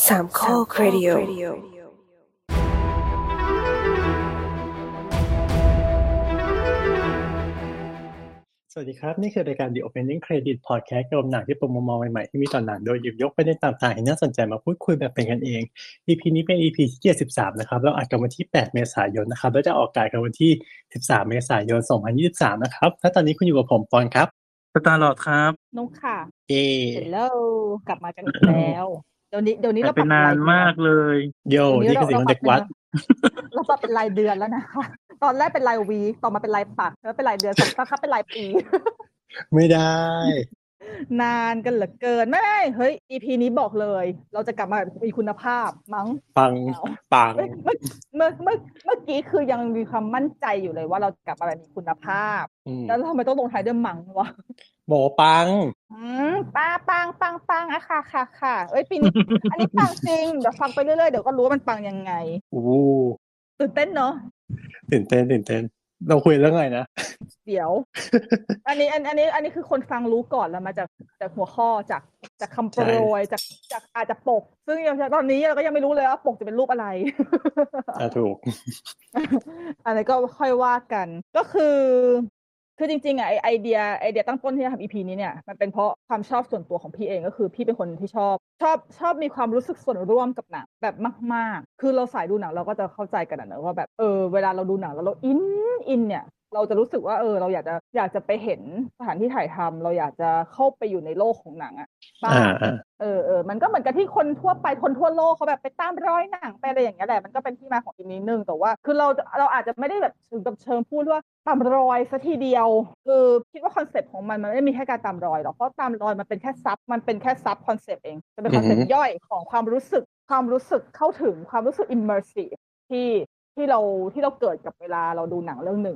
สามข้อครดิโอสวัสดีครับนี่คือรายการ The Opening Credit Podcast เกี่ยวกับหนังที่เป็นมุมมองใหม่ๆที่มีต่อหนังโดยหยิบยกประเด็นต่างๆให้น่าสนใจมาพูดคุยแบบเป็นกันเอง EP นี้เป็น EP ที่73นะครับเราอัดกันวันที่8เมษายนนะครับแล้วจะออกอากาศกันวันที่13เมษายน2023นะครับและตอนนี้คุณอยู่กับผมปอนครับสตาร์ลอร์ดครับนุ๊กค่ะเย้ Hello กลับมากันอีกแล้วเดี๋ยวนี้เราเป็นนานมากเลยโย่นี่คือสิ่งของเด็กวัดเราปรับเป็นรายเดือนแล้วนะคะตอนแรกเป็นรายวีคต่อมาเป็นรายปักแล้วเป็นรายเดือนสักพักเป็นรายปีไม่ได้นานกันเหลือเกินไม่เฮ้ย EP นี้บอกเลยเราจะกลับมามีคุณภาพมั้งปังเมื่อกี้คือยังมีความมั่นใจอยู่เลยว่าเรากลับมาแบบมีคุณภาพแล้วทำไมต้องลงท้ายด้วยมังวะบอกปังปังอะค่ะเอ้ยปีนี้อันนี้ปังจริงเดี๋ยวฟังไปเรื่อยๆเดี๋ยวก็รู้ว่ามันปังยังไงตื่นเต้นเนาะตื่นเต้นเราคุยเรื่องอะไรนะเดี๋ยวอันนี้คือคนฟังรู้ก่อนแล้วมาจากหัวข้อจากคำโปรยจากอาจจะปกซึ่งตอนนี้เราก็ยังไม่รู้เลยว่าปกจะเป็นรูปอะไรถูกอะไรก็ค่อยว่ากันก็คือจริงๆอ่ะไอเดียตั้งต้นที่จะทำ EP นี้เนี่ยมันเป็นเพราะความชอบส่วนตัวของพี่เองก็คือพี่เป็นคนที่ชอบมีความรู้สึกส่วนร่วมกับหนังแบบมากๆคือเราสายดูหนังเราก็จะเข้าใจกันนะว่าแบบเวลาเราดูหนังแล้วเราอินเนี่ยเราจะรู้สึกว่าเราอยากจะไปเห็นสถานที่ถ่ายทำเราอยากจะเข้าไปอยู่ในโลกของหนังอ่ะมันก็เหมือนกับที่คนทั่วไปคนทั่วโลกเขาแบบไปตามรอยหนังไปอะไรอย่างเงี้ยแหละมันก็เป็นที่มาของอีกนิดนึงแต่ว่าคือเราอาจจะไม่ได้แบบถึงกับเชิงพูดว่าตามรอยซะทีเดียวคือคิดว่าคอนเซ็ปต์ของมันไม่ได้มีแค่การตามรอยหรอกเพราะตามรอยมันเป็นแค่ซับคอนเซ็ปต์เองจะเป็นคอนเซ็ปต์ย่อยของความรู้สึกเข้าถึงความรู้สึก immersive ที่เราเกิดกับเวลาเราดูหนังเรื่องหนึ่ง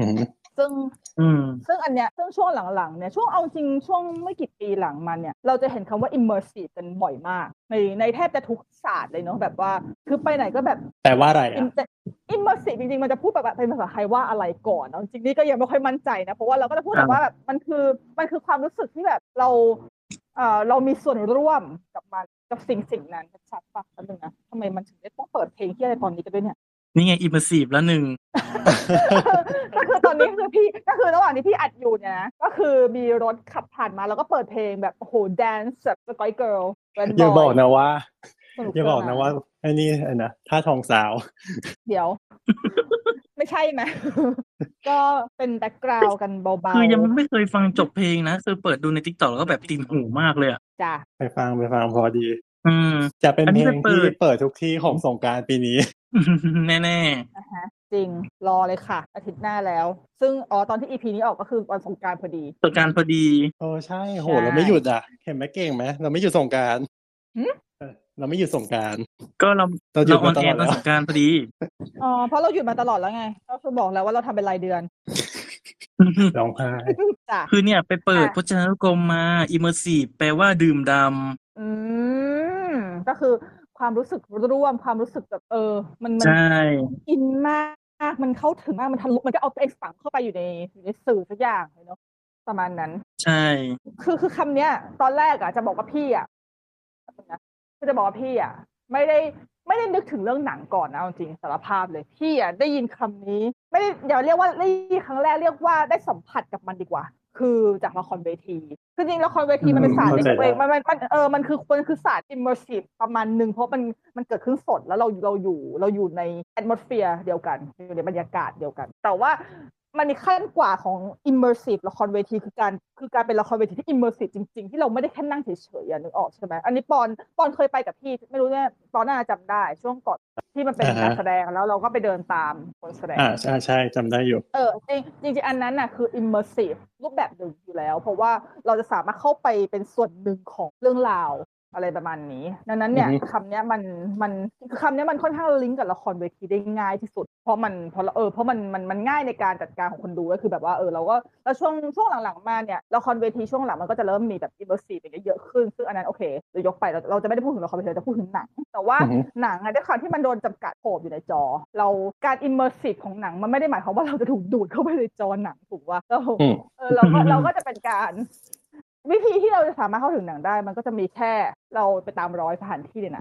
ซึ่งอันเนี้ยซึ่งช่วงหลังๆเนี่ยช่วงเอาจริงช่วงไม่กี่ปีหลังมันเนี่ยเราจะเห็นคำว่า immersive กันบ่อยมากในแทบจะทุกศาสตร์เลยเนาะแบบว่าคือไปไหนก็แบบแต่ว่าอะไร immersive จริงๆมันจะพูดแบบเป็นภาษาไทยว่าอะไรก่อนเนาะจริงๆนี่ก็ยังไม่ค่อยมั่นใจนะเพราะว่าเราก็จะพูดแบบว่าแบบมันคือความรู้สึกที่แบบเรามีส่วนร่วมกับมันกับสิ่งนั้นชัดป่ะอันนึงนะทำไมมันถึงได้ต้องเปิดเพลงที่อะไรตอนนี้กันด้วยเนี่ยนี่ไง immersive แล้วหนึ่งก็คือตอนนี้คือพี่ก็คือระหว่างที่พี่อัดอยู่เนี่ยนะก็คือมีรถขับผ่านมาแล้วก็เปิดเพลงแบบโอ้โหแดนซ์แบบสกอยเกิร์ลอย่าบอกนะว่าไอ้นี่นะท่าทองสาวเดี๋ยวไม่ใช่ไหมก็เป็นแบ็คกราวด์กันเบาๆคือยังไม่เคยฟังจบเพลงนะคือเปิดดูใน TikTok แล้วก็แบบติดหูมากเลยอ่ะจ้ะไปฟังพอดีจะเป็นเพลงที่เปิดทุกที่ของสงกรานต์ปีนี้แน่ๆจริงรอเลยค่ะอาทิตย์หน้าแล้วซึ่งตอนที่ EP นี้ออกก็คือวันสงกรานต์พอดีใช่โหเราไม่หยุดอ่ะเห็นไหมเก่งไหมเราไม่หยุดสงกรานต์เราไม่หยุดสงกรานต์ก็เราออนแอร์ตอนสงกรานต์พอดีเพราะเราหยุดมาตลอดแล้วไงก็คือบอกแล้วว่าเราทำเป็นรายเดือนร้องไห้คือเนี่ยไปเปิดพจนานุกรมมา immersive แปลว่าดื่มด่ำก็คือความรู้สึกร่วมความรู้สึกแบบมันอินมากมันเข้าถึงมากมันทะลุมันก็เอาตัวเองฝังเข้าไปอยู่ในสื่อสักอย่างเลยเนาะประมาณนั้นใช่คือคำเนี้ยตอนแรกอ่ะจะบอกว่าพี่อ่ะจะบอกว่าพี่อ่ะไม่ได้นึกถึงเรื่องหนังก่อนนะจริงสารภาพเลยพี่อ่ะได้ยินคำนี้ไม่ได้อย่าเรียกว่าได้ยินครั้งแรกเรียกว่าได้สัมผัสกับมันดีกว่าคือจากละครเวทีคือจริงละครเวทีมันเป็นศาสตร์ในตัวเองมันคือศาสตร์ immersive ประมาณนึงเพราะมันเกิดขึ้นสดแล้วเราอยู่ใน atmosphere เดียวกันอยู่ในบรรยากาศเดียวกันแต่ว่ามันมีขั้นกว่าของ immersive ละครเวทีคือการเป็นละครเวทีที่ immersive จริงๆที่เราไม่ได้แค่นั่งเฉยๆนึกออกใช่ไหมอันนี้ปอนเคยไปกับพี่ไม่รู้เนี่ยปอนน่าจะจำได้ช่วงก่อนที่มันเป็นการแสดงแล้วเราก็ไปเดินตามคนแสดงใช่จำได้อยู่จริงๆอันนั้นน่ะคือ immersive รูปแบบหนึ่งอยู่แล้วเพราะว่าเราจะสามารถเข้าไปเป็นส่วนหนึ่งของเรื่องราวอะไรประมาณนี้ดังนั้นเนี่ยคำนี้มันค่อนข้างลิงก์กับละครเวทีได้ง่ายที่สุดเพราะมันง่ายในการจัดการของคนดูก็คือแบบว่าเราก็แล้วช่วงหลังๆมาเนี่ยละครเวทีช่วงหลังมันก็จะเริ่มมีแบบ immersive อย่างเงี้ยเยอะขึ้นซึ่งอันนั้นโอเคเรายกไปเราจะไม่ได้พูดถึงละครเวทีเราจะพูดถึงหนังแต่ว่าหนังด้วยความที่มันโดนจำกัดโผล่อยู่ในจอเราการ immersive ของหนังมันไม่ได้หมายความว่าเราจะถูกดูดเข้าไปในจอหนังถูกป่ะเราก็จะเป็นการวิธีที่เราจะสามารถเข้าถึงหนังได้มันก็จะมีแค่เราไปตามร้อยสถานที่ในหนัง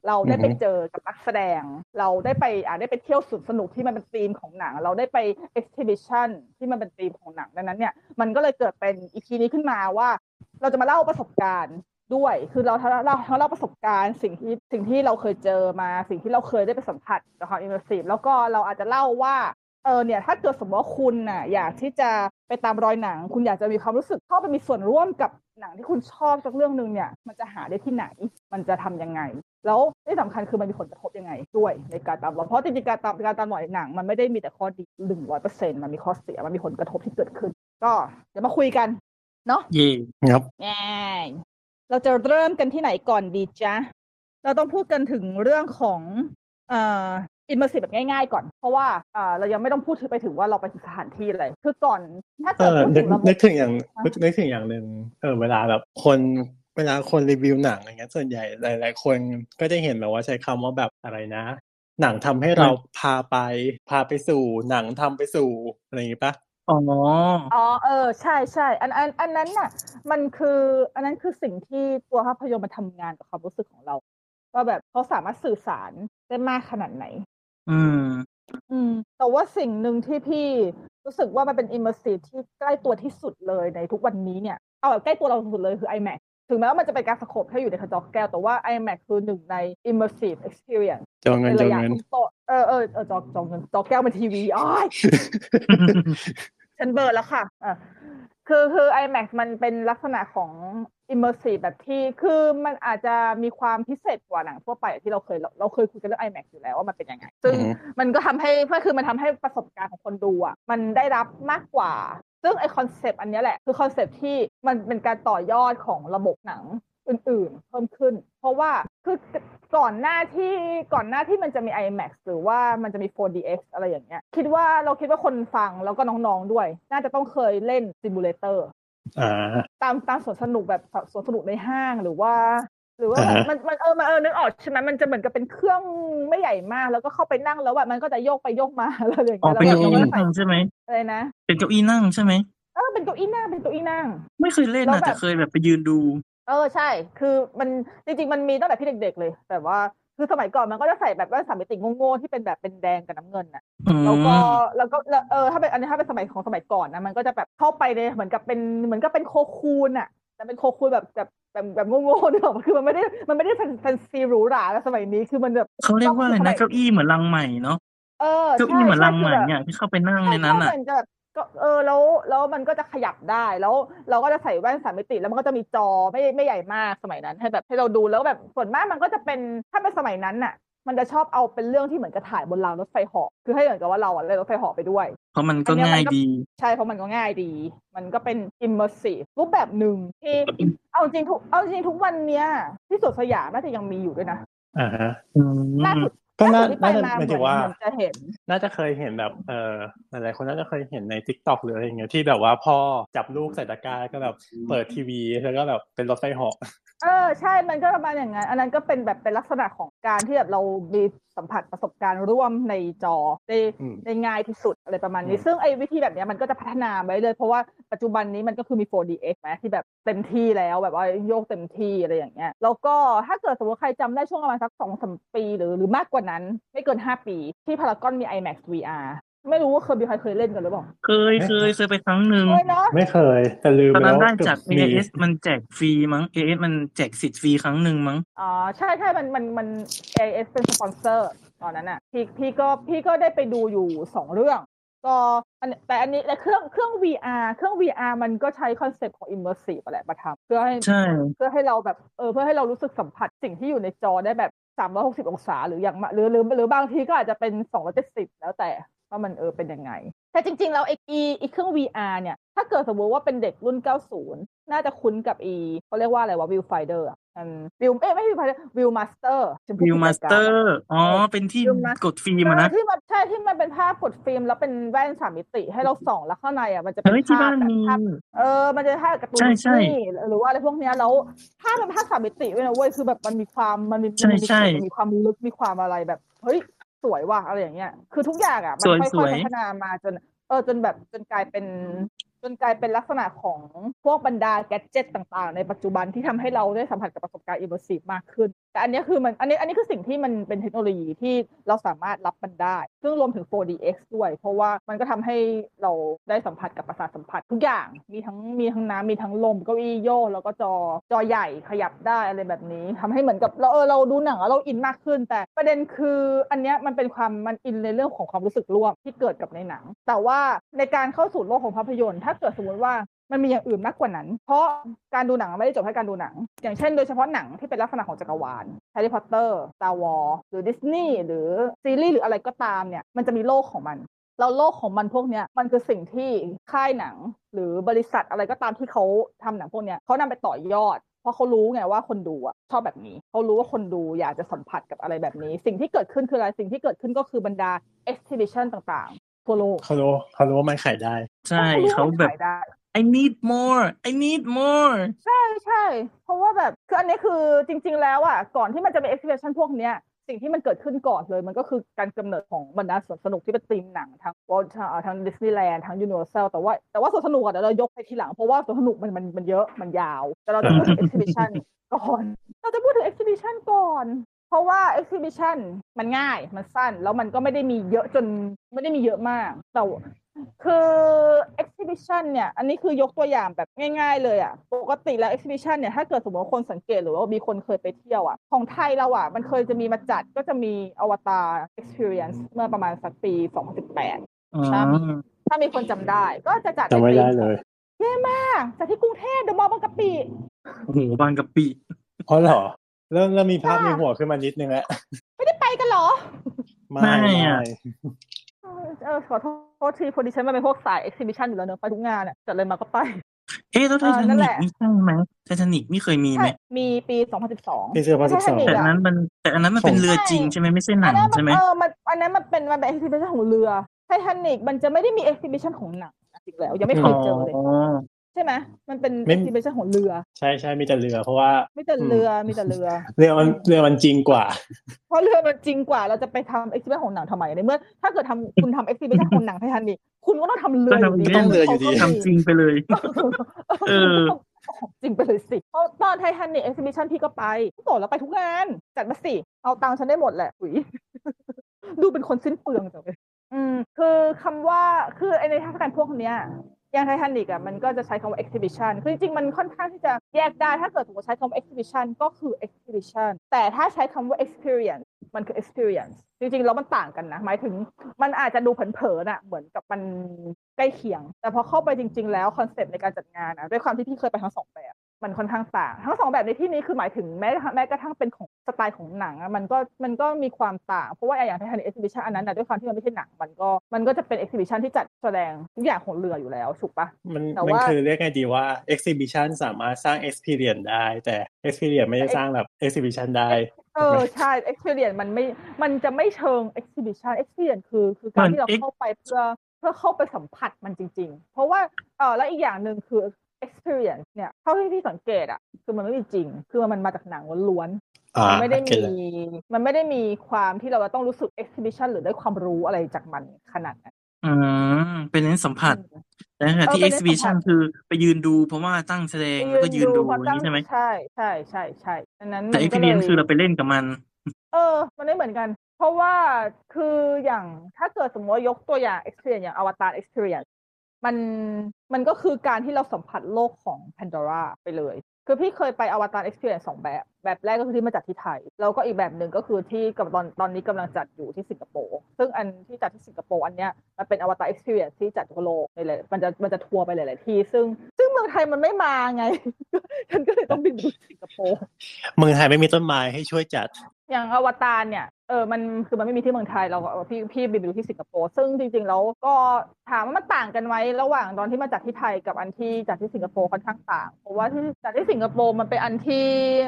เราได้ไปเจอกับนักแสดงเราได้ไปเที่ยวสวนสนุกที่มันเป็นธีมของหนังเราได้ไป exhibition ที่มันเป็นธีมของหนังดังนั้นเนี่ยมันก็เลยเกิดเป็น EP นี้ขึ้นมาว่าเราจะมาเล่าประสบการณ์ด้วยคือเราเล่าประสบการณ์สิ่งที่เราเคยเจอมาสิ่งที่เราเคยได้ไปสัมผัสกับความ immersive แล้วก็เราอาจจะเล่าว่าเนี่ยถ้าเกิดสมมติว่าคุณน่ะอยากที่จะไปตามรอยหนังคุณอยากจะมีความรู้สึกเข้าไปมีส่วนร่วมกับหนังที่คุณชอบสักเรื่องนึงเนี่ยมันจะหาได้ที่ไหนมันจะทำยังไงแล้วที่สำคัญคือมันมีผลกระทบยังไงด้วยในการตามรอยเพราะจริงๆการตามรอยหนังมันไม่ได้มีแต่ข้อดี 100% มันมีข้อเสียมันมีผลกระทบที่เกิดขึ้นก็เดี๋ยวมาคุยกันเนาะเย่ครับเราจะเริ่มกันที่ไหนก่อนดีจ๊ะเราต้องพูดกันถึงเรื่องของimmersive แบบง่ายๆก่อนเพราะว่าเรายังไม่ต้องพูดไปถึงว่าเราไปถึงสถานที่อะไรคือก่อนถ้าเกิดนึกถึงอย่างนึงเวลาแบบเวลาคนรีวิวหนังอย่างเงี้ยส่วนใหญ่หลายๆคนก็จะเห็นแบบว่าใช้คำว่าแบบอะไรนะหนังทำให้เราพาไปสู่หนังทำไปสู่อะไรอย่างงี้ปะใช่ๆอันนั้นน่ะมันคืออันนั้นคือสิ่งที่ตัวภาพยนตร์มันทำงานกับความรู้สึกของเราว่าแบบเขาสามารถสื่อสารได้มากขนาดไหนแต่ว่าสิ่งหนึ่งที่พี่รู้สึกว่ามันเป็น immersive ที่ใกล้ตัวที่สุดเลยในทุกวันนี้เนี่ยเอาแบบใกล้ตัวเราสุดเลยคือ IMAX ถึงแม้ว่ามันจะเป็นการสโคปแค่อยู่ในจอแก้วแต่ว่า IMAX คือหนึ่งใน immersive experience จอเงินจอแก้วเป็นทีวีฉันเบิร์ดแล้วค่ะคือ IMAX มันเป็นลักษณะของ immersive แบบที่คือมันอาจจะมีความพิเศษกว่าหนังทั่วไปที่เราเคยคุยกันเรื่อง IMAX อยู่แล้วว่ามันเป็นยังไงซึ่งมันก็ทำให้มันทำให้ประสบการณ์ของคนดูอ่ะมันได้รับมากกว่าซึ่งไอคอนเซปต์อันนี้แหละคือคอนเซปต์ที่มันเป็นการต่อยอดของระบบหนังอื่นๆเพิ่มขึ้นเพราะว่าคือก่อนหน้าที่มันจะมี IMAX หรือว่ามันจะมี 4DX อะไรอย่างเงี้ยเราคิดว่าคนฟังแล้วก็น้องๆด้วยน่าจะต้องเคยเล่นซิมูเลเตอร์ตามสวนสนุกแบบสวนสนุกในห้างหรือว่ามันนึกออกใช่ไหมมันจะเหมือนกับเป็นเครื่องไม่ใหญ่มากแล้วก็เข้าไปนั่งแล้วมันก็จะโยกไปโยกมาอะไรอย่างเงี้ยเป็นเก้าอี้นั่งใช่ไหมอะไรนะเป็นเก้าอี้นั่งใช่ไหมเป็นเก้าอี้นั่งไม่เคยเล่นนะแต่เคยแบบไปยืนดูใช่คือมันจริงๆมันมีตั้งแต่พี่เด็กๆเลยแบบว่าคือสมัยก่อนมันก็จะใส่แบบแว่น3 มิติโง่ๆที่เป็นแบบเป็นแดงกับน้ำเงินน่ะแล้วก็ถ้าเป็นอันนี้ถ้าเป็นสมัยก่อนนะมันก็จะแบบเข้าไปในเหมือนกับเป็นโคคูนน่ะแต่เป็นโคคูนแบบโง่ๆเนี่ยคือมันไม่ได้แฟนซีหรูหราแล้วสมัยนี้คือมันแบบเขาเรียกว่าอะไรนะเก้าอี้เหมือนลังใหม่เนาะเก้าอี้เหมือนลังใหม่เนี่ยที่เข้าไปนั่งในนั้นอ่ะก็แล้วมันก็จะขยับได้แล้วเราก็จะใส่แว่น3 มิติแล้วมันก็จะมีจอไม่ใหญ่มากสมัยนั้นให้เราดูแล้วแบบส่วนมากมันก็จะเป็นถ้าเป็นสมัยนั้นน่ะมันจะชอบเอาเป็นเรื่องที่เหมือนกับถ่ายบนรางรถไฟเหาะคือให้เหมือนกับว่าเราเล่นรถไฟเหาะไปด้วยเพราะมันก็ง่ายดีใช่เพราะมันก็ง่ายดีมันก็เป็น immersive รูปแบบหนึ่งที่เอาจริงทุกวันเนี้ยที่สวนสยามน่าจะยังมีอยู่ด้วยนะล่าสุดก็น่าจะหมายถึงว่าจะเห็นน่าจะเคยเห็นแบบหลายๆคนน่าจะเคยเห็นใน TikTok หรืออะไรอย่างเงี้ยที่แบบว่าพ่อจับลูกใส่ตะกร้าก็แบบเปิดทีวีแล้วก็แบบเป็นรถไฟเหาะใช่มันก็ประมาณอย่างนั้นอันนั้นก็เป็นลักษณะของการที่แบบเรามีสัมผัสประสบการณ์ร่วมในจอได้ง่ายที่สุดอะไรประมาณนี้ซึ่งไอ้วิธีแบบนี้มันก็จะพัฒนาไปเลยเพราะว่าปัจจุบันนี้มันก็คือมี 4DX ไหมที่แบบเต็มที่แล้วแบบว่าโยกเต็มที่อะไรอย่างเงี้ยแล้วก็ถ้าเกิดสมมติใครจำได้ช่วงประมาณสัก 2-3 ปีหรือมากกว่านั้นไม่เกิน5 ปีที่พารากอนมี IMAX VRไม่รู้ว่าเคยเล่นกันหรือเปล่าเคยไปครั้งนึงไม่เคยแต่ลืมตอนนั้นได้จาก AIS มันแจกฟรีมั้ง AIS มันแจกสิทธิ์ฟรีครั้งนึงมั้งใช่มัน AIS เป็นสปอนเซอร์ตอนนั้นน่ะพี่ก็ได้ไปดูอยู่2เรื่องก็แต่อันนี้เครื่อง VR มันก็ใช้คอนเซ็ปต์ของ immersive แหละมาทำเพื่อให้เราแบบเพื่อให้เรารู้สึกสัมผัสสิ่งที่อยู่ในจอได้แบบ360องศาหรืออย่างหรือบางทีก็อาจจะเป็น270แล้วแต่ว่ามันเป็นยังไงแต่จริงๆแล้วไอ้เครื่อง VR เนี่ยถ้าเกิดสมมติว่าเป็นเด็กรุ่น90น่าจะคุ้นกับเขาเรียกว่าอะไรวะ Viewfinder อ่ะไม่ Viewfinder Viewmaster เป็นที่กดฟิล์มนะที่มันเป็นภาพกดฟิล์มแล้วเป็นแว่น3 มิติให้เราส่องแล้วข้างในอ่ะมันจะเป็นภาพมันจะภาพการ์ตูนนี่หรือว่าอะไรพวกเนี้ยแล้วภาพเป็นภาพ3 มิติด้วยนะเว้ยคือแบบมันมีความมีความลึกมีความอะไรแบบเฮ้ยสวยว่ะอะไรอย่างเงี้ยคือทุกอย่างอ่ะมันค่อยๆพัฒนามาจนกลายเป็นจนกลายเป็นลักษณะของพวกบรรดาแกดเจ็ตต่างๆในปัจจุบันที่ทำให้เราได้สัมผัสกับประสบการณ์ immersive มากขึ้นแต่อันนี้คือมันอันนี้คือสิ่งที่มันเป็นเทคโนโลยีที่เราสามารถรับมันได้ซึ่งรวมถึง 4DX ด้วยเพราะว่ามันก็ทำให้เราได้สัมผัสกับประสาทสัมผัสทุกอย่างมีทั้งน้ำมีทั้งลมเก้าอี้โยกแล้วก็จอใหญ่ขยับได้อะไรแบบนี้ทำให้เหมือนกับเราดูหนังแล้วเราอินมากขึ้นแต่ประเด็นคืออันนี้มันเป็นความมันอินในเรื่องของความรู้สึกร่วมที่เกิดกับในหนังแต่ว่าในการเข้าสู่โลกของภาพยนตร์ถ้าเกิดสมมติว่ามันมีอย่างอื่นมากกว่านั้นเพราะการดูหนังไม่ได้จบแค่การดูหนังอย่างเช่นโดยเฉพาะหนังที่เป็นลักษณะของจักรวาลแฮร์รี่พอตเตอร์สตาร์วอร์หรือดิสนีย์หรือซีรีส์หรืออะไรก็ตามเนี่ยมันจะมีโลกของมันแล้วโลกของมันพวกนี้มันคือสิ่งที่ค่ายหนังหรือบริษัทอะไรก็ตามที่เขาทำหนังพวกนี้เขานำไปต่อยอดเพราะเขารู้ไงว่าคนดูชอบแบบนี้เขารู้ว่าคนดูอยากจะสัมผัสกับอะไรแบบนี้สิ่งที่เกิดขึ้นคืออะไรสิ่งที่เกิดขึ้นก็คือบรรดา exhibition ต่างๆทั่วโลกเขารู้ว่ามันขายได้ใช่เขาแบบ I need more I need more ใช่เพราะว่าแบบคืออันนี้คือจริงๆแล้วก่อนที่มันจะมี exhibition พวกเนี้ยสิ่งที่มันเกิดขึ้นก่อนเลยมันก็คือการกำเนิดของบรรดาสวนสนุกที่เป็นธีมหนังทั้งดิสนีย์แลนด์ทั้งยูนิเวอร์แซลแต่ว่าสวนสนุกเดี๋ยวเรายกไปทีหลังเพราะว่าสวนสนุกมันเยอะมันยาวแต่เราจะพูดถึง exhibition ก่อนเราจะพูดถึง exhibition ก่อนเพราะว่า exhibition มันง่ายมันสั้นแล้วมันก็ไม่ได้มีเยอะจนไม่ได้มีเยอะมากแต่คือ exhibition เนี่ยอันนี้คือยกตัวอย่างแบบง่ายๆเลยปกติแล้ว exhibition เนี่ยถ้าเกิดสมมติว่าคนสังเกตหรือว่ามีคนเคยไปเที่ยวของไทยเรามันเคยจะมีมาจัดก็จะมีอวตาร experience เมื่อประมาณสักปี 2018ถ้ามีคนจำได้ก็จะจัดจำไม่ได้เลยเย่มากจัดที่กรุงเทพเดอะมอลล์บางกะปิโอ้โหบางกะปิอ๋อเหรอแล้วมีภาพในหัวขึ้นมานิดนึงไม่ได้ไปกันเหรอไม่ขอโทษทีพอดีฉันมาเป็นพวกสาย exhibition อยู่แล้วเนอะไปทุกงานจัดเลยมาก็ไปแล้วไททานิกนี่ใช่ไหมไททานิกนี่เคยมีไหมมีปี 2012 ปี2012 แต่อันนั้นมันเป็นเรือจริงใช่ไหมไม่ใช่หนังใช่ไหมอันนั้นมันเป็น exhibition ของเรือไททานิกมันจะไม่ได้มี exhibition ของหนังจริงแล้วยังไม่เคยเจอเลยใช่ไหมมันเป็น exhibition ของเรือใช่มีแต่เรือเพราะว่ามีแต่เรือเรือมันจริงกว่าเพราะเรือมันจริงกว่าเราจะไปทำ exhibition ของหนังทำไมในเมื่อถ้าเกิดคุณทำ exhibition ของหนังไททานิกคุณก็ต้องทำเรืออยู่ดีต้องเรืออยู่ดีทำจริงไปเลยจริงไปเลยสิเพราะตอนไททานิก exhibition พี่ก็ไปบอกแล้วไปทุกงานจัดมาสิเอาตังค์ฉันได้หมดแหละดูเป็นคนสิ้นเปลืองจังเลยคือคำว่าคือในเทศกาลพวกเนี้ยอย่างไททานิกมันก็จะใช้คำว่า exhibition คือจริงๆมันค่อนข้างที่จะแยกได้ถ้าเกิดสมมติใช้คำว่า exhibition ก็คือ exhibition แต่ถ้าใช้คำว่า experience มันคือ experience จริงๆแล้วมันต่างกันนะหมายถึงมันอาจจะดูเผินๆเหมือนกับมันใกล้เคียงแต่พอเข้าไปจริงๆแล้วคอนเซ็ปต์ในการจัดงานด้วยความที่พี่เคยไปทั้งสองแบบมันค่อนข้างต่างทั้งสองแบบในที่นี้คือหมายถึงแม้กระทั่งเป็นของสไตล์ของหนังมันก็มีความต่างเพราะว่าอย่างไททานิก exhibition อันนั้นด้วยความที่มันไม่ใช่หนังมันก็จะเป็น exhibition ที่จัดแสดงทุกอย่างของเรืออยู่แล้วถูกปะมันคือเรียกไงดีว่า exhibition สามารถสร้าง experience ได้แต่ experience ไม่ได้สร้างแบบ exhibition ได้ใช่ experience มันจะไม่เชิง experience คือการที่เราเข้าไปเพื่อเข้าไปสัมผัสมันจริงๆเพราะว่าแล้วอีกอย่างนึงคือexperience เนี่ยเท่าที่พี่สังเกตคือมันไม่มีจริงคือมันมาจากหนังล้วนๆมันไม่ได้มีความที่เราต้องรู้สึก exhibition หรือได้ความรู้อะไรจากมันขนาดนั้นเป็นเน้นสัมผัสแต่ที่ exhibition คือไปยืนดูเพราะว่าตั้งแสดงแล้วก็ยืนดูใช่ไหมใช่อันนั้นแต่ experience คือเราไปเล่นกับมันมันไม่เหมือนกันเพราะว่าคืออย่างถ้าเกิดสมมติว่ายกตัวอย่าง experience อย่าง Avatar experienceมันก็คือการที่เราสัมผัสโลกของ Pandora ไปเลยคือพี่เคยไป Avatar Experience 2 แบบแรกก็คือที่มาจัดที่ไทยแล้วก็อีกแบบหนึ่งก็คือที่กับตอนนี้กำลังจัดอยู่ที่สิงคโปร์ซึ่งอันที่จัดที่สิงคโปร์อันเนี้ยมันเป็น Avatar Experience ที่จัดทั่วโลกเลยมันจะทัวร์ไปหลายๆที่ซึ่งเมืองไทยมันไม่มาไงฉันก็เลยต้องบินไปสิงคโปร์เมืองไทยไม่มีต้นไม้ให้ช่วยจัดอย่างอวตารเนี่ยมันไม่มีที่เมืองไทยเราพี่บินไปดูที่สิงคโปร์ซึ่งจริงๆแล้วก็ถามว่ามันต่างกันไหมระหว่างตอนที่มาจัดที่ไทยกับอันที่จัดที่สิงคโปร์ค่อนข้างต่างเพราะว่าที่จัดที่สิงคโปร์มันเป็นอันที่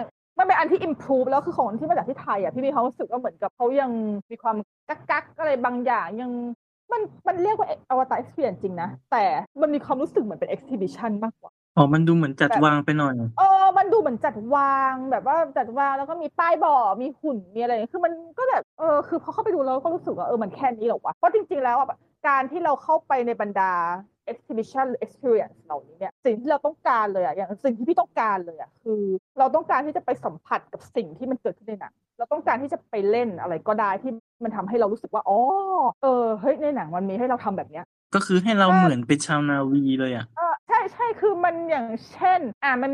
improve แล้วคือของที่มาจากที่ไทยพี่มีความรู้สึกว่าเหมือนกับเขายังมีความกักอะไรบางอย่างยังมันเรียกว่าอวตาร experience จริงนะแต่มันมีความรู้สึกเหมือนเป็น exhibition มากกว่ามันดูเหมือนจัดวางไปหน่อยมันดูเหมือนจัดวางแบบว่าจัดวางแล้วก็มีป้ายบอกมีหุ่นมีอะไรคือมันก็แบบคือพอเข้าไปดูแล้วก็รู้สึกว่ามันแค่นี้หรอวะเพราะจริงๆแล้วการที่เราเข้าไปในบรรดา exhibition หรือ experience เหล่านี้เนี่ยสิ่งที่เราต้องการเลยอย่างสิ่งที่พี่ต้องการเลยคือเราต้องการที่จะไปสัมผัสกับสิ่งที่มันเกิดขึ้นในหนังเราต้องการที่จะไปเล่นอะไรก็ได้ที่มันทำให้เรารู้สึกว่าเฮ้ยในหนังมันมีให้เราทำแบบเนี้ยก็คือให้เราเหมือนเป็นชาวนาวีเลยอ่ะใช่คือมันอย่างเช่น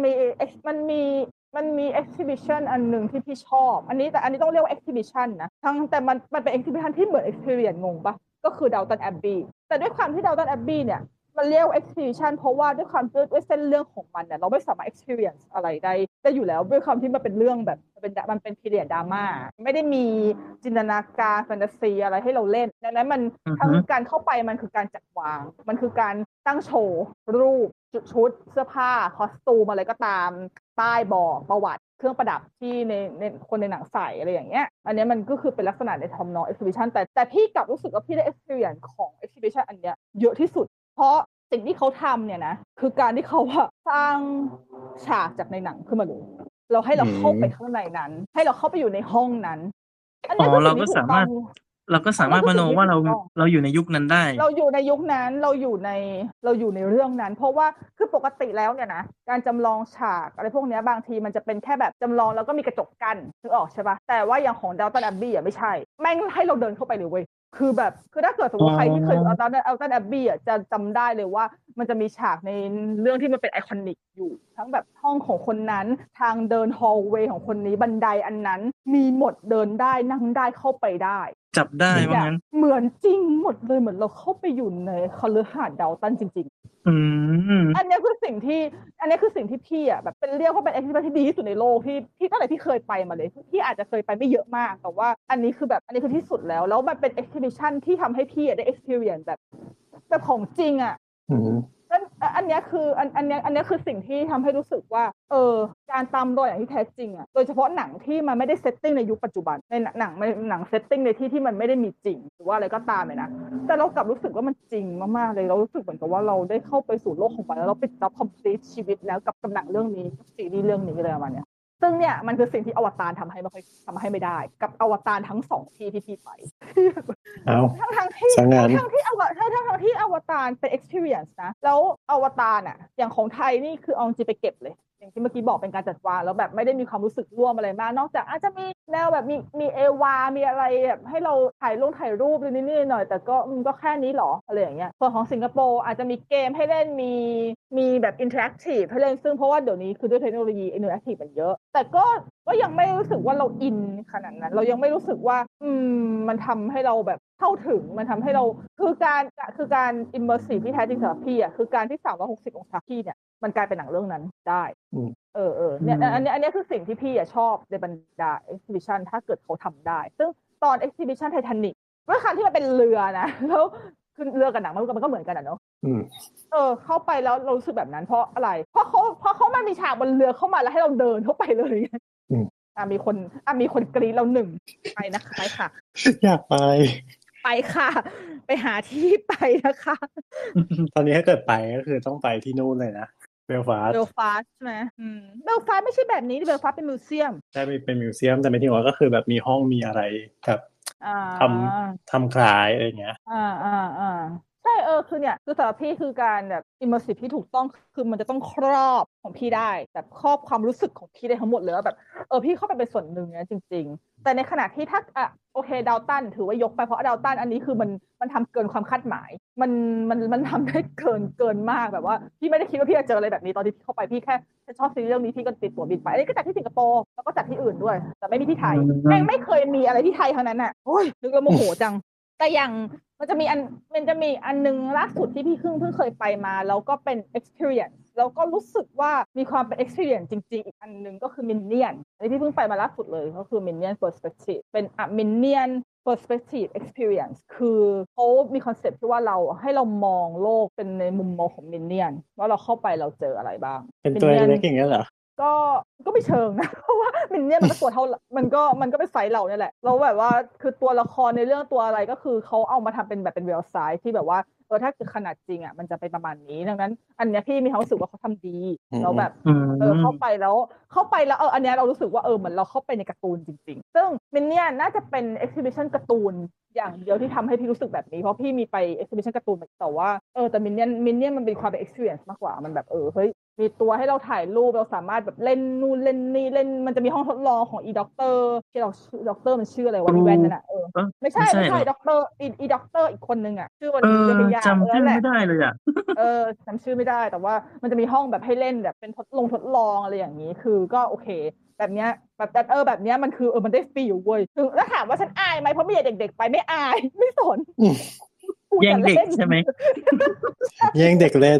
มันมี exhibition อันหนึ่งที่พี่ชอบอันนี้ต้องเรียกว่า exhibition นะแต่มันเป็น exhibition ที่เหมือน experience งงปะก็คือ Downton Abbey แต่ด้วยความที่ Downton Abbey เนี่ยมันเรียกว่า exhibition เพราะว่าด้วยความด้วยเส้นเรื่องของมันเนี่ยเราไม่สามารถ experience อะไรได้อยู่แล้วด้วยความที่มันเป็นเรื่องแบบมันเป็น period drama ไม่ได้มีจินตนาการแฟนตาซีอะไรให้เราเล่นดังนั้นมันทั้งการเข้าไปมันคือการจัดวางมันคือการตั้งโชว์รูปชุดเสื้อผ้าคอสตูมอะไรก็ตามป้ายบอกประวัติเครื่องประดับที่ในคนในหนังใส่อะไรอย่างเงี้ยอันนี้มันก็คือเป็นลักษณะในทอมนอง exhibition แต่พี่กลับรู้สึกว่าพี่ได้ experience ของ exhibition อันเนี้ยเยอะที่สุดเพราะสิ่งที่เขาทำเนี่ยนะคือการที่เขาสร้างฉากจากในหนังขึ้นมาเลยเราให้เราเข้าไปข้างในนั้นให้เราเข้าไปอยู่ในห้องนั้นอันนี้คือสิ่งที่ถูกต้องเราก็สามารถมโนว่าเราอยู่ในยุคนั้นได้เราอยู่ในยุคนั้นเราอยู่ในเรื่องนั้นเพราะว่าคือปกติแล้วเนี่ยนะการจำลองฉากอะไรพวกนี้บางทีมันจะเป็นแค่แบบจำลองแล้วก็มีกระจกกั้นนึกออกใช่ปะแต่ว่าอย่างของ Downton Abbey ไม่ใช่แม่งให้เราเดินเข้าไปเลยเว้ยคือถ้าเกิดสมมติใครที่เคยดู Downton Abbey จะจำได้เลยว่ามันจะมีฉากในเรื่องที่มันเป็นไอคอนิกอยู่ทั้งแบบห้องของคนนั้นทางเดินฮอลล์เวย์ของคนนี้บันไดอันนั้นมีหมดเดินได้นั่งได้เข้าไปได้จับได้ว่างั้นเหมือนจริงหมดเลยเหมือนเราเข้าไปอยู่ในคฤหาสน์ดาวตันจริงๆอันนี้คือสิ่งที่พี่แบบเป็นเรียกว่าเป็น exhibition ที่ดีที่สุดในโลกที่ตั้งแต่พี่เคยไปมาเลยพี่อาจจะเคยไปไม่เยอะมากแต่ว่าอันนี้คือที่สุดแล้วมันเป็น exhibition ที่ทำให้พี่ได้ experience แบบของจริงอันนี้คือสิ่งที่ทำให้รู้สึกว่าการตามรอยอย่างที่แท้จริงโดยเฉพาะหนังที่มันไม่ได้เซตติ้งในยุคปัจจุบันในหนังเซตติ้งในที่มันไม่ได้มีจริงหรือว่าอะไรก็ตามเลยนะแต่เรากลับรู้สึกว่ามันจริงมากๆเลยเรารู้สึกเหมือนกับว่าเราได้เข้าไปสู่โลกของมันแล้วเราปิดจ็อบคอมพลีทชีวิตแล้วกับหนังเรื่องนี้ซีรีส์เรื่องนี้เลยประมาณนี้ซึ่งเนี่ยมันคือสิ่งที่อวตารทำให้ไม่ได้กับอวตารทั้ง2ที่พี่ไปทั้งที่อวตารเป็น experience นะแล้วอวตารอย่างของไทยนี่คือเอาจริงไปเก็บเลยอย่างที่เมื่อกี้บอกเป็นการจัดวางแล้วแบบไม่ได้มีความรู้สึกร่วมอะไรมากนอกจากอาจจะมีแนวแบบมีเอวามีอะไรแบบให้เราถ่ายรูปนิดหน่อยแต่ก็แค่นี้หรออะไรอย่างเงี้ยส่วนของสิงคโปร์อาจจะมีเกมให้เล่นมีแบบอินเทอร์แอคทีฟให้เล่นซึ่งเพราะว่าเดี๋ยวนี้คือด้วยเทคโนโลยีอินเทอร์แอคทีฟมันเยอะแต่ก็ยังไม่รู้สึกว่าเราอินขนาดนั้นเรายังไม่รู้สึกว่ามันทำให้เราแบบเข้าถึงมันทำให้เราคือการ immersive ที่แท้จริงสำหรับพี่คือการที่360องศาพี่เนี่ยมันกลายเป็นหนังเรื่องนั้นได้เนี่ยอันนี้คือสิ่งที่พี่ชอบในบรรดา exhibition ถ้าเกิดเขาทำได้ซึ่งตอน exhibition Titanic ด้วยความที่มันเป็นเรือนะแล้วคือเรือกับหนังมันก็เหมือนกันเนาะเข้าไปแล้วเรารู้สึกแบบนั้นเพราะอะไรเพราะเขามันมีฉากบนเรือเข้ามาแล้วให้เราเดินเข้าไปเลยมีคนกรี๊ดเราหนึ่งไปนะคะไปค่ะอยากไปค่ะไปหาที่ไปนะคะตอนนี้ถ้าเกิดไปก็คือต้องไปที่นู่นเลยนะเบลฟาสใช่ไหมเบลฟาสไม่ใช่แบบนี้เบลฟาสเป็นมิวเซียมใช่เป็นมิวเซียมแต่ไม่ที่ว่าก็คือแบบมีห้องมีอะไรแบบทำคล้ายอะไรเงี้ยใช่คือเนี่ยคือสำหรับพี่คือการแบบ immersive ที่ถูกต้องคือมันจะต้องครอบของพี่ได้แบบครอบความรู้สึกของพี่ได้ทั้งหมดเลยแบบพี่เข้าไปเป็นส่วนหนึ่งนะจริงๆแต่ในขณะที่ถ้าโอเคดาวตันถือว่ายกไปเพราะดาวตันอันนี้คือมันทำเกินความคาดหมายมันทำได้เกินมากแบบว่าพี่ไม่ได้คิดว่าพี่จะเจออะไรแบบนี้ตอนที่พี่เข้าไปพี่แค่ชอบซีรีส์เรื่องนี้พี่ก็ติดตั๋วบินไปอันนี้ก็จัดที่สิงคโปร์แล้วก็จัดที่อื่นด้วยแต่ไม่มีที่ไทยไม่เคยมีอะไรที่ไทยทั้งนั้นโอ้ยนึกแล้วโมโหจังแต่อย่างมันจะมีอันนึงล่าสุดที่พี่เพิ่งเคยไปมาแล้วก็เป็น experience แล้วก็รู้สึกว่ามีความเป็น experience จริงๆอีกอันนึงก็คือ Minion อันนี้พี่เพิ่งไปมาล่าสุดเลยก็คือ Minion Perspective เป็นMinion Perspective Experience คือเขามีคอนเซ็ปต์ที่ว่าให้เรามองโลกเป็นในมุมมองของ Minion ว่าเราเข้าไปเราเจออะไรบ้างเป็นตัวเล็กอย่างเงี้ยเหรอก็ไม่เชิงนะ เพราะว่ามินเนี่ยมันก็ตัวเท่ามันก็เป็นไซส์เราเนี่ยแหละแล้วแบบว่าคือตัวละครในเรื่องตัวอะไรก็คือเขาเอามาทำเป็นแบบเป็นเรียลไซส์ที่แบบว่าถ้าเกิดขนาดจริงอ่ะมันจะเป็นประมาณนี้ดังนั้น อันเนี้ยพี่มีความรู้สึกว่าเขาทำดีแล้วแบบเข้าไปแล้วอันเนี้ยเรารู้สึกว่าเหมือนเราเข้าไปในการ์ตูนจริงๆซึ่งมินเนี่ยน่าจะเป็น exhibition การ์ตูนอย่างเดียวที่ทำให้พี่รู้สึกแบบนี้เพราะพี่มีไป exhibition การ์ตูนแต่ว่าแต่มินเนี่ยมันเป็นความเป็น experience มากกว่ามันแบบเฮ้ยมีตัวให้เราถ่ายรูปเราสามารถแบบเล่นนู่นเล่นนี่เล่นมันจะมีห้องทดลองของด็อกเตอร์ที่เราด็อกเตอร์มันชื่ออะไรวะอีแวนนั่นน่ะไม่ใช่ด็อกเตอร์ด็อกเตอร์อีกคนนึงอ่ะชื่อวันนี้เรียกยากจำชื่อไม่ได้เลยอ่ะจำชื่อไม่ได้แต่ว่ามันจะมีห้องแบบให้เล่นแบบเป็นทดลองอะไรอย่างนี้คือก็โอเคแบบเนี้ยแบบแบบเนี้ยมันคือมันได้ฟีลเว้ยแล้วถามว่าฉันอายไหมเพราะมีเด็กๆไปไม่อายไม่สนแย่งเด็กใช่ไหมแย่งเด็กเล่น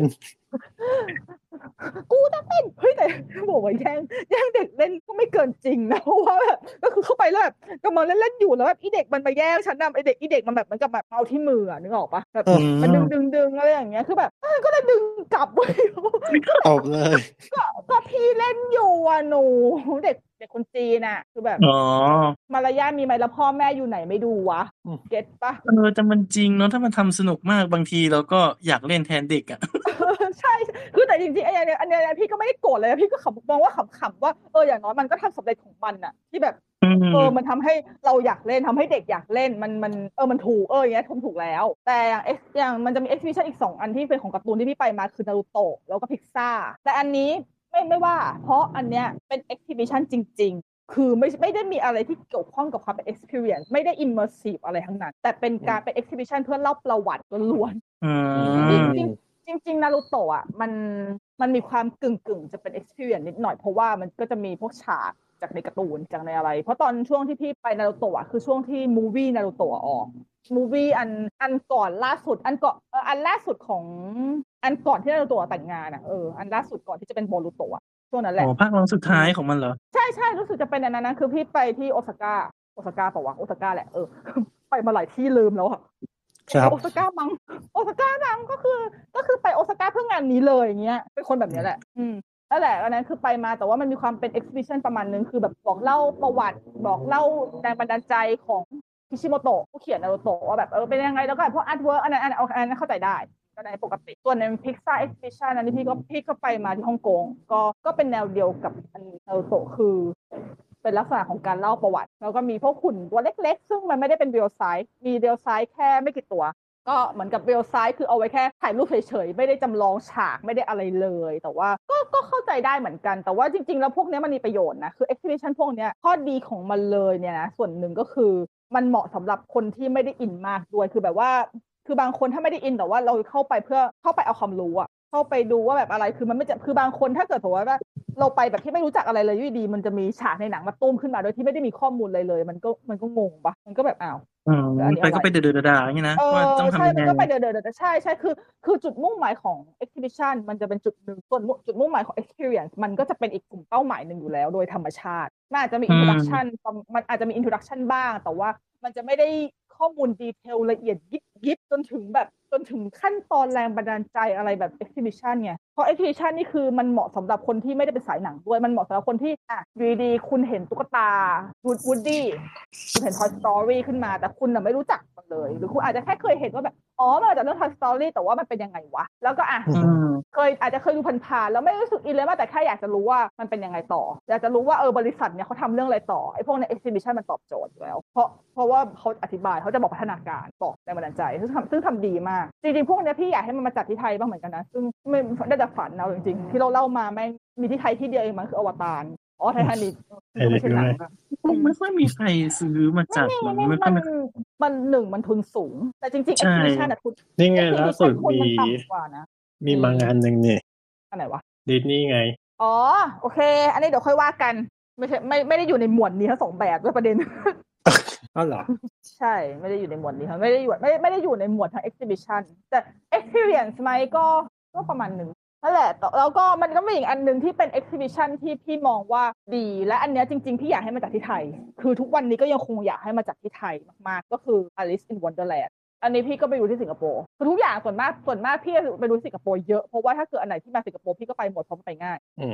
กูจะเต้นเฮ้ยแต่บอกว่าแย่งเด็กเล่นก็ไม่เกินจริงนะเพราะว่าแบบก็คือเข้าไปแล้วแบบกำลังเล่นอยู่แล้วแบบอีเด็กมันมาแย่งฉันนะไอเด็กมันแบบมันกับแบบเอาที่มือนึกออกปะแบบมันดึงอะไรอย่างเงี้ยคือแบบก็เลยดึงกลับเว้ยตบเลยก็พี่เล่นอยู่อ่ะหนูเด็กคนจีนน่ะคือแบบมารยาทมีไหมแล้วพ่อแม่อยู่ไหนไม่ดูวะเก็ตปะแต่มันจริงเนาะถ้ามันทำสนุกมากบางทีเราก็อยากเล่นแทนเด็กอ่ะใช่คือแต่จริงๆอันเนี้ยพี่ก็ไม่ได้โกรธเลยพี่ก็มองว่าขำๆว่าอย่างน้อยมันก็ทำสำเร็จของมันน่ะที่แบบมันทำให้เราอยากเล่นทำให้เด็กอยากเล่นมันมันถูกอย่างเงี้ยถูกแล้วแต่อย่างมันจะมี exhibition อีก2 อันที่เป็นของการ์ตูนที่พี่ไปมาคือนารูโตะแล้วก็พิกซ่าแต่อันนี้ไม่ว่าเพราะอันเนี้ยเป็น exhibition จริงๆคือไม่ได้มีอะไรที่เกี่ยวข้องกับความเป็น experience ไม่ได้ immersive อะไรทั้งนั้นแต่เป็นการเป็น exhibition เพื่อเล่าประวัติล้วนจริงนารูโตะอ่ะมันมีความกึ่งจะเป็น experience นิดหน่อยเพราะว่ามันก็จะมีพวกฉากจากในการ์ตูนจากในอะไรเพราะตอนช่วงที่พี่ไปนารูโตะคือช่วงที่มูฟวี่นารูโตะออกมูฟวี่อันก่อนล่าสุดอันก่อนอันล่าสุดของอันก่อนที่นารูโตะแต่งงานอ่ะอันล่าสุดก่อนที่จะเป็นโบรูโตะช่วงนั้นแหละภาคสุดท้ายของมันเหรอใช่รู้สึกจะเป็นอันนั้นนะคือพี่ไปที่โอซาก้าปะวะโอซาก้าแหละไปมาหลายที่ลืมแล้วอ่ะโอซาก้ามั้งก็คือไปโอซาก้าเพื่องานนี้เลยอย่างเงี้ยเป็นคนแบบนี้แหละนั่นแหละอันนั้นคือไปมาแต่ว่ามันมีความเป็น exhibition ประมาณนึงคือแบบบอกเล่าประวัติบอกเล่าแรงบันดาลใจของคิชิโมโตะผู้เขียนนารูโตะว่าแบบเป็นยังไงแล้วก็พวกอาร์ตเวิร์กอันนั้นเข้าใจได้ก็ในปกติส่วนใน Pixar Exhibition อันนี้พี่ก็ไปมาที่ฮ่องกงก็เป็นแนวเดียวกับอันนารูโตะคือเป็นลักษณะของการเล่าประวัติแล้วก็มีพวกหุ่นตัวเล็กๆซึ่งมันไม่ได้เป็นเรียลไซส์มีเรียลไซส์แค่ไม่กี่ตัวก็เหมือนกับเรียลไซส์คือเอาไว้แค่ถ่ายรูปเฉยๆไม่ได้จำลองฉากไม่ได้อะไรเลยแต่ว่าก็เข้าใจได้เหมือนกันแต่ว่าจริงๆแล้วพวกนี้มันมีประโยชน์นะคือ exhibition พวกนี้ข้อดีของมันเลยเนี่ยนะส่วนหนึ่งก็คือมันเหมาะสำหรับคนที่ไม่ได้อินมากด้วยคือแบบว่าคือบางคนถ้าไม่ได้อินแต่ว่าเราเข้าไปเพื่อเข้าไปเอาความรู้อะเข้าไปดูว่าแบบอะไรคือมันไม่จะคือบางคนถ้าเกิดผมว่าเราไปแบบที่ไม่รู้จักอะไรเลยอยู่ดีมันจะมีฉากในหนังมาตุ้มขึ้นมาโดยที่ไม่ได้มีข้อมูลเลยมันก็งงปะมันก็แบบอ้าวไปก็ไปเดือดๆอย่างนี้นะว่าต้องทำยังไงใช่มันก็ไปเดือดใช่คือจุดมุ่งหมายของ exhibition มันจะเป็นจุดหนึ่งส่วนจุดมุ่งหมายของ experience มันก็จะเป็นอีกกลุ่มเป้าหมายหนึ่งอยู่แล้วโดยธรรมชาติมันอาจจะมี introduction มันอาจจะมี introduction บ้างแต่ว่ามันจะไม่ได้ข้อมูลดีเทลละเอียดยิบจนถึงขั้นตอนแรงบันดาลใจอะไรแบบ exhibition ไงเพราะ exhibition นี่คือมันเหมาะสำหรับคนที่ไม่ได้เป็นสายหนังด้วยมันเหมาะสำหรับคนที่อยู่ดีๆคุณเห็นตุ๊กตาวูดดี้คุณเห็น Toy Story ขึ้นมาแต่คุณไม่รู้จักมันเลยหรือคุณอาจจะแค่เคยเห็นว่าแบบมันอาจจะเรื่อง Toy Story แต่ว่ามันเป็นยังไงวะแล้วก็อาจจะเคยดูผ่านๆแล้วไม่รู้สึกอินเลยแต่แค่อยากจะรู้ว่ามันเป็นยังไงต่ออยากจะรู้ว่าบริษัทเนี่ยเขาทำเรื่องอะไรต่อไอ้พวกใน exhibition มันตอบโจทย์อยู่แล้วเพราะว่าเขาอธิบายเขาจะบอกพัฒนาการบอกแรงบันดาลใจซึ่งทำดีมากจริงๆพวกนี้พี่อยากให้มันมาจัดที่ไทยบ้างเหมือนกันนะซึ่งไม่ได้แต่ฝันเอาจริงๆที่เราเล่ามาแม่งมีที่ไทยที่เดียวเองมันคืออวตารไททานิคไม่ใช่หนังไม่ค่อยมีใครซื้อมาจัดมันมันทุนสูงแต่จริงๆ exhibition ทุนนี่ไงล่าสุดมีมางานนึงนี่อันไหนวะดิสนีย์ไงโอเคอันนี้เดี๋ยวค่อยว่ากันไม่ได้อยู่ในหมวดนี้ทั้ง2แบบด้วยประเด็นเหรอใช่ไม่ได้อยู่ในหมวดนี้ครับไม่ได้อยู่ในหมวดทาง exhibition แต่ experience ไหมก็ประมาณนึงนั่นแหละแล้วก็มันก็มีอีกอันนึงที่เป็น exhibition ที่พี่มองว่าดีและอันเนี้ยจริงๆพี่อยากให้มาจัดที่ไทยคือทุกวันนี้ก็ยังคงอยากให้มาจัดที่ไทยมากๆก็คือ Alice in Wonderland อันนี้พี่ก็ไปดูที่สิงคโปร์คือทุกอย่างส่วนมากพี่ไปดูสิงคโปร์เยอะเพราะว่าถ้าเกิดอันไหนที่มาสิงคโปร์พี่ก็ไปหมดเพราะไปง่ายก็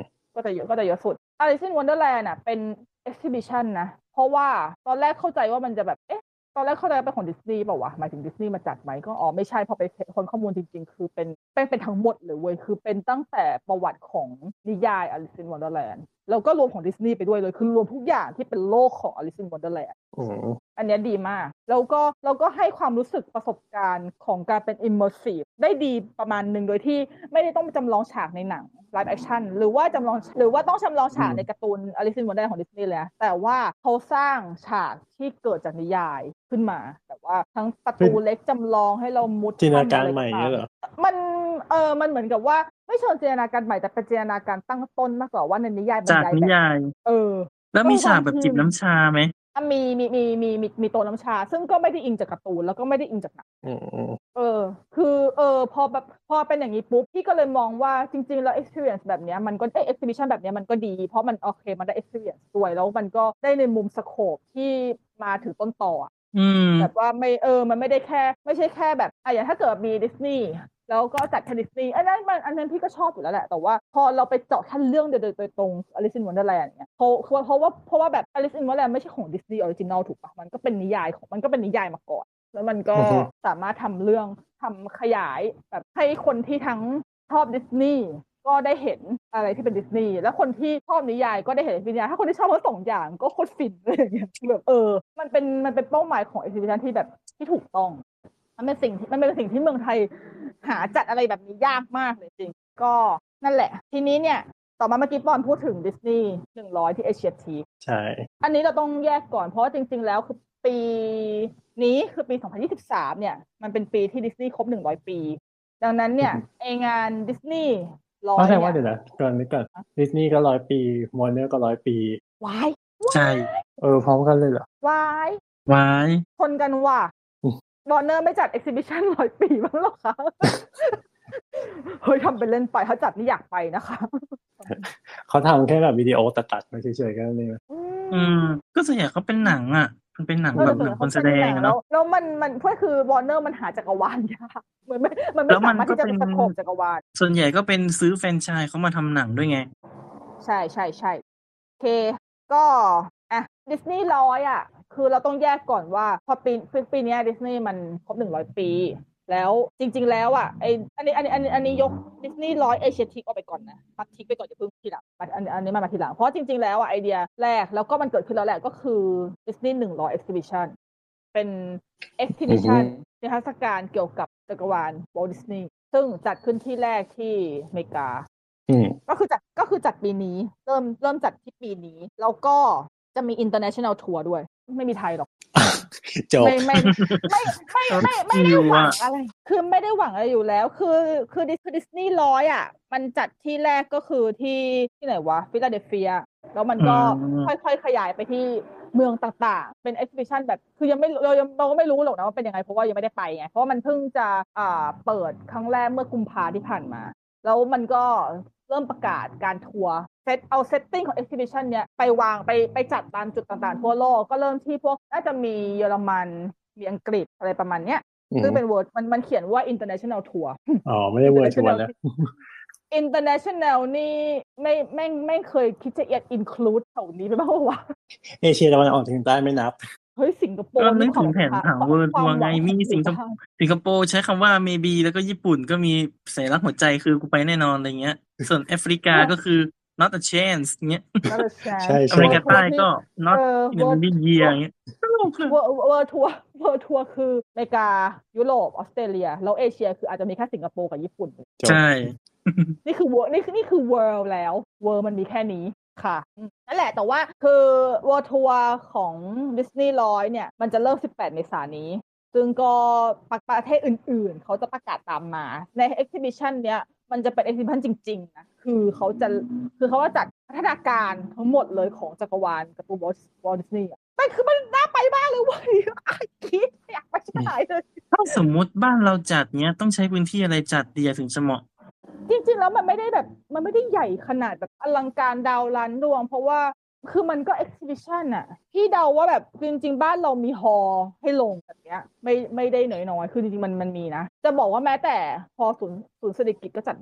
จะเยอะสุด Alice in Wonderland น่ะเป็น exhibition นะเพราะว่าตอนแรกเข้าใจว่ามันจะแบบตอนแรกเข้าใจว่าเป็นของดิสนีย์เปล่าวะหมายถึงดิสนีย์มาจัดไหมก็ไม่ใช่พอไปค้นข้อมูลจริงๆคือเป็นทั้งหมดเลยเว้ยคือเป็นตั้งแต่ประวัติของนิยาย Alice in Wonderland แล้วก็รวมของดิสนีย์ไปด้วยเลยคือรวมทุกอย่างที่เป็นโลกของ Alice in Wonderland อันนี้ดีมากแล้วก็ให้ความรู้สึกประสบการณ์ของการเป็น immersive ได้ดีประมาณนึงโดยที่ไม่ได้ต้องจำลองฉากในหนัง live action หรือว่าต้องจำลองฉากในการ์ตูน Alice in Wonderland ของดิสนีย์เลยแต่ว่าเขาสร้างฉากที่เกิดจากนิยายขึ้นมาแต่ว่าทั้งประตูเล็กจำลองให้เรามุดจินตนาการใหม่เนี่ยเหรอมันเหมือนกับว่าไม่เชิงจินตนาการใหม่แต่เป็นจินตนาการตั้งต้นมากกว่าว่าในนิยายบรรยายจากนิยายแล้วมีฉากแบบจิบน้ำชาไหมมีโต๊ะน้ำชาซึ่งก็ไม่ได้อิงจากการ์ตูนแล้วก็ไม่ได้อิงจากหนังคือพอเป็นอย่างนี้ปุ๊บพี่ก็เลยมองว่าจริงๆแล้ว experience แบบนี้มันก็exhibition แบบนี้มันก็ดีเพราะมันโอเคมันได้ experience ด้วยแล้วมันก็ได้ในมุมสโคปที่มาถึงต้นต่อแบบว่ามันไม่ได้แค่ไม่ใช่แค่แบบอย่างถ้าเกิดมีดิสนีย์แล้วก็จัดแค่ดิสนีย์อันนั้นพี่ก็ชอบอยู่แล้วแหละแต่ว่าพอเราไปเจาะแค่เรื่องโดยตรง Alice in Wonderland เนี่ยเพราะว่าแบบ Alice in Wonderland ไม่ใช่ของ Disney Original ถูกปะมันก็เป็นนิยายมาก่อนแล้วมันก็สามารถทำขยายแบบให้คนที่ทั้งชอบดิสนีย์ก็ได้เห็นอะไรที่เป็นดิสนีย์แล้วคนที่ชอบนิยายก็ได้เห็นนิยายถ้าคนที่ชอบทั้งสองอย่างก็โคตรฟินเลยอย่างเงี้ยแบบมันเป็นเป้าหมายของ exhibition ที่แบบที่ถูกต้องมันเป็นสิ่งที่เมืองไทยหาจัดอะไรแบบนี้ยากมากเลยจริงก็นั่นแหละทีนี้เนี่ยต่อมาเมื่อกี้ปอนพูดถึงดิสนีย์100ที่เอเชียทีใช่อันนี้เราต้องแยกก่อนเพราะจริงๆแล้วคือปีนี้คือปี2023เนี่ยมันเป็นปีที่ดิสนีย์ครบ100ปีดังนั้นเนี่ยงานดิสนีย์100 เนี่ยแสดงว่าเดี๋ยวนะก่อนดิสนีย์ก็100ปีวอร์เนอร์ก็100ปีวายใช่พร้อมกันเลยเหรอวายคนกันว่ะวอร์เนอร์ไม่จัด exhibition 100 ปีบ้างหรอคะเฮ้ยทำเป็นเล่นไปเขาจัดนี่อยากไปนะคะเขาทำแค่แบบวิดีโอตัดมาเฉยๆก็นี่ก็ส่วนใหญ่เขาเป็นหนังอ่ะมันเป็นหนังแบบหนังคนแสดงเนาะแล้วมันเพื่อคือวอร์เนอร์มันหาจักรวาลยากมันไม่สามารถที่จะเป็นสโคปจักรวาลส่วนใหญ่ก็เป็นซื้อแฟรนไชส์เขามาทำหนังด้วยไงใช่โอเคก็ดิสนีย์100อ่ะคือเราต้องแยกก่อนว่าพอปีนี้ดิสนีย์มันครบ100 ปีแล้วจริงๆแล้วอ่ะอันนี้ยกดิสนีย์100เอเชียทิกออกไปก่อนนะมาทิกไปก่อนอย่าเพิ่งทีหลังอันนี้มาทีหลังเพราะจริงๆแล้วอ่ะไอเดียแรกแล้วก็มันเกิดขึ้นแล้วแหละก็คือดิสนีย์100 exhibition เป็น exhibition นิทรรศการเกี่ยวกับจักรวาลวอลต์ดิสนีย์ซึ่งจัดขึ้นที่แรกที่อเมริกาก็คือจัดปีนี้เริ่มจัดที่ปีนี้แล้วก็จะมี international tour ด้วยไม่มีไทยหรอกจบไม่ได้หวังอะไรคือไม่ได้หวังอะไรอยู่แล้วคือดิสนีย์100อ่ะมันจัดที่แรกก็คือที่ไหนวะฟิลาเดลเฟียแล้วมันก็ค่อยๆขยายไปที่เมืองต่างๆเป็น exhibition แบบคือเราก็ไม่รู้หรอกนะว่าเป็นยังไงเพราะว่ายังไม่ได้ไปไงเพราะว่ามันเพิ่งจะเปิดครั้งแรกเมื่อกุมภาที่ผ่านมาแล้วมันก็เริ่มประกาศการทัวร์เอาเซตติ้งของ exhibition เนี้ยไปวางไปจัดตามจุดต่างๆทั่วโลกก็เริ่มที่พวกน่าจะมีเยอรมันมีอังกฤษอะไรประมาณเนี้ยซึ่งเป็น word มันเขียนว่า international tour ไม่ได้ word ทัวร์แล้ว international นี่ไม่เคยคิดจะ include แถวนี้ไปบ้างวะเอเชียตะวันออกเฉียงใต้ไม่นับเฮ้ยสิงคโปร์ก็นึกถึงแผนผังเวิร์ทัวร์ไงมีสิงคโปร์ใช้คำว่า maybe แล้วก็ญี่ปุ่นก็มีสัญลักษณ์หัวใจคือกูไปแน่นอนอะไรเงี้ยส่วนแอฟริกาก็คือ not a chance เงี้ยอเมริกาใต้ก็ not in a million year เงี้ยเวิร์ทัวร์คืออเมริกายุโรปออสเตรเลียแล้วเอเชียคืออาจจะมีแค่สิงคโปร์กับญี่ปุ่นใช่นี่คือ world แล้ว world มันมีแค่นี้ค่ะนั่นแหละแต่ว่าคือ World Tour ของ Disney 100เนี่ยมันจะเริ่ม18 เมษายนนี้ซึ่งก็ประเทศอื่นๆเขาจะประกาศตามมาใน exhibition เนี้ยมันจะเป็น exhibition จริงๆนะคือเขาว่าจัดพัฒนาการทั้งหมดเลยของจักรวาลการ์ตูน Walt Disney แต่คือมันน่าไปมากเลยเว้ยคิดอยากไปที่ไหนเลยถ้าสมมติบ้านเราจัดเนี้ยต้องใช้พื้นที่อะไรจัดดีถึงจะเหมาะจริงๆแล้วมันไม่ได้ใหญ่ขนาดแบบอลังการดาวล้านดวงเพราะว่าคือมันก็ exhibition อ่ะพี่เดาว่าแบบจริงๆบ้านเรามีฮอลล์ให้ลงแบบเนี้ยไม่ได้น้อยๆคือจริงๆมันมีนะจะบอกว่าแม้แต่ฮอลล์ศูนย์เศรษฐกิจก็จัดได้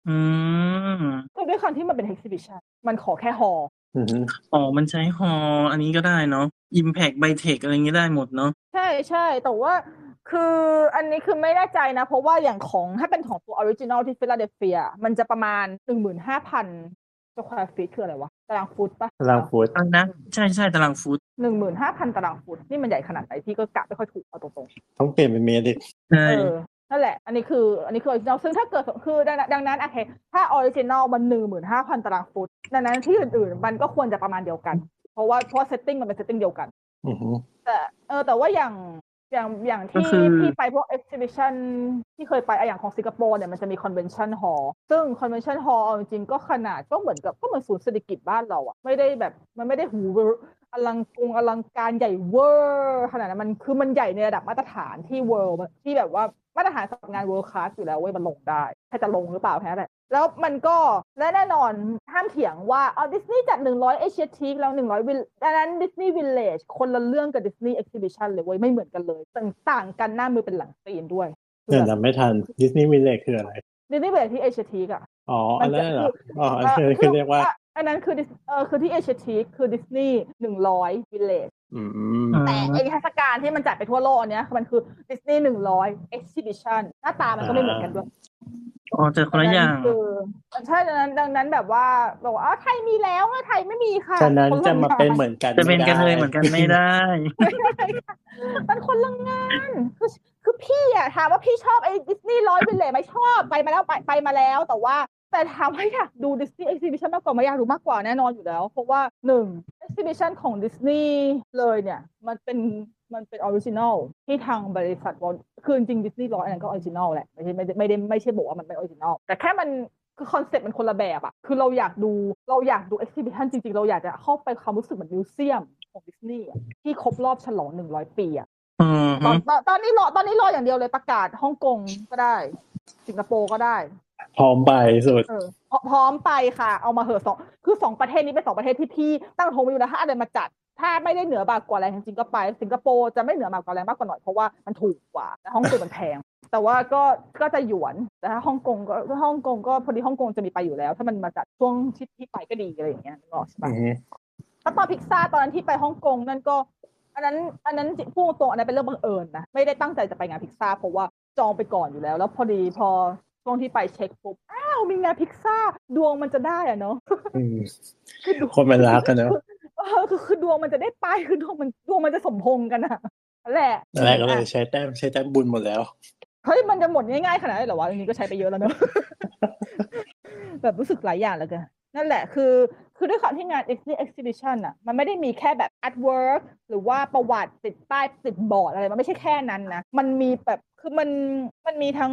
อืมก็ด้วยความที่มันเป็น exhibition มันขอแค่ฮอลล์อืมอ๋อมันใช้ฮอลอันนี้ก็ได้เนาะ Impact Bytech อะไรงี้ได้หมดเนาะใช่แต่ว่าคืออันนี้คือไม่แน่ใจนะ เพราะว่าอย่างของถ้าเป็นของตัวออริจินอลที่ฟิลาเดลเฟียมันจะประมาณ 15,000 สแควร์ฟีตคืออะไรวะตารางฟุตปะตารางฟุตอะไรนะใช่ตารางฟุต 15,000 ตารางฟุตนี่มันใหญ่ขนาดไหนที่ก็กะไม่ค่อยถูกเอาตรงต้องเปลี่ยนเป็นเมตรอีกใช่นั่นแหละอันนี้คือออริจินอลซึ่งถ้าเกิดคือดังนั้นโอเคถ้าออริจินอลมัน 15,000 ตารางฟุตดังนั้นที่อื่นๆมันก็ควรจะประมาณเดียวกันเพราะเซตติ้งมันเป็นเซตติ้งเดียวกันอือฮึแต่ว่าอย่างที่พี่ไปพวก exhibition ที่เคยไปอย่างของสิงคโปร์เนี่ยมันจะมี convention hall ซึ่ง convention hall จริงๆก็ขนาดก็เหมือนศูนย์เศรษฐกิจบ้านเราอะไม่ได้แบบมันไม่ได้หูอลังการใหญ่เวอร์ขนาดนั้นมันใหญ่ในระดับมาตรฐานที่ world ที่แบบว่ามาตรฐานสำหรับงาน world class อยู่แล้วเว้ยมันลงได้แค่จะลงหรือเปล่าแค่นั้นแหละแล้วมันก็และแน่นอนห้ามเถียงว่าดิสนีย์จัด100 Asiatic แล้ว100ดังนั้น Disney Village คนละเรื่องกับ Disney Exhibition เลยเว้ยไม่เหมือนกันเลยต่างกันหน้ามือเป็นหลังตีนด้วยเดี๋ยวจำไม่ทันดิสนีย์วิลเลจคืออะไร Disney Village ที่ Asiatic อ่ะอ๋ออันนั้นเหรออ๋ออันนั้นคือเรียกว่าอันนั้นคือที่ Asiatic คือ Disney 100 Village แต่เทศกาลที่มันจัดไปทั่วโลกอันเนี้ยมันคือ Disney 100 Exhibition หน้าตามันก็ไม่เหมือนกันด้วยอ๋อเจอคนละอย่างใช่ดังนั้นแบบว่าบอกว่าไทยมีแล้วไทยไม่มีค่ะฉะนั้นจะมาเป็นเหมือนกันจะเป็นกันเลยเหมือนกันไม่ได้มันคนละงานคือพี่อะถามว่าพี่ชอบไอ้ Disney 100 Village ไหมชอบไปมาแล้วแต่ถามว่าอยากดู Disney Exhibition มากกว่าไม่อยากดูมากกว่าแน่นอนอยู่แล้วเพราะว่า1 Exhibition ของ Disney เลยเนี่ยมันเป็นออริจินอลที่ทางบริษัทคือจริง Disney 100อันนั้นก็ออริจินอลแหละไม่ใช่บอกว่ามันเป็นออริจินอลแต่แค่มันคือคอนเซ็ปต์มันคนละแบบอะคือเราอยากดู Exhibition จริงๆเราอยากจะเข้าไปความรู้สึกเหมือนมิวเซียมของ Disney ที่ครบรอบฉลอง100 ปีอะตอนนี้รออย่างเดียวเลยประกาศฮ่องกงก็ได้สิงคโปร์ก็ได้พร้อมไปสุดพร้อมไปค่ะเอามาเหอะ2 ประเทศนี้เป็น2 ประเทศที่พี่ตั้งธงไว้อยู่แล้วถ้าอะไรมาจัดถ้าไม่ได้เหนือบากกว่าแรงจริงๆก็ไปสิงคโปร์จะไม่เหนือบากกว่าแรงมากกว่าหน่อยเพราะว่ามันถูกกว่าแต่ฮ่องกงมันแพงแต่ว่าก็จะหยวนแต่ถ้าฮ่องกงก็พอดีฮ่องกงจะมีไปอยู่แล้วถ้ามันมาจัดช่วงที่ไปก็ดีอะไรอย่างเงี้ยนึกออกใช่ปะแล้วตอนพิซซ่าตอนนั้นที่ไปฮ่องกงนั่นก็อันนั้นพูดตรงอันนั้นเป็นเรื่องบังเอิญนะไม่ได้ตั้งใจจะไปงานพิซซ่าเพราะว่าจองไปก่อนอยู่แล้วพอช่วงที่ไปเช็คปุ๊บมีงานพิซซ่าดวงมันจะได้อะเนาะคนมันรักกันเนาะคือดวงมันจะได้ไปคือดวงมันจะสมพงกันอะแหละก็เลยใช้แต้มบุญหมดแล้วเฮ้ยมันจะหมดง่ายๆขนาดนั้นเหรอวะอย่างนี้ก็ใช้ไปเยอะแล้วเนาะ แบบรู้สึกหลายอย่างเลยกันนั่นแหละคือด้วยความที่งาน exhibition อ่ะมันไม่ได้มีแค่แบบ artwork หรือว่าประวัติติดป้ายติดบอร์ดอะไรมันไม่ใช่แค่นั้นนะมันมีแบบคือมันมีทั้ง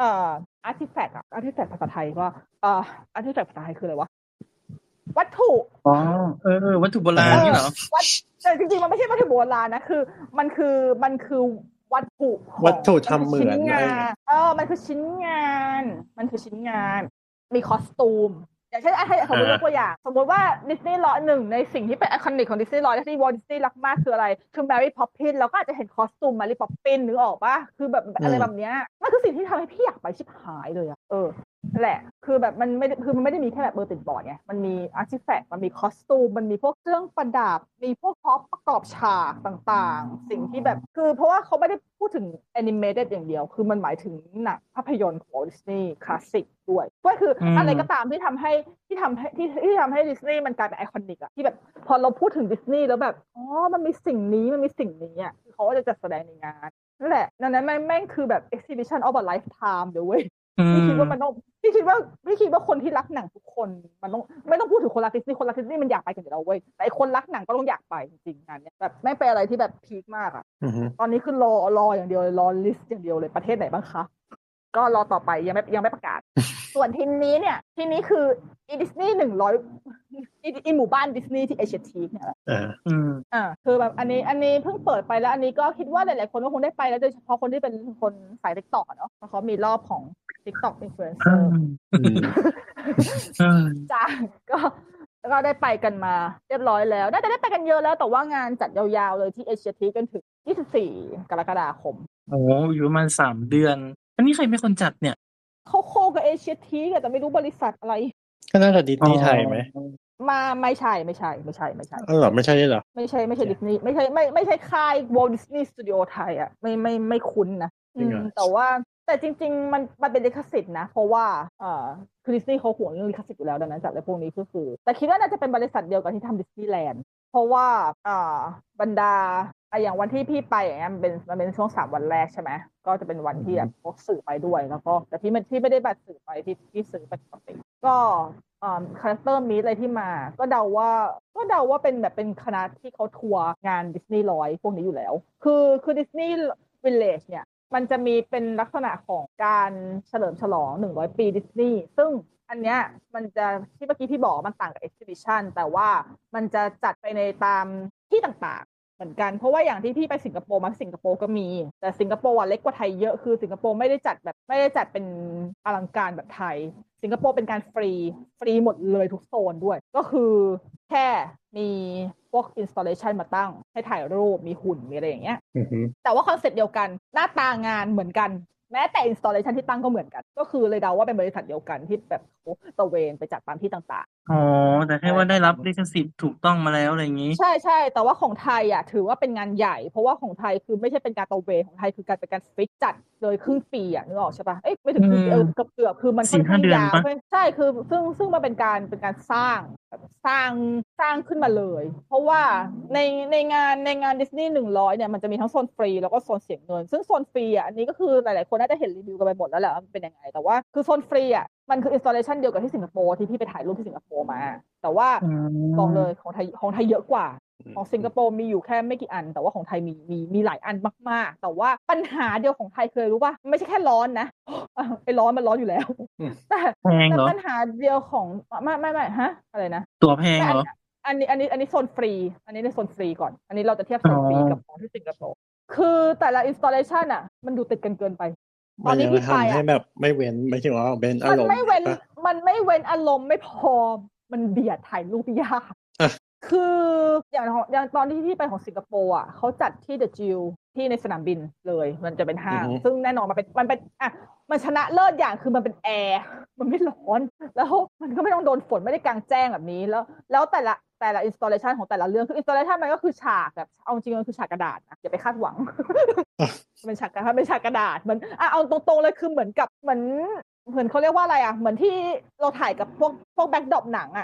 artifact ภาษาไทยว่าartifact ภาษาไทยคืออะไรวะวัตถุวัตถุโบราณนี่เหรอแต่จริงๆมันไม่ใช่วัตถุโบราณนะคือมันคือวัตถุทำเหมือนมันคือชิ้นงานมีคอสตูมอย่างเช่นให้สมมติยกตัวอย่างสมมติว่าดิสนีย์1ในสิ่งที่เป็นไอคอนิกของดิสนีย์ที่วอลดิสนีย์รักมากคืออะไรคือแมรี่พ็อปปินเราก็อาจจะเห็นคอสตูมแมรี่พ็อปปินนึกออกปะคือแบบอะไรแบบเนี้ยมันคือสิ่งที่ทำให้พี่อยากไปชิบหายเลยอะแหละคือแบบมันไม่ได้มีแค่แบบติดบอร์ดไงมันมีอาร์ติแฟกต์มันมีคอสตูมมันมีพวกเครื่องประดับมีพวกพร็อพประกอบฉากต่างๆสิ่งที่แบบคือเพราะว่าเขาไม่ได้พูดถึงแอนิเมเต็ดอย่างเดียวคือมันหมายถึงหนังภาพยนตร์ของดิสนีย์คลาสสิกด้วยก็คืออะไรก็ตามที่ทำให้ดิสนีย์มันกลายเป็นไอคอนิกอะที่แบบพอเราพูดถึงดิสนีย์แล้วแบบมันมีสิ่งนี้อ่ะคือเขาก็จะจัดแสดงในงานนั่นแหละนั้นแม่งคือแบบ exhibition of a lifetime เดี๋ยวเว้ยพี่คิดว่าคนที่รักหนังทุกคนมันต้องไม่ต้องพูดถึงคนรักดิสนีย์มันอยากไปกันอยู่แล้วเว้ยแต่คนรักหนังก็ต้องอยากไปจริงๆงานเนี้ยแบบไม่เป็นอะไรที่แบบพีคมากอ่ะตอนนี้คือรออย่างเดียวเลยรอลิสต์อย่างเดียวเลยประเทศไหนบ้างคะก็รอต่อไปยังไม่ประกาศ ส่วนทีนี้คือดิสนีย์100หมู่บ้านดิสนีย์ที่เอเชียทีเนี่ยคือแบบอันนี้เพิ่งเปิดไปแล้วอันนี้ก็คิดว่าหลายๆคนก็คงได้ไปแล้วโดยเฉพาะคนที่เป็นคนสาย TikTok เนาะเพราะเขามีรอบของ TikTok influencer จ้าก็ได้ไปกันมาเรียบร้อยแล้วน่าจะได้ไปกันเยอะแล้วแต่ว่างานจัดยาวๆเลยที่เอเชียทีจนถึง24 กรกฎาคมอยู่ประมาณ3 เดือนอันนี้ใครเป็นคนจัดเนี่ยเขาโคกับเอเชียทีแต่ไม่รู้บริษัทอะไรก็น่าจะดิสนีย์ไทยไหมไม่ใช่อ๋อเหรอไม่ใช่เหรอไม่ใช่ดิสนีย์ไม่ใช่ค่าย Walt Disney Studio ไทยอ่ะไม่คุ้นนะแต่จริงๆมันเป็นลิขสิทธิ์นะเพราะว่าคือดิสนีย์เขาห่วงเรื่องลิขสิทธิ์อยู่แล้วดังนั้นจากอะไรพวกนี้ก็คือแต่คิดว่าน่าจะเป็นบริษัทเดียวกับที่ทำดิสนีย์แลนด์เพราะว่าบรรดาอย่างวันที่พี่ไปอย่างเงี้ยมันเป็นช่วง3 วันแรกใช่ไหมก็จะเป็นวันที่แบบพวกสื่อไปด้วยแล้วก็แต่พี่ไม่ได้บัตรสื่อไปที่ซื้อไปปกติก็คาแรคเตอร์มีอะไรที่มาก็เดาว่าเป็นแบบเป็นคณะที่เขาทัวร์งานดิสนีย์100พวกนี้อยู่แล้วคือดิสนีย์วิลเลจเนี่ยมันจะมีเป็นลักษณะของการเฉลิมฉลอง100 ปีดิสนีย์ซึ่งอันเนี้ยมันจะที่เมื่อกี้พี่บอกมันต่างกับ exhibition แต่ว่ามันจะจัดไปในตามที่ต่างๆเหมือนกันเพราะว่าอย่างที่พี่ไปสิงคโปร์มาสิงคโปร์ก็มีแต่สิงคโปร์เล็กกว่าไทยเยอะคือสิงคโปร์ไม่ได้จัดเป็นอลังการแบบไทยสิงคโปร์เป็นการฟรีหมดเลยทุกโซนด้วยก็คือแค่มีพวก installation มาตั้งให้ถ่ายรูปมีหุ่นมีอะไรอย่างเงี้ยแต่ว่าคอนเซ็ปต์เดียวกันหน้าตางานเหมือนกันแม้แต่ installation ที่ตั้งก็เหมือนกันก็คือเลยเดาว่าเป็นบริษัทเดียวกันที่แบบตะเวนไปจัดตามที่ต่างๆอ๋อแต่แค่ว่าได้รับลิขสิทธิ์ถูกต้องมาแล้วอะไรอย่างนี้ใช่แต่ว่าของไทยอ่ะถือว่าเป็นงานใหญ่เพราะว่าของไทยคือไม่ใช่เป็นการตะเวนของไทยคือการเป็นการฟิกจัดเลยครึ่งปีอ่ะนึกออกใช่ปะไม่ถึงครึ่งปีเกือบคือมันค่อนข้างยาวใช่คือซึ่งมันเป็นการสร้างขึ้นมาเลยเพราะว่าในงานดิสนีย์100เนี่ยมันจะมีทั้งโซนฟรีแล้วก็โซนเสียเงินซึ่งโซนฟรีอ่ะอันนี้ก็คือหลายๆคนน่าจะเห็นรีวิวกันไปหมดแล้วแหละว่ามันเป็นยังไงแต่ว่าคือโซนฟรีอ่ะมันคือ installation เดียวกับที่สิงคโปร์ที่พี่ไปถ่ายรูปที่สิงคโปร์มาแต่ว่าบอกเลยของไทยเยอะกว่าของสิงคโปร์มีอยู่แค่ไม่กี่อันแต่ว่าของไทยมีหลายอันมากๆแต่ว่าปัญหาเดียวของไทยเคยรู้ป่ะไม่ใช่แค่ร้อนนะไอ้ร้อนมันร้อนอยู่แล้วแต่ปัญหาเดียวของไม่ฮะอะไรนะตัวแพงเหรออันนี้โซนฟรีอันนี้ในโซนฟรีก่อนอันนี้เราจะเทียบโซนฟรีกับของที่สิงคโปร์คือแต่ละ installation อ่ะมันดูติดกันเกินไปตอนนี้พี่ไปให้แบบไม่เว้นไม่ถึงว่าเว้นอารมณ์มันไม่เว้นอารมณ์ไม่พอมันเบียดถ่ายรูปยากคืออย่างตอนที่พี่ไปของสิงคโปร์อ่ะเขาจัดที่เดอะจิลที่ในสนามบินเลยมันจะเป็นห้างซึ่งแน่นอนมันเป็นมันชนะเลิศอย่างคือมันเป็นแอร์มันไม่ร้อนแล้วมันก็ไม่ต้องโดนฝนไม่ได้กลางแจ้งแบบนี้แล้วแต่ละ installation ของแต่ละเรื่องคือ installation มันก็คือฉากแบบเอาจริงมันคือฉากกระดาษนะอย่าไปคาดหวังเป็นฉากกระดาษมันเอาตรงๆเลยคือเหมือนเขาเรียกว่าอะไรอ่ะเหมือนที่เราถ่ายกับพวกแบ็คดรอปหนังอ่ะ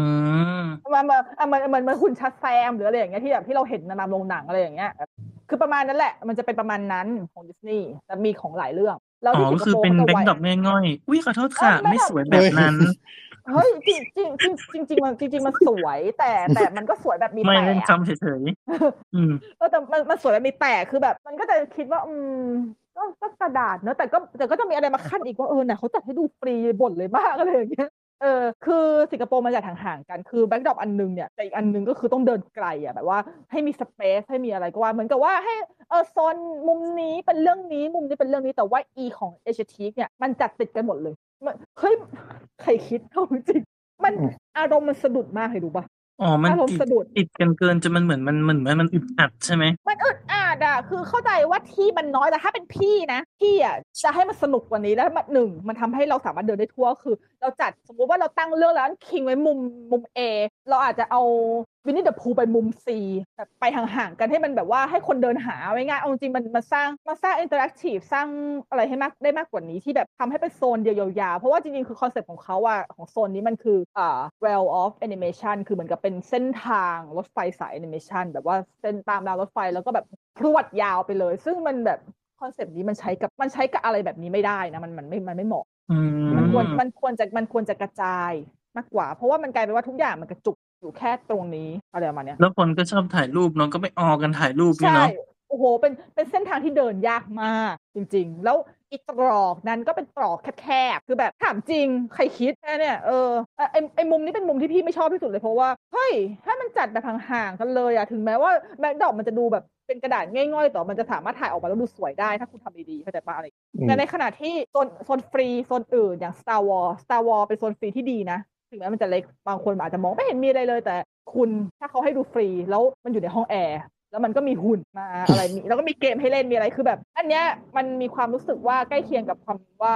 มันหุ่นชัดแซมหรืออะไรอย่างเงี้ยที่แบบที่เราเห็นในโรงหนังอะไรอย่างเงี้ยคือประมาณนั้นแหละมันจะเป็นประมาณนั้นของดิสนีย์แต่มีของหลายเรื่องแล้วที่สิงคโปร์เป็นแบ็คดรอปง่อยๆอุ้ยขอโทษค่ะไม่สวยแบบนั้นเฮ้ยจริงมันสวยแต่มันก็สวยแบบมีไม่เล่นจำเฉยๆแต่มันสวยแบบมีแต่คือแบบมันก็จะคิดว่าก็กระดาษเนอะแต่ก็จะมีอะไรมาขั้นอีกว่าน่ะเขาจัดให้ดูฟรีบ่นเลยมากอะไรอย่างเงี้ยคือสิงคโปร์มันจะห่างๆกันคือแบ็คดรอปอันนึงเนี่ยแต่อีกอันนึงก็คือต้องเดินไกลอ่ะแบบว่าให้มีสเปซให้มีอะไรก็ว่าเหมือนกับว่าให้โซนมุมนี้เป็นเรื่องนี้มุมนี้เป็นเรื่องนี้แต่ว่าของเอเชียทีเนี่ยมันจัดติดกันหมดเลยเฮ้ยใครคิดเอาจริงมันอารมณ์มันสะดุดมากเลยดูป่ะมันติดกันเกินจนมันเหมือนมันอึดอัดใช่ไหมมันอึดอัดอ่ะคือเข้าใจว่าที่มันน้อยแต่ถ้าเป็นพี่นะพี่อ่ะจะให้มันสนุกกว่านี้แล้วมันทำให้เราสามารถเดินได้ทั่วคือเราจัดสมมุติว่าเราตั้งเรื่องแล้วคิงไว้มุม A เราอาจจะเอาวินนี่เดอะพูลไปมุม C แบบไปห่างๆกันให้มันแบบว่าให้คนเดินหาไว้ง่ายเอาจริงมันสร้างอินเตอร์แอคทีฟสร้างอะไรให้มากกว่านี้ที่แบบทำให้เป็นโซนเดียวยาวๆเพราะว่าจริงๆคือคอนเซ็ปต์ของเขาอ่ะของโซนนี้มันคือWell of Animation คือเหมือนกับเป็นเส้นทางรถไฟสายแอนิเมชันแบบว่าเส้นตามรางรถไฟแล้วก็แบบพรวดยาวไปเลยซึ่งมันแบบคอนเซ็ปต์นี้มันใช้กับอะไรแบบนี้ไม่ได้นะมันไม่เหมาะมันควรจะกระจายมากกว่าเพราะว่ามันกลายเป็นว่าทุกอย่างมันกระจุกอยู่แค่ตรงนี้อะไรประมาณนี้แล้วคนก็ชอบถ่ายรูปน้องก็ไม่ออกกันถ่ายรูปนี่เนาะโอ้โหเป็นเส้นทางที่เดินยากมากจริงๆแล้วอีตรอกนั้นก็เป็นตรอกแคบๆคือแบบถามจริงใครคิดแค่เนี่ยไอมุมนี้เป็นมุมที่พี่ไม่ชอบที่สุดเลยเพราะว่าเฮ้ยถ้ามันจัดแบบห่างๆกันเลยอะถึงแม้ว่าแบ็คดรอปมันจะดูแบบเป็นกระดาษง่อยๆแต่มันจะสามารถถ่ายออกมาแล้วดูสวยได้ถ้าคุณทำดีๆเข้าใจป่ะอะไรแต่ในขณะที่โซนฟรีโซนอื่นอย่าง Star Wars เป็นโซนฟรีที่ดีนะถึงแม้มันจะเล็กบางคนอาจจะมองไม่เห็นมีอะไรเลยแต่คุณถ้าเขาให้ดูฟรีแล้วมันอยู่ในห้องแอร์แล้วมันก็มีหุ่นมาอะไรมีแล้วก็มีเกมให้เล่นมีอะไรคือแบบอันเนี้ยมันมีความรู้สึกว่าใกล้เคียงกับความว่าเป็น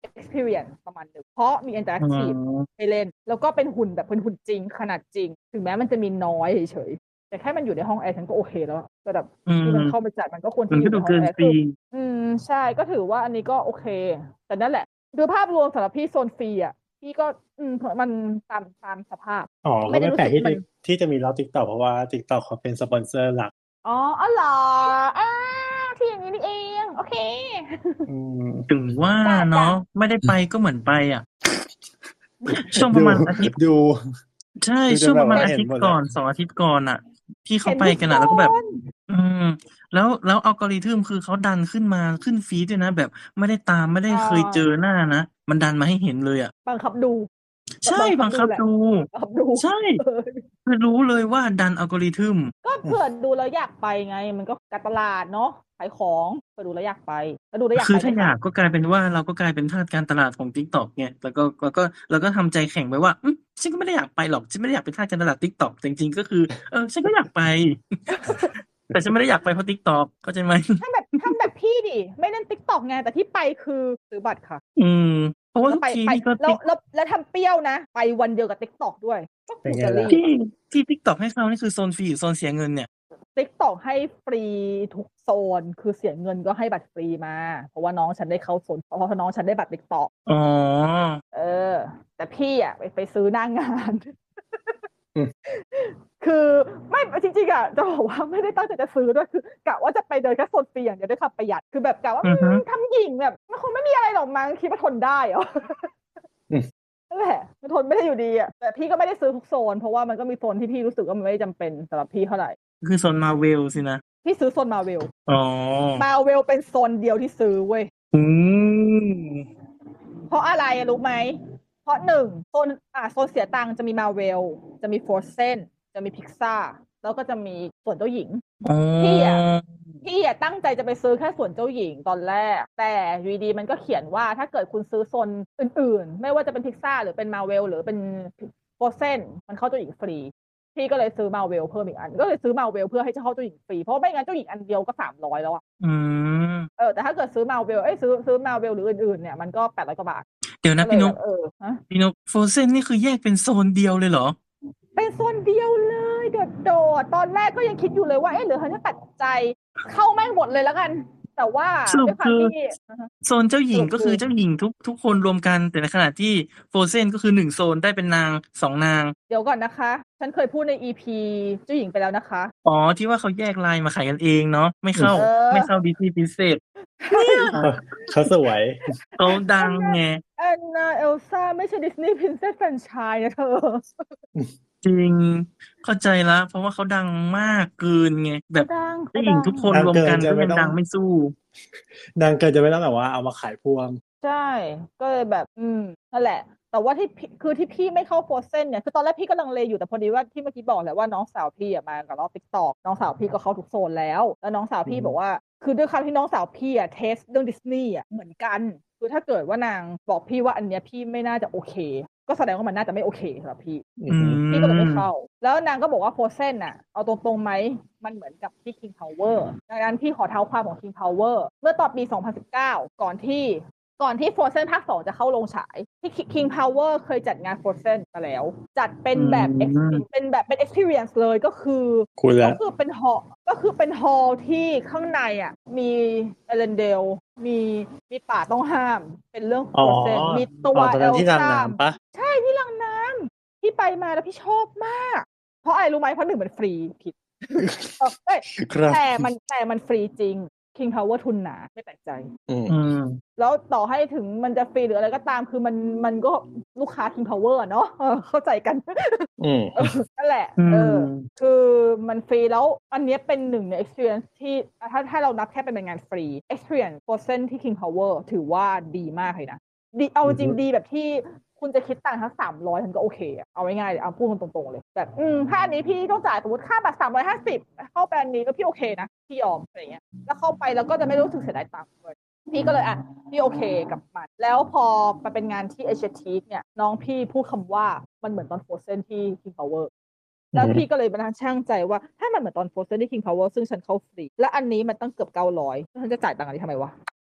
experience ประมาณนึงเพราะมีอ๋ interactive อให้เล่นแล้วก็เป็นหุ่นแบบเป็นหุ่นจริงขนาดจริง ถึงแม้มันจะมีน้อยเฉยๆแต่แค่มันอยู่ในห้องแอร์ฉันก็โอเคแล้วระดับอืที่มันเข้ามไปจัดมันก็ควรมันที่อก็ดูเกินยู่ในห้องแอร์ปีใช่ก็ถือว่าอันนี้ก็โอเค แต่นั่นแหละโดยภาพรวมสำหรับพี่โซนฟรีอ่ะพี่ก็มันตามสภาพอ๋อก็ไม่ได้ไม่แปลกรู้สึกมันที่จะมีรอบ TikTok เพราะว่า TikTok เขาเป็นสปอนเซอร์หลักอ๋อเหรออ่าที่อย่างนี้นี่เองโอเคอืมถึงว่าจ้าเนาะไม่ได้ไปก็เหมือนไปอ่ะ ช่วงประมาณอาทิตย์ดูใช่ดูจช่นวงแบปบระมาณว่าอาทิตย์ก่เห็นหมดแล้วอน2 อาทิตย์ก่อนอ่ะ ที่เขาเห็นไปทุกกันโซอ่ะแล้วก็แบบนอืมแล้วอัลกอริทึมคือเขาดันขึ้นมาขึ้นฟีดด้วยนะ แบบไม่ได้ตามไม่ได้อ่เคยเจอาหน้านะ มันดันมาให้เห็นเลยอ่ะบังคับดูใช่บังคับบังดูแหละคับดูบังคับดูใช่เออคือรู้เลยว่าดันอัลกอริทึมก็เผื่อดูแล้วอยากไปไง มันก็การตลาดเนาะขายของเผื่อดูแล้วอยากไปแล้วดูแล้วอยากคือไปไหมคะถ้าอยากก็กลายเป็นว่าเราก็กลายเป็นทาสการตลาดของ TikTok ไงแล้วก็ทำใจแข็งไว้ว่าฉันก็ไม่ได้อยากไปหรอกฉันไม่ได้อยากเป็นทาสการตลาด TikTok แต่จริงๆก็คือฉันก็อยากไป แต่ฉันไม่ได้อยากไปเพราะ TikTok เข้าใจไหมทำแบบพี่ดิไม่เล่นติ๊กต็อกไงแต่ที่ไปคือซื้อบัตรค่ะอืมเพราะว่าแล้วทุกทีไปนี่ก็แล้วทำเปรี้ยวนะไปวันเดียวกับติ๊กต็อกด้วยก็เป็นถูกไงจะล่ะรีบที่ TikTok ให้เขานี่คือโซนฟรีหรือโซนเสียเงินเนี่ยติ๊กต็อกให้ฟรีทุกโซนคือเสียเงินก็ให้บัตรฟรีมาเพราะว่าน้องฉันได้เข้าโซนเพราะน้องฉันได้บัตรติ๊กต็อกอ๋อแต่พี่อ่ะไปซื้อหน้างานอืมคือไม่จริงๆอ่ะจะบอกว่าไม่ได้ตั้งใจจะซื้อด้วยคือกะว่าจะไปเดินแค่โซนฟรีอย่างเดียวด้วยความประหยัดคือแบบกะว่าอือฮึทำหญิงแบบมันคงไม่มีอะไรหรอกมั้งคิดว่าทนได้เหรอนั่นแหละมันทนไม่ได้อยู่ดีอ่ะแต่พี่ก็ไม่ได้ซื้อทุกโซนเพราะว่ามันก็มีโซนที่พี่รู้สึกว่ามันไม่จำเป็นสำหรับพี่เท่าไหร่คือโซนมาเวลสินะพี่ซื้อโซนมาเวลอ๋อมาเวลเป็นโซนเดียวที่ซื้อเว้ยอืมเพราะอะไรรู้ไหมเพราะ1โซนเสียตังค์จะมีมาเวลจะมีโฟร์เซนจะมีพิกซ่าแล้วก็จะมีส่วนเจ้าหญิงอ๋อพี่อ่ะตั้งใจจะไปซื้อแค่ส่วนเจ้าหญิงตอนแรกแต่อยู่ดีมันก็เขียนว่าถ้าเกิดคุณซื้อโซนอื่นๆไม่ว่าจะเป็นพิกซ่าหรือเป็นมาเวลหรือเป็นโฟร์เซนมันเข้าเจ้าหญิงฟรีพี่ก็เลยซื้อมาเวลเพิ่มอีกอันก็เลยซื้อมาเวลเพื่อให้เข้าเจ้าหญิงฟรีเพราะไม่งั้นเจ้าหญิงอันเดียวก็300แล้วอ่ะอืมแต่ถ้าเกิดซื้อมาเวลซื้อมาเวลหรืออื่นๆเนี่ยมันก็800 กว่าบาทเดี๋ยวนะพี่นุ๊กฮะพี่นุ๊กโฟเซนนี่คือแยกเป็นโซนเดียวเลยเหรอเป็นโซนเดียวเลยโดดตอนแรกก็ยังคิดอยู่เลยว่าหรือเขาจะตัดใจเข้าแม่งหมดเลยแล้วกัน แต่ว่าสรุปด้วยความคือที่โซนเจ้าหญิงก็คือเจ้าหญิงทุกคนรวมกัน แต่ในขณะที่โฟเซนก็คือ1โซนได้เป็นนาง2นางเดี๋ยวก่อนนะคะ ฉันเคยพูดใน EP เจ้าหญิงไปแล้วนะคะอ๋อที่ว่าเขาแยกไลน์มาขายกันเองเนาะไม่เข้าดิสนีย์พรินเซสเขาสวยเขาดังไงแอนนาเอลซ่าไม่ใช่ดิสนีย์พรินเซสแฟรนไชส์นะเธอจริงเข้าใจละเพราะว่าเขาดังมากเกินไงแบบผู้หญิงทุกคนรวมกันก็ยังดังไม่สู้ดังเกินจะไม่ต้องแบบว่าเอามาขายพวงใช่ก็เลยแบบนั่นแหละ แต่ว่าที่พี่ไม่เข้าโฟร์เซนเนี่ยคือตอนแรกพี่ก็ลังเลอยู่แต่พอดีว่าที่เมื่อกี้บอกแหละว่าน้องสาวพี่มากับรอบ TikTok น้องสาวพี่ก็เข้าทุกโซนแล้วน้องสาวพี่บอกว่าคือด้วยความที่น้องสาวพี่เทสเรื่องดิสนีย์เหมือนกันคือถ้าเกิดว่านางบอกพี่ว่าอันเนี้ยพี่ไม่น่าจะโอเคก็แสดงว่ามันน่าจะไม่โอเคสำหรับพี่ก็เลยไม่เข้าแล้วนางก็บอกว่าโฟร์เซนเอาตรงๆไหมมันเหมือนกับที่ King Power ดังนั้นพี่ขอเท้าความของ King Power เมื่อตอนปี 2019 ก่อนที่ Frozen ภาค 2 จะเข้าโรงฉายที่ King Power เคยจัดงาน Frozen มาแล้วจัดเป็นแบบเป็น experience เลยก็คือเป็นฮอลล์ที่ข้างในมีเอเลนเดลมีป่าต้องห้ามเป็นเรื่อง Frozen มีตัวเอลซ่าใช่ที่ลังน้ำที่ไปมาแล้วพี่ชอบมากเพราะอะไรรู้ไหมเพราะ1มันฟรีผิดแต่มันฟรีจริงKing Power ทุนหนาไม่แปลกใจแล้วต่อให้ถึงมันจะฟรีหรืออะไรก็ตามคือมันก็ลูกค้า King Power เนาะเข้าใจกันนั่นแหละคือมันฟรีแล้วอันนี้เป็นหนึ่งใน experience ที่ถ้าเรานับแค่เป็นงานฟรี experience Frozen ที่ King Power ถือว่าดีมากเลยนะดีเอาจริงดีแบบที่คุณจะคิดตังค์ทั้ง300มันก็โอเคเอาง่ายๆเอาพูดตรงๆเลยแบบถ้าอันนี้พี่ต้องจ่ายสมมติค่าบัตร350เข้าไปอันนี้ก็พี่โอเคนะพี่ยอมอะไรเงี้ยแล้วเข้าไปแล้วก็จะไม่รู้สึกเสียดายตังค์เลยพี่ก็เลยพี่โอเคกับมันแล้วพอมาเป็นงานที่เอเชียทีคเนี่ยน้องพี่พูดคำว่ามันเหมือนตอนโฟร์เซนที่ King Power แล้วพี่ก็เลยมานั่งช่างใจว่าถ้ามันเหมือนตอนโฟร์เซนที่ King Power ซึ่งฉันเข้าฟรีและอันนี้มันตั้งเกือบ900ฉันจะจ่ายตังค์อันนี้ทำไมวะ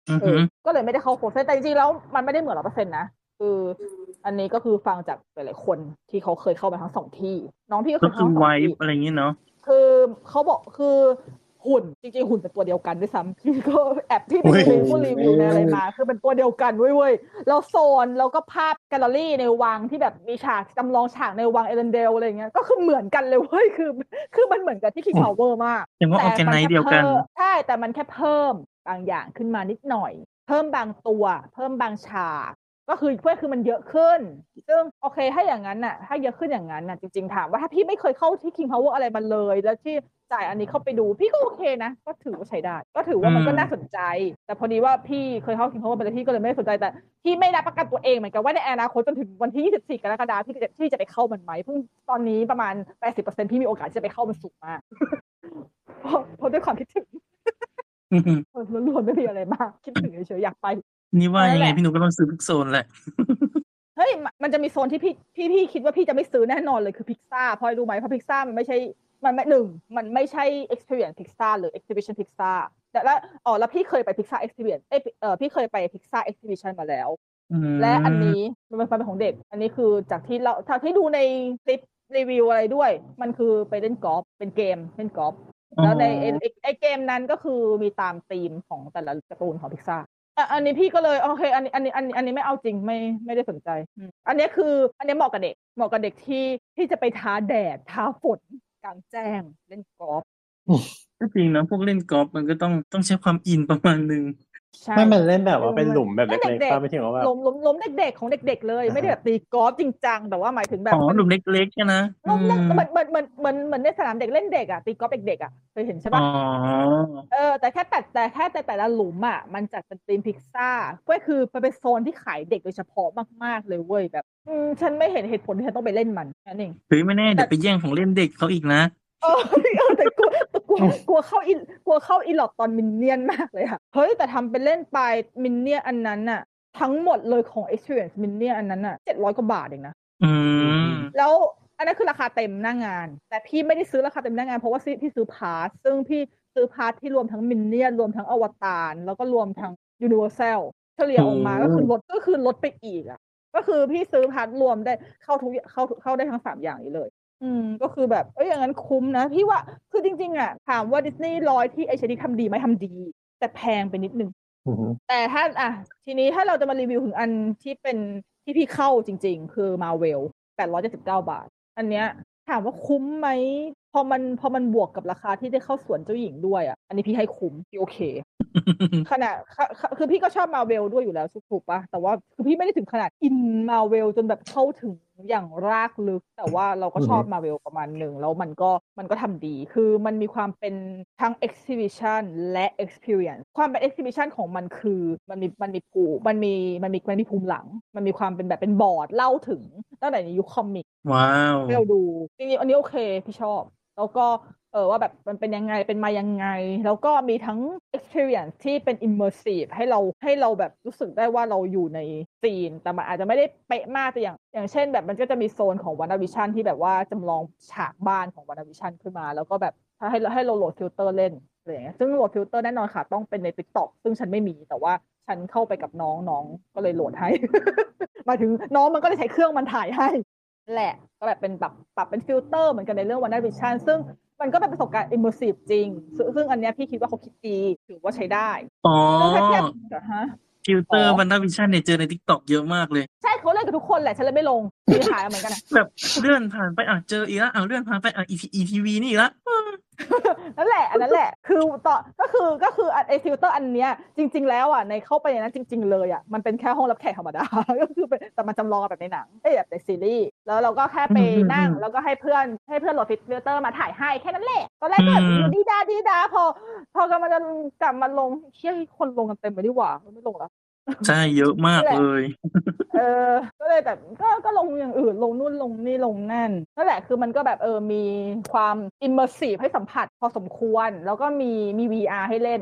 ก็เลยไม่ได้เข้าโฟร์เซนแต่จริงๆแล้วมันไม่ได้เหมือน 100% นะคืออันนี้ก็คือฟังจากหลายๆคนที่เขาเคยเข้ามาทั้ง2ที่น้องพี่ก็เคยเข้า2ที่อะไรอย่างเงี้ยเนาะคือเขาบอกคือหุ่นจริงๆหุ่นเป็นตัวเดียวกันด้วยซ้ำพี่ก็แอบที่ไปดูรีวิวในอะไรมาคือเป็นตัวเดียวกันเว้ยแล้วโซนแล้วก็ภาพแกลเลอรี่ในวังที่แบบมีฉากจำลองฉากในวังเอเลนเดลอะไรเงี้ยก็คือเหมือนกันเลยเว้ยคือมันเหมือนกับที่ King Power มากแต่ว่าออร์แกไนซ์เดียวกันใช่แต่มันแค่เพิ่มบางอย่างขึ้นมานิดหน่อยเพิ่มบางตัวเพิ่มบางฉากก็คือมันเยอะขึ้นซึ่งโอเคถ้าอย่างนั้นน่ะถ้าเยอะขึ้นอย่างนั้นน่ะจริงๆถามว่าถ้าพี่ไม่เคยเข้าที่ King Power อะไรมาเลยแล้วที่จ่ายอันนี้เข้าไปดูพี่ก็โอเคนะก็ถือว่าใช้ได้ก็ถือว่ามันก็น่าสนใจแต่พอดีว่าพี่เคยเข้า King Power ไปแล้วพี่ก็เลยไม่สนใจแต่พี่ไม่รับประกันตัวเองเหมือนกันว่าในอนาคตจนถึงวันที่24 กรกฎาคมพี่จะไปเข้ามันไหมเพิ่งตอนนี้ประมาณ 80% พี่มีโอกาสที่จะไปเข้ามันสูงมากเพราะด้วยความคิดถึงล้วนๆไม่มีอะไรมากคิดถึงเฉยๆอยากไปนี่ว่ายังไงพี่หนูก็ต้องซื้อทุกโซนแหละเฮ้ยมันจะมีโซนที่พี่คิดว่าพี่จะไม่ซื้อแน่นอนเลยคือพิซซ่าพอรู้ไหมเพราะพิซซ่ามันไม่ใช่มันไม่ใช่ experience พิซซ่าหรือ exhibition พิซซ่าแต่แล้วพี่เคยไปพิซซ่า experience พี่เคยไปพิซซ่า exhibition มาแล้วและอันนี้มันเป็นของเด็กอันนี้คือจากที่ดูในคลิปรีวิวอะไรด้วยมันคือไปเล่นกอล์ฟเป็นเกมเล่นกอล์ฟแล้วในไอเกมนั้นก็คือมีตามธีมของแต่ละการ์ตูนของพิซซ่าอันนี้พี่ก็เลยโอเคอันนี้ไม่เอาจริงไม่ได้สนใจอันนี้เหมาะกับเด็กที่จะไปท้าแดดท้าฝนกลางแจ้งเล่นกอล์ฟก็จริงนะพวกเล่นกอล์ฟมันก็ต้องใช้ความอินประมาณนึงไม่มันเล่นแบบว่าเป็นหลุมแบบเล็กๆไม่ถึงว่าแบบล้มเด็กๆของเด็กๆเลยไม่ได้แบบตีกอล์ฟจริงจังแต่ว่าหมายถึงแบบหลุมเล็กๆใช่นะล้มเหมือนในสนามเด็กเล่นเด็กอ่ะตีกอล์ฟเด็กๆอ่ะเคยเห็นใช่ปะแต่แค่แต่ละหลุมอ่ะมันจัดเป็นธีมพิซซ่าก็คือเป็นโซนที่ขายเด็กโดยเฉพาะมากๆเลยเว้ยแบบฉันไม่เห็นเหตุผลที่ฉันต้องไปเล่นมันนั่นเองเฮ้ยไม่แน่เดี๋ยวไปแย่งของเล่นเด็กเขาอีกนะแต่กลัวเข้าอีหลอดตอนมินเนี่ยนมากเลยค่ะเฮ้ยแต่ทำเป็นเล่นไปมินเนี่ยนอันนั้นน่ะทั้งหมดเลยของ experience มินเนี่ยนอันนั้นน่ะ700 กว่าบาทเองนะแล้วอันนั้นคือราคาเต็มหน้างานแต่พี่ไม่ได้ซื้อราคาเต็มหน้างานเพราะว่าพี่ซื้อพาสซึ่งพี่ซื้อพาสที่รวมทั้งมินเนี่ยนรวมทั้งอวตารแล้วก็รวมทั้งยูนิเวอร์แซลเฉลี่ยออกมาก็คือลดไปอีกอ่ะก็คือพี่ซื้อพาสรวมได้เข้าได้ทั้ง3อย่างนี้เลยก็คือแบบอย่างนั้นคุ้มนะพี่ว่าคือจริงๆอ่ะถามว่าดิสนีย์100ที่HDทำดีไหมทำดีแต่แพงไปนิดนึงแต่ถ้าทีนี้ถ้าเราจะมารีวิวถึงอันที่เป็นที่พี่เข้าจริงๆคือ Marvel 879 บาทอันเนี้ยถามว่าคุ้มไหมพอมันบวกกับราคาที่ได้เข้าสวนเจ้าหญิงด้วยอ่ะอันนี้พี่ให้คุ้มพี่โอเคขนาดคือพี่ก็ชอบมาเวลด้วยอยู่แล้วถูกปะแต่ว่าคือพี่ไม่ได้ถึงขนาดอินมาเวลจนแบบเข้าถึงอย่างรากลึกแต่ว่าเราก็ชอบมาเวลประมาณหนึ่งแล้วมันก็ทำดีคือมันมีความเป็นทั้ง exhibition และ experience ความเป็น exhibition ของมันคือมันมีภูมิหลังมันมีความเป็นแบบเป็นบอร์ดเล่าถึงตั้งแต่ในยุคคอมิกว้าวให้เราดูจริงๆอันนี้โอเคพี่ชอบแล้วก็ว่าแบบมันเป็นยังไงเป็นมายังไงแล้วก็มีทั้ง experience ที่เป็น immersive ให้เราแบบรู้สึกได้ว่าเราอยู่ในซีนแต่มันอาจจะไม่ได้เป๊ะมากแต่อย่างเช่นแบบมันก็จะมีโซนของ WandaVision ที่แบบว่าจำลองฉากบ้านของ WandaVision ขึ้นมาแล้วก็แบบให้เราโหลดฟิลเตอร์เล่นอะไรอย่างเงี้ยซึ่งโหลดฟิลเตอร์แน่นอนค่ะต้องเป็นใน TikTok ซึ่งฉันไม่มีแต่ว่าฉันเข้าไปกับน้องก็เลยโหลดให้ มาถึงน้องมันก็เลยใช้เครื่องมันถ่ายให้แหละก็แบบเป็นปรับเป็นฟิลเตอร์เหมือนกันในเรื่อง WandaVision ซึ่งมันก็เป็นประสบการณ์ immersive จริงซึ่งอันนี้พี่คิดว่าเขาคิดดีถือว่าใช้ได้ซึ่งถ้าเทียบฟิลเตอร์WandaVisionเนี่ยเจอใน TikTok เยอะมากเลยใช่เขาเล่นกับทุกคนแหละฉันเลยไม่ลงมีขายเหมือนกันแบบเลื่อนผ่านไปเจออีกแล้วเลื่อนผ่านไปETV นี่อีกแล้วนั่นแหละอันนั้นแหละคือก็คือไอฟิลเตอร์อันเนี้ยจริงๆแล้วในเข้าไปในนั้นจริงๆเลยมันเป็นแค่ห้องรับแขกธรรมดาก็คือแต่มันจำลองแบบในหนังแบบในซีรีส์แล้วเราก็แค่ไปนั่งแล้วก็ให้เพื่อนโหลดฟิลเตอร์มาถ่ายให้แค่นั้นแหละตอนแรกก็แบบดีดาพอกำลังจะกลับมาลงเชี่ยคนลงกันเต็มไปดีกว่าไม่ลงแล้วใช่เยอะมากเลยก็เลยแบบก็ลงอย่างอื่นลงนู่นลงนี่ลงนั่นนั่นแหละคือมันก็แบบมีความ immersive ให้สัมผัสพอสมควรแล้วก็มี VR ให้เล่น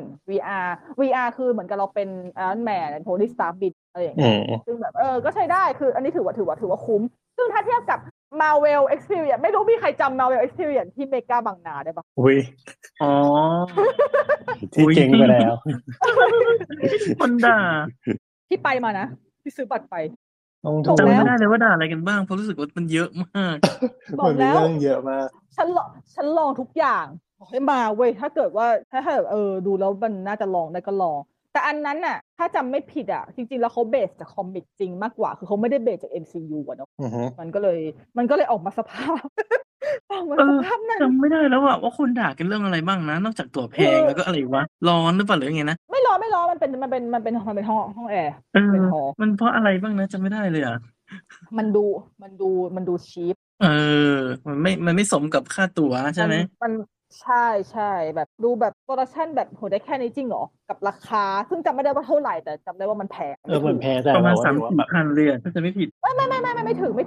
VR คือเหมือนกับเราเป็น Iron Man โทนี่ สตาร์คบินอะไรอย่างเงี้ยซึ่งแบบก็ใช้ได้คืออันนี้ถือว่าคุ้มซึ่งถ้าเทียบกับ Marvel Experience ไม่รู้มีใครจำ Marvel Experience ที่เมกาบางนาได้ปะอุ้ยอ๋อที่เจ๊งไปแล้วคนด่าที่ไปมานะที่ซื้อบัตรไปจำไม่ได้เลยว่าด่าอะไรกันบ้างเพราะรู้สึกว่ามันเยอะมากบอกแล้วเรื่องเยอะมากฉันลองทุกอย่างให้มาเว้ยถ้าเกิดว่าถ้าดูแล้วมันน่าจะลองได้ก็ลองแต่อันนั้นน่ะถ้าจำไม่ผิดอ่ะจริงๆแล้วเขาเบสจากคอมิกจริงมากกว่าคือเขาไม่ได้เบสจาก MCU อ่ะเนาะมันก็เลยออกมาสภาพจำไม่ได้แล้วว่าคนด่ากันเรื่องอะไรบ้างนะนอกจากตั๋วแพงแล้วก็อะไรวะร้อนหรือเปล่าหรือไงนะไม่ร้อนมันเป็นห้องแอร์เป็นหอมันเพราะอะไรบ้างนะจำไม่ได้เลยอ่ะมันดูชีพมันไม่สมกับค่าตั๋วใช่ไหมมันใช่แบบดูแบบโปรดักชั่นแบบโหได้แค่นี้จริงเหรอกับราคาซึ่งจำไม่ได้ว่าเท่าไหร่แต่จำได้ว่ามันแพงมันแพงแต่ประมาณ3-4,000เลยถ้าจะไม่ผิดไม่ถึง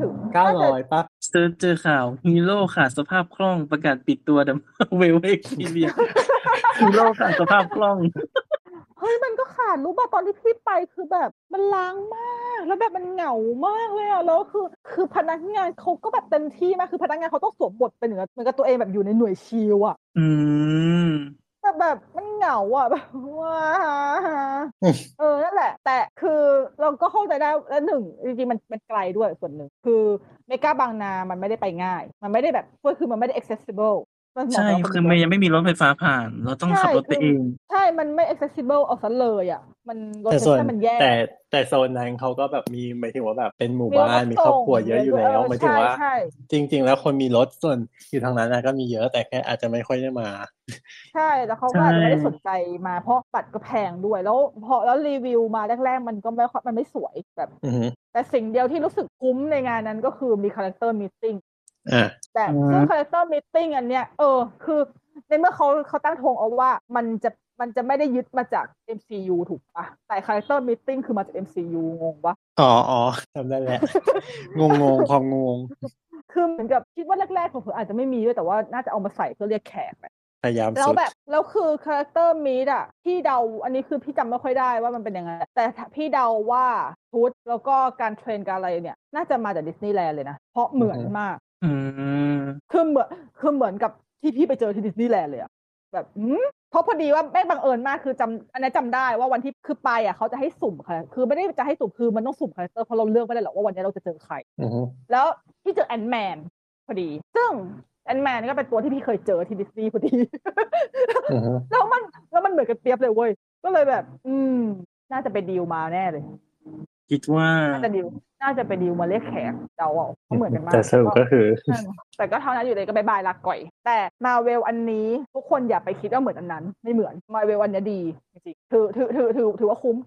900ป่ะเจอข่าวฮีโร่ขาดสภาพคล่องประกาศปิดตัวดัมเวลเอ็กซ์ทีเรียฮีโร่ขาดสภาพคล่องเฮ้ยมันก็ขาดรู้ป่ะตอนที่พี่ไปคือแบบมันล้างมากแล้วแบบมันเหงามากเลยอ่ะแล้วคือพนักงานเขาก็แบบเต็มที่มากคือพนักงานเขาต้องสวมบทเป็นเหมือนกับตัวเองแบบอยู่ในหน่วยชิลอ่ะแบบมันเหงาอ่ะแบบว้านั่นแหละแต่คือเราก็เข้าใจได้แล้วหนึ่งจริงๆมันไกลด้วยส่วนหนึ่งคือเมกาบางนามันไม่ได้ไปง่ายมันไม่ได้แบบคือมันไม่ได้ accessible ใช่คือมันยังไม่มีรถไฟฟ้าผ่านเราต้องขับรถไปเองใช่มันไม่ accessible เอาซะเลยอ่ะมันโลเคชั่นมันแย่แต่โซนนั้นเขาก็แบบมีหมายถึงว่าแบบเป็นหมู่บ้านมีครอบครัวเยอะอยู่แล้วหมายถึงว่าจริงๆแล้วคนมีรถส่วนอยู่ทางนั้นก็มีเยอะแต่แค่อาจจะไม่ค่อยได้มาใช่แล้วเขาก็อาจจะไม่ได้สนใจมาเพราะบัตรก็แพงด้วยแล้วรีวิวมาแรกๆมันก็มันไม่สวยแบบแต่สิ่งเดียวที่รู้สึกคุ้มในงานนั้นก็คือมี character meeting แต่ซึ่ง character meeting อันเนี้ยคือในเมื่อเขาตั้งธงเอาว่ามันจะไม่ได้ยึดมาจาก MCU ถูกปะแต่ character meeting คือมาจาก MCU งงปะอ๋อจำได้แล้วงงความงงคือเหมือนกับคิดว่าแรกๆผมอาจจะไม่มีด้วยแต่ว่าน่าจะเอามาใส่เพื่อเรียกแขกพยายามแล้วคือ character meet อ่ะพี่เดาอันนี้คือพี่จำไม่ค่อยได้ว่ามันเป็นยังไงแต่พี่เดาว่าชุดแล้วก็การเทรนการอะไรเนี่ยน่าจะมาจากดิสนีย์แลนด์เลยนะเพราะเหมือนมากคือเหมือนกับที่พี่ไปเจอที่ดิสนีย์แลนด์เลยอะแบบเพราะพอดีว่าแม่งบังเอิญมากคืออันนี้จำได้ว่าวันที่คือไปอ่ะเขาจะให้สุ่มค่ะคือไม่ได้จะให้สุ่มคือมันต้องสุ่มคาแรคเตอร์เพราะเราเลือกไม่ได้หรอกว่าวันนี้เราจะเจอใครแล้วที่เจอแอนด์แมนพอดีซึ่งแอนด์แมนก็เป็นตัวที่พี่เคยเจอที่ดิสนีย์พอดีแล้วมันเหมือนกันเปียบเลยเว้ยก็เลยแบบน่าจะไปดีลมาแน่เลยคิดว่าน่าจะไปดีลมาเรียกแขกเดาเอาเหมือนกันมากแต่สรุปก็คือแต่ก็เท่านั้นอยู่เลยก็บายลาก่อยแต่มาเวลอันนี้ทุกคนอย่าไปคิดว่าเหมือนอันนั้นไม่เหมือนมาเวลอันนี้ดีจริงๆถือว่าคุ้ม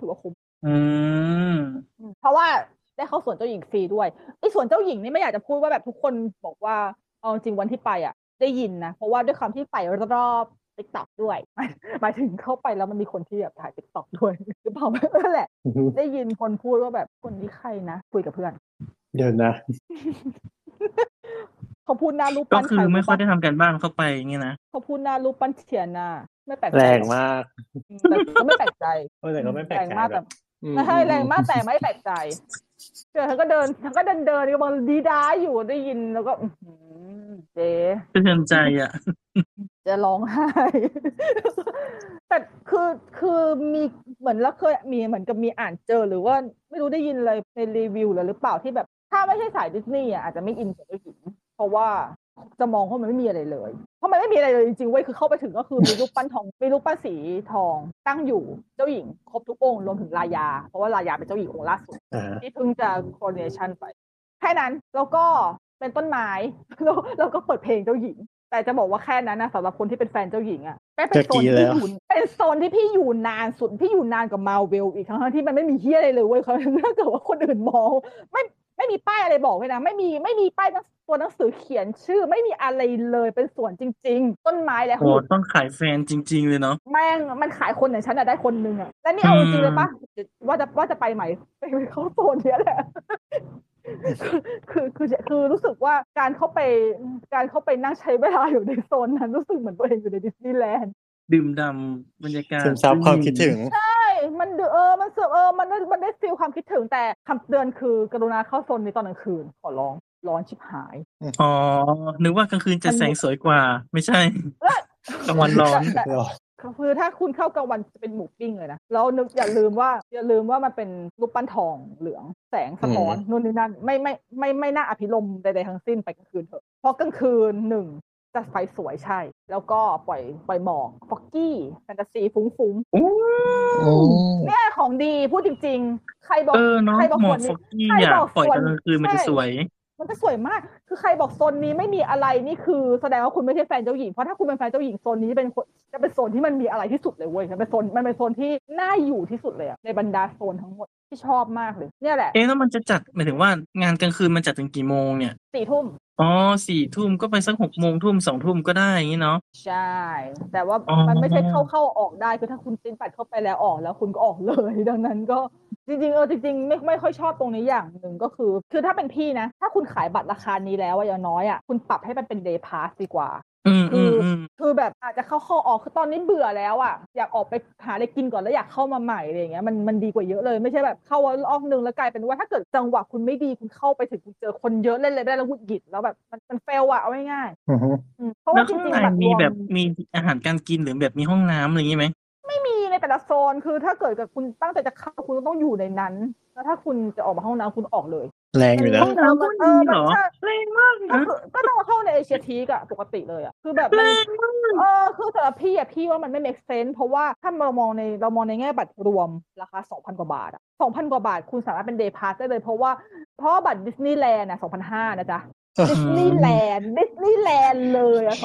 เพราะว่าได้เข้าสวนเจ้าหญิงฟรีด้วยไอ้สวนเจ้าหญิงนี่ไม่อยากจะพูดว่าแบบทุกคนบอกว่าเอาจริงวันที่ไปอ่ะได้ยินนะเพราะว่าด้วยความที่ไปรอบTikTok ด้วยหมายถึงเข้าไปแล้วมันมีคนที่แบบถ่าย TikTok ด้วยหรือเปล่านั่นแหละได้ยินคนพูดว่าแบบคนนี้ใครนะคุยกับเพื่อนเดี๋ยวนะเขาพูดหน้ารูปปั้นก็คือไม่ค่อยได้ทำกันบ้านเข้าไปอย่างงี้นะเขาพูดหน้ารูปปั้นเทียนาไม่แปลกใจแรงมากแต่ก็ไม่แปลกใจแต่ก็ไม่แปลกใจมากแต่ไม่ใช่แรงมากแต่ไม่แปลกใจเธอก็เดินก็กำลังดีด้าอยู่ได้ยินแล้วก็เจ๊สะเทือนใจอ่ะจะร้องไห้แต่คือมีเหมือนแล้วเคยมีเหมือนกับมีอ่านเจอหรือว่าไม่รู้ได้ยินอะไรในรีวิวหรือเปล่าที่แบบถ้าไม่ใช่สายดิสนีย์อาจจะไม่อินกับเจ้าหญิงเพราะว่าจะมองว่ามันไม่มีอะไรเลยเพราะมันไม่มีอะไรเลยจริงๆเว้ยคือเข้าไปถึงก็คือมีรูปปั้นทองมีรูปปั้นสีทองตั้งอยู่เจ้าหญิงครบทุกองค์รวมถึงลายาเพราะว่าลายาเป็นเจ้าหญิงองค์ล่าสุดที่เพิ่งจะโคโรเนชั่นไปแค่นั้นแล้วก็เป็นต้นไม้แล้วก็เปิดเพลงเจ้าหญิงแต่จะบอกว่าแค่นั้นนะสำหรับคนที่เป็นแฟนเจ้าหญิงอ่ะเป็นโซนที่พี่อยู่เป็นโซนที่พี่อยู่นานสุดพี่อยู่นานกว่ามาเวลอีกทั้งที่มันไม่มีเฮียอะไรเลยเว้ยเขาถ้าเกิดว่าคนอื่นมองไม่มีป้ายอะไรบอกเลยนะไม่มีป้ายตัวหนังสือเขียนชื่อไม่มีอะไรเลยเป็นสวนจริงๆต้นไม้และโอ้ต้องขายแฟนจริงๆเลยเนาะแม่งมันขายคนอย่างฉันได้คนนึงอ่ะแล้วนี่เอาจริงเลยปะว่าจะไปใหม่ไปเข้าโซนนี้แหละคือรู้สึกว่าการเข้าไปนั่งใช้เวลาอยู่ในโซนนั้นรู้สึกเหมือนตัวเองอยู่ในดิสนีย์แลนด์ดื่มด่ำบรรยากาศซึมซับความคิดถึงใช่มันมันได้ฟีลความคิดถึงแต่คำเตือนคือกรุณาเข้าโซนนี้ตอนกลางคืนขอร้องร้อนชิบหายอ๋อนึกว่ากลางคืนจะแสงสวยกว่าไม่ใช่กลางวันร้อนแต่คือถ้าคุณเข้ากลางวันจะเป็นหมูปิ้งเลยนะแล้วนึกอย่าลืมว่ามันเป็นรูปปั้นทองเหลืองแสงสะท้อนนู่นนี่นั่นไม่น่าอภิรมย์ใดๆทั้งสิ้นไปกลางคืนเถอะเพราะกลางคืนหนึ่งจะไฟสวยใช่แล้วก็ปล่อยหมอกฟอกกี้แฟนตาซีฟุ้งๆเนี่ยของดีพูดจริงๆใครบอกเนาะใครบอกหมส่อวกนฟนี้อกกี้ใครอ่ะบอกปล่อยส่วตนอนกลางคืนมันจะสวยมันจะสวยมากคือใครบอกโซนนี้ไม่มีอะไรนี่คือแสดงว่าคุณไม่ใช่แฟนเจ้าหญิงเพราะถ้าคุณเป็นแฟนเจ้าหญิงโซนนี้จะเป็นโซนที่มันมีอะไรที่สุดเลยเว้ยมันเป็นโซนที่น่าอยู่ที่สุดเลยอะในบรรดาโซนทั้งหมดที่ชอบมากเลยเนี่ยแหละแล้วมันจะจัดหมายถึงว่างานกลางคืนมันจัดถึงกี่โมงเนี่ย 4 ทุ่มอ๋อ4 ทุ่มก็ไปสัก6 โมงทุ่ม2 ทุ่มก็ได้อย่างนี้เนาะใช่แต่ว่ามันไม่ใช่เข้าออกได้คือถ้าคุณซินปัดเข้าไปแล้วออกแล้วคุณก็ออกเลยดังนั้นก็จริงๆจริงๆไม่ค่อยชอบตรงนี้อย่างหนึ่งก็คือถ้าเป็นพี่นะถ้าคุณขายบัตรราคานี้แล้วอย่างน้อยอ่ะคุณปรับให้มันเป็น day pass ดีกว่าคือแบบอาจจะเข้าออกคือตอนนี้เบื่อแล้วอ่ะอยากออกไปหาอะไรกินก่อนแล้วอยากเข้ามาใหม่อะไรอย่างเงี้ยมันดีกว่าเยอะเลยไม่ใช่แบบเข้ารอบนึงแล้วกลายเป็นว่าถ้าเกิดจังหวะคุณไม่ดีคุณเข้าไปถึงคุณเจอคนเยอะเล่นเลยได้แล้วหงุดหงิดแล้วแบบมันเฟลอ่ะเอาง่ายๆเพราะว่าจริงๆบัตรรวมแบบมีอาหารการกินหรือแบบมีห้องน้ำอะไรอย่างนี้ไหมไม่มีในแต่ละโซนคือถ้าเกิดกับคุณตั้งใจจะเข้าคุณต้องอยู่ในนั้นแล้วถ้าคุณจะออกมาห้องน้ำคุณออกเลยแรงอยู่นะห้องน้ำก็ดีเหรอแรงมากนะก็ต้องเข้าในเอเชียทีกอะปกติเลยอะคือแบบมันคือสำหรับพี่ว่ามันไม่ make sense เพราะว่าถ้าเรามองในแง่บัตรรวมราคา 2,000 กว่าบาทอะ 2,000 กว่าบาทคุณสามารถเป็น day pass ได้เลยเพราะว่าบัตรดิสนีย์แลนด์อะ 2,500 นะจ๊ะดิสนีย์แลนด์เลยอะ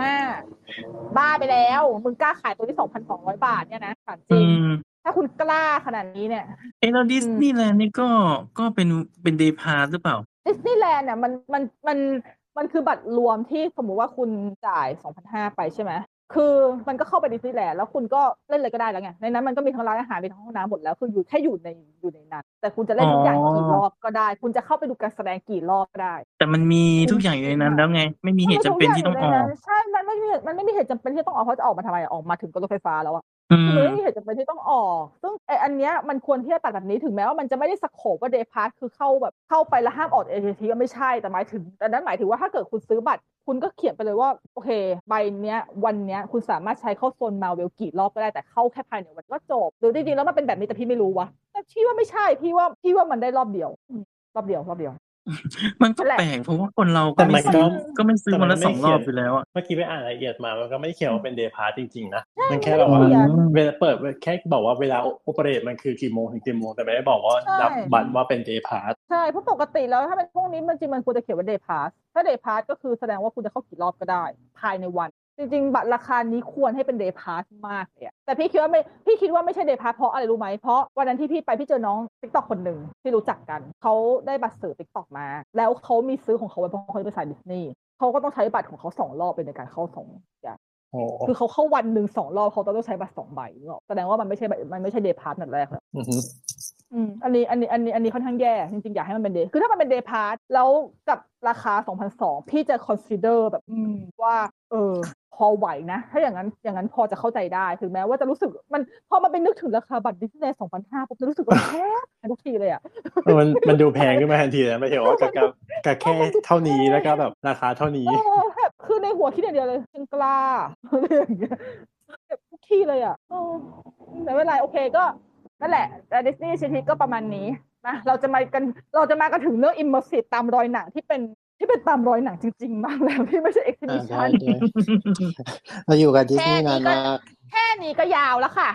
2,500 บ้าไปแล้วมึงกล้าขายตัวที่ 2,200 บาทเนี่ยนะถามจริงถ้าคุณกล้าขนาดนี้เนี่ยแล้วดิสนีย์แลนด์นี่ก็เป็นเดย์พาสหรือเปล่าดิสนีย์แลนด์เนี่ยมันคือบัตรรวมที่สมมุติว่าคุณจ่าย 2,500 ไปใช่ไหมคือมันก็เข้าไปดิสนีย์แลนด์แล้วคุณก็เล่นเลยก็ได้แล้วไงในนั้นมันก็มีทั้งร้านอาหารมีทั้งห้องน้ำหมดแล้วคืออยู่ในนั้นแต่คุณจะเล่นทุกอย่างกี่รอบก็ได้คุณจะเข้าไปดูการแสดงกี่รอบก็ได้แต่มันมีทุกอย่างอยู่ในนั้นแล้วไงไม่มีเหตุจำเป็นที่ต้องออกใช่มันไม่มีเหตุจำเป็นที่ต้องออกเพราะจะออกมาทำไมออกมาถึงก็รถไฟฟ้าแล้วอะคือไม่มีเหตุจำเป็นที่ต้องออกซึ่งอันเนี้ยมันควรที่จะตัดแบบนี้ถึงแม้ว่ามันจะไม่ได้สโคปว่าเดย์พาสคือเข้าไปแล้วห้ามออกเอเชียก็ไม่ใช่แต่หมายถึงอันนั้นหมายถึงว่าถ้าเกิดคุณซื้อบัตรคุณก็เขียนไปเลยว่าโอเคใบเนี้ยวันเนี้ยคุณสามารถใช้เข้าโซนมาเวลกี่รอบก็ได้แต่เข้าแค่ภายในวันก็จบหรือจริงๆแล้วมันเป็นแบบนี้แต่พี่ไม่รู้วะแต่พี่ว่าไม่ใช่พี่ว่ามันได้รอบเดียวมันก็แปลกเพราะว่าคนเราก็ไม่ซื้อวันละ2 รอบอยู่แล้วอ่ะเมื่อกี้ไปอ่านรายละเอียดมามันก็ไม่เขียนว่าเป็นเดย์พาสจริงๆนะมันแค่แบบว่าเวลาเปิดแค่บอกว่าเวลาโอเปเรตมันคือกี่โมงถึงกี่โมงแต่ไม่ได้บอกว่ารับบัตรว่าเป็นเดย์พาสใช่เพราะปกติแล้วถ้าเป็นพวกนี้มันจริงมันควรจะเขียนว่าเดย์พาสถ้าเดย์พาสก็คือแสดงว่าคุณจะเข้ากี่รอบก็ได้ภายในวันจริงๆบัตรราคานี้ควรให้เป็นเดย์พาสมากเลยแต่พี่คิดว่าไม่ใช่เดย์พาสเพราะอะไรรู้ไหมเพราะวันนั้นที่พี่ไปพี่เจอน้อง TikTok คนหนึ่งที่รู้จักกันเขาได้บัตรสื่อ TikTok มาแล้วเขามีซื้อของเขาไว้เพราะเขาจะไปสายดิสนีย์เขาก็ต้องใช้บัตรของเขา2 รอบในการเข้า2 อย่างคือเขาเข้าวันหนึ่ง2 รอบเขาต้องใช้บัตร2 ใบแสดงว่ามันไม่ใช่เดย์พาสนั่นแรกแล้วอันนี้ค่อนข้างแย่จริงๆอยากให้มันเป็นเดย์คือถ้ามันเป็นเดย์พาสแล้วกับราคา 2,200 พี่จะ consider แบบว่าพอไหวนะถ้าอย่างนั้นพอจะเข้าใจได้ถึงแม้ว่าจะรู้สึกมันพอมาเป็นนึกถึงราคาบัตรดิสนีย์ 2,500 ปุ๊บจะรู้สึกว่าแพงทุกทีเลยอ่ะมันดูแพงขึ้นมาทันทีนะไม่ใช่ว่ากับแค่เท่านี้แล้วก็แบบราคาเท่านี้แบบคือในหัวคิดอย่างเดียวเลยฉันกล้าอะไรอย่างเงี้ยแบบทุกทีเลยอ่ะแต่ไม่เป็นไรโอเคก็นั่นแหละแต่ดิสนีย์ชีวิตก็ประมาณนี้นะเราจะมากันถึงเรื่อง immersive ตามรอยหนังที่เป็นตามรอยหนังจริงๆมากแล้วที่ไม่ใช่ exhibition เราอยู่กับดิสนีย์นานมากแค่นี้ก็ยาวแล้วค่ะ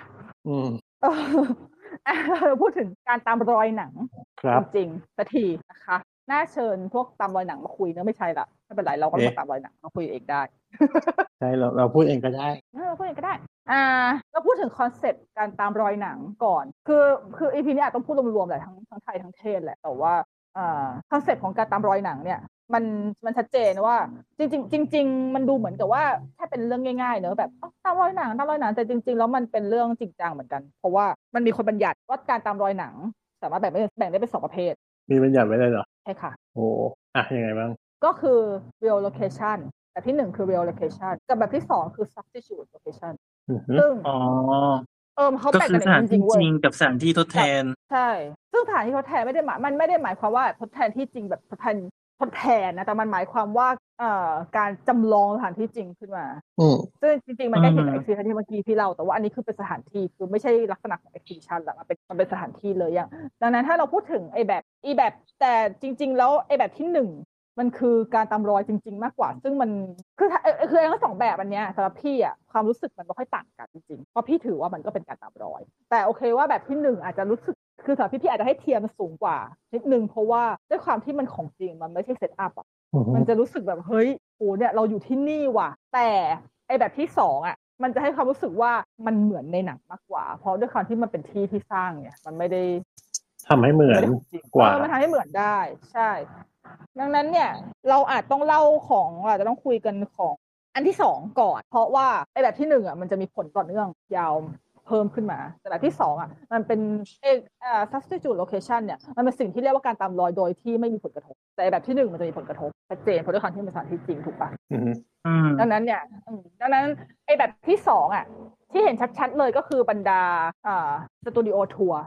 เราพูดถึงการตามรอยหนังจริงๆสักทีนะคะน่าเชิญพวกตามรอยหนังมาคุยเนอะไม่ใช่ละไม่เป็นไรเราก็มาตามรอยหนังมาคุยเองได้ใช่เราพูดเองก็ได้เราพูดเองก็ได้เราพูดถึงคอนเซ็ปต์การตามรอยหนังก่อนคือ EP นี้อาจต้องพูดรวมๆแหละทั้งไทยทั้งเทศแหละแต่ว่าคอนเซ็ปต์ของการตามรอยหนังเนี่ยมันชัดเจนว่าจริงมันดูเหมือนกับว่าแค่เป็นเรื่องง่ายๆเนอะแบบตามรอยหนังแต่จริงๆแล้วมันเป็นเรื่องจริงจังเหมือนกันเพราะว่ามันมีคนบัญญัติว่าการตามรอยหนังสามารถแบ่งได้เป็น2 ประเภทมีบัญญัติไว้เลยเหรอใช่ค่ะโอ้ยังไงบ้างก็คือ real location แบบที่1คือ real location กับแบบที่2คือ substitute location ซึ่งเขาแบ่งกันจริงๆกับสถานที่ทดแทนใช่ซึ่งสถานที่ทดแทนมันไม่ได้หมายความว่าทดแทนที่จริงแบบทดแทนทดแทนนะแต่มันหมายความว่าการจำลองสถานที่จริงขึ้นมาซึ่งจริงๆมันใกล้เคียงกับ exhibition ที่เมื่อกี้พี่เล่าแต่ว่าอันนี้คือเป็นสถานที่คือไม่ใช่ลักษณะของ exhibition หรอกมันเป็นสถานที่เลยอย่างดังนั้นถ้าเราพูดถึงไอ้แบบแต่จริงๆแล้วไอ้แบบที่หนึ่งมันคือการตามรอยจริงๆมากกว่าซึ่งมันคือทั้งสองแบบอันเนี้ยสำหรับพี่อ่ะความรู้สึกมันไม่ค่อยต่างกันจริงๆเพราะพี่ถือว่ามันก็เป็นการตามรอยแต่โอเคว่าแบบที่หนึ่งอาจจะรู้สึกคือสำหรับพี่อาจจะให้เทียร์มันสูงกว่านิดนึงเพราะว่าด้วยความที่มันของจริงมันไม่ใช่เซตอัพอ่ะมันจะรู้สึกแบบเฮ้ยโหเนี่ยเราอยู่ที่นี่ว่ะแต่ไอแบบที่สองอ่ะมันจะให้ความรู้สึกว่ามันเหมือนในหนังมากกว่าเพราะด้วยความที่มันเป็นที่สร้างเนี่ยมันไม่ได้ทำให้เหมือนกว่ามันทำให้เหมือนได้ใช่ดังนั้นเนี่ยเราอาจต้องเล่าของอาจจะต้องคุยกันของอันที่สองก่อนเพราะว่าไอแบบที่หนึ่งอ่ะมันจะมีผลต่อเนื่องยาวเพิ่มขึ้นมาแต่แบบที่สองอ่ะมันเป็นsubstitute location เนี่ยมันเป็นสิ่งที่เรียกว่าการตามรอยโดยที่ไม่มีผลกระทบแต่แบบที่หนึ่งมันจะมีผลกระทบชัดเจนเพราะด้วยความที่เป็นสถานที่จริงถูกปะดังนั้นเนี่ยดังนั้นไอแบบที่สองอ่ะที่เห็นชัดๆเลยก็คือบรรดาสตูดิโอทัวร์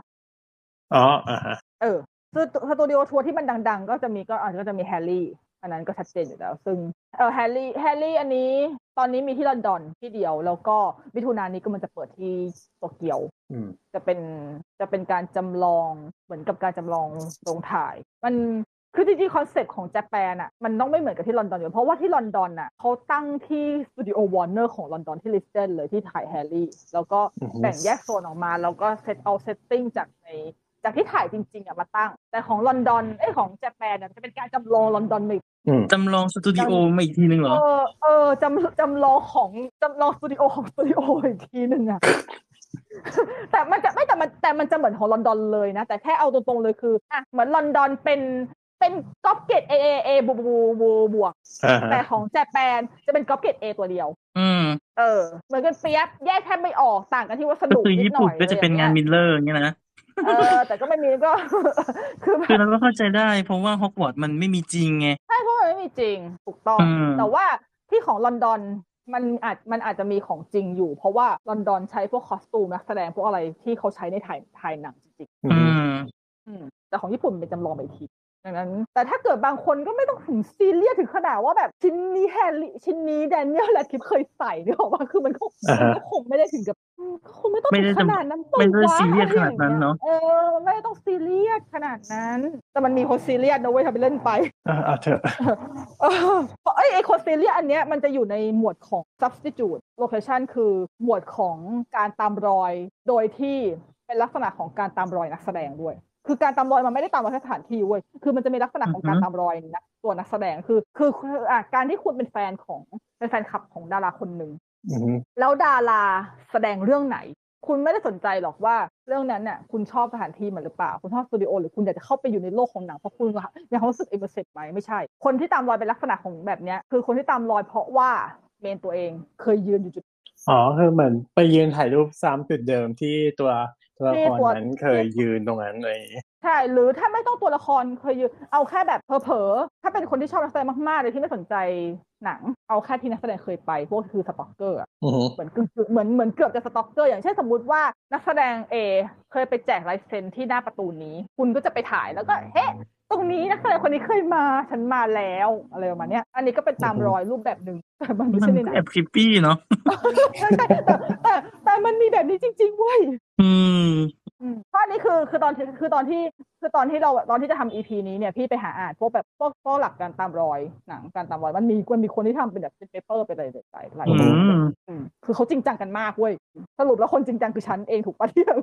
สตูดิโอทัวร์ที่มันดังๆก็จะมีก็จะมีแฮร์รี่อันนั้นก็ชัดเจนอยู่แล้วซึ่งแฮร์รี่อันนี้ตอนนี้มีที่ลอนดอนที่เดียวแล้วก็มิถุนายนนี้ก็มันจะเปิดที่โตเกียวจะเป็นการจำลองเหมือนกับการจำลองโรงถ่ายมันคือจริงๆคอนเซ็ปต์ของญี่ปุ่นอ่ะมันต้องไม่เหมือนกับที่ลอนดอนอยู่เพราะว่าที่ลอนดอนอ่ะเขาตั้งที่สตูดิโอวอร์เนอร์ของลอนดอนที่ลิสเทนเลยที่ถ่ายแฮร์รี่แล้วก็แบ่งแยกโซนออกมาแล้วก็เซตติ้งจากที่ถ่ายจริงๆอ่ะมาตั้งแต่ของลอนดอนของญี่ปุ่นเนี่ยจะเป็นการจำลองลอนดอนจำลองสตูดิโอมาอีกทีนึงเหรอจำลองสตูดิโอของสตูดิโออีกทีนึงอ่ะแต่มันจะไม่แต่มันจะเหมือนของลอนดอนเลยนะแต่แค่เอาตรงๆเลยคือเหมือนลอนดอนเป็นก๊อปเกรด A บวกแต่ของญี่ปุ่นจะเป็นก๊อปเกรด A ตัวเดียวเหมือนกันเปียบแยกแทบไม่ออกต่างกันที่วัสดุนิดหน่อยก็จะเป็นงานมิลเลอร์อย่างเงี้ยนะแต่ก็ไม่มีก็คือเราก็เข้าใจได้เพราะว่าฮอกวอตส์มันไม่มีจริงไงใช่เพราะมันไม่มีจริงถูกต้องแต่ว่าที่ของลอนดอนมันอาจจะมีของจริงอยู่เพราะว่าลอนดอนใช้พวกคอสตูมนักแสดงพวกอะไรที่เขาใช้ในถ่ายหนังจริงแต่ของญี่ปุ่นเป็นจำลองไปทีดังนั้นแต่ถ้าเกิดบางคนก็ไม่ต้องถึงซีเรียสถึงขนาดว่าแบบชิ้นนี้แฮร์รี่ชิ้นนี้แดเนียลแรดคลิฟเคยใส่เนี่ยบอกว่าคือมันก็คงไม่ได้ถึงกับคงไม่ต้องถึงขนาดนั้นไม่ได้ซีเรียสขนาดนั้นเนาะไม่ต้องซีเรียสขนาดนั้นแต่มันมีคนซีเรียสนะเว้ยทำไปเล่นไปเถอะไอ้คนซีเรียสอันเนี้ยมันจะอยู่ในหมวดของ substitute location คือหมวดของการตามรอยโดยที่เป็นลักษณะของการตามรอยนักแสดงด้วยคือการตามรอยมันไม่ได้ตามรอยสถานที่เว้ยคือมันจะมีลักษณะของการตามรอยนะตัวนักแสดงคือการที่คุณเป็นแฟนคลับของดาราคนหนึ่งแล้วดาราแสดงเรื่องไหนคุณไม่ได้สนใจหรอกว่าเรื่องนั้นน่ะคุณชอบสถานที่มันหรือเปล่าคุณชอบสตูดิโอหรือคุณอยากจะเข้าไปอยู่ในโลกของหนังเพราะคุณอยากรู้สึกอิมเมอร์ซีฟไหมไม่ใช่คนที่ตามรอยเป็นลักษณะของแบบเนี้ยคือคนที่ตามรอยเพราะว่าเมนตัวเองเคยยืนอยู่จุดคือเหมือนไปยืนถ่ายรูปซ้ำจุดเดิมที่ตัวละครนั้นเคยยืนตรงนั้นเลยใช่หรือถ้าไม่ต้องตัวละครเคยยืนเอาแค่แบบเผลอๆถ้าเป็นคนที่ชอบนักแสดงมากๆเลยที่ไม่สนใจหนังเอาแค่ที่นักแสดงเคยไปพวกคือสต็อกเกอร์เหมือนเกือบจะสต็อกเกอร์อย่างเช่นสมมุติว่านักแสดง A เคยไปแจกลายเซ็นที่หน้าประตูนี้คุณก็จะไปถ่ายแล้วก็เฮ้ตรงนี้นักแสดงคนนี้เคยมาฉันมาแล้วอะไรประมาณนี้อันนี้ก็เป็นตามรอยรูปแบบนึงแต่มันไม่ใช่ในหนังแอบคลิปปี้เนาะแต่มันมีแบบนี้จริงๆเว้ยเพราะนี่คือตอนที่จะทำ EP นี้เนี่ยพี่ไปหาอ่านพวกแบบพวกหลักการตามรอยหนังการตามรอยมันมีคนที่ทำเป็นแบบเป็นเปเปอร์ไปเลยหลายคนคือเขาจริงจังกันมากเว้ยสรุปแล้วคนจริงจังคือฉันเองถูกปะที่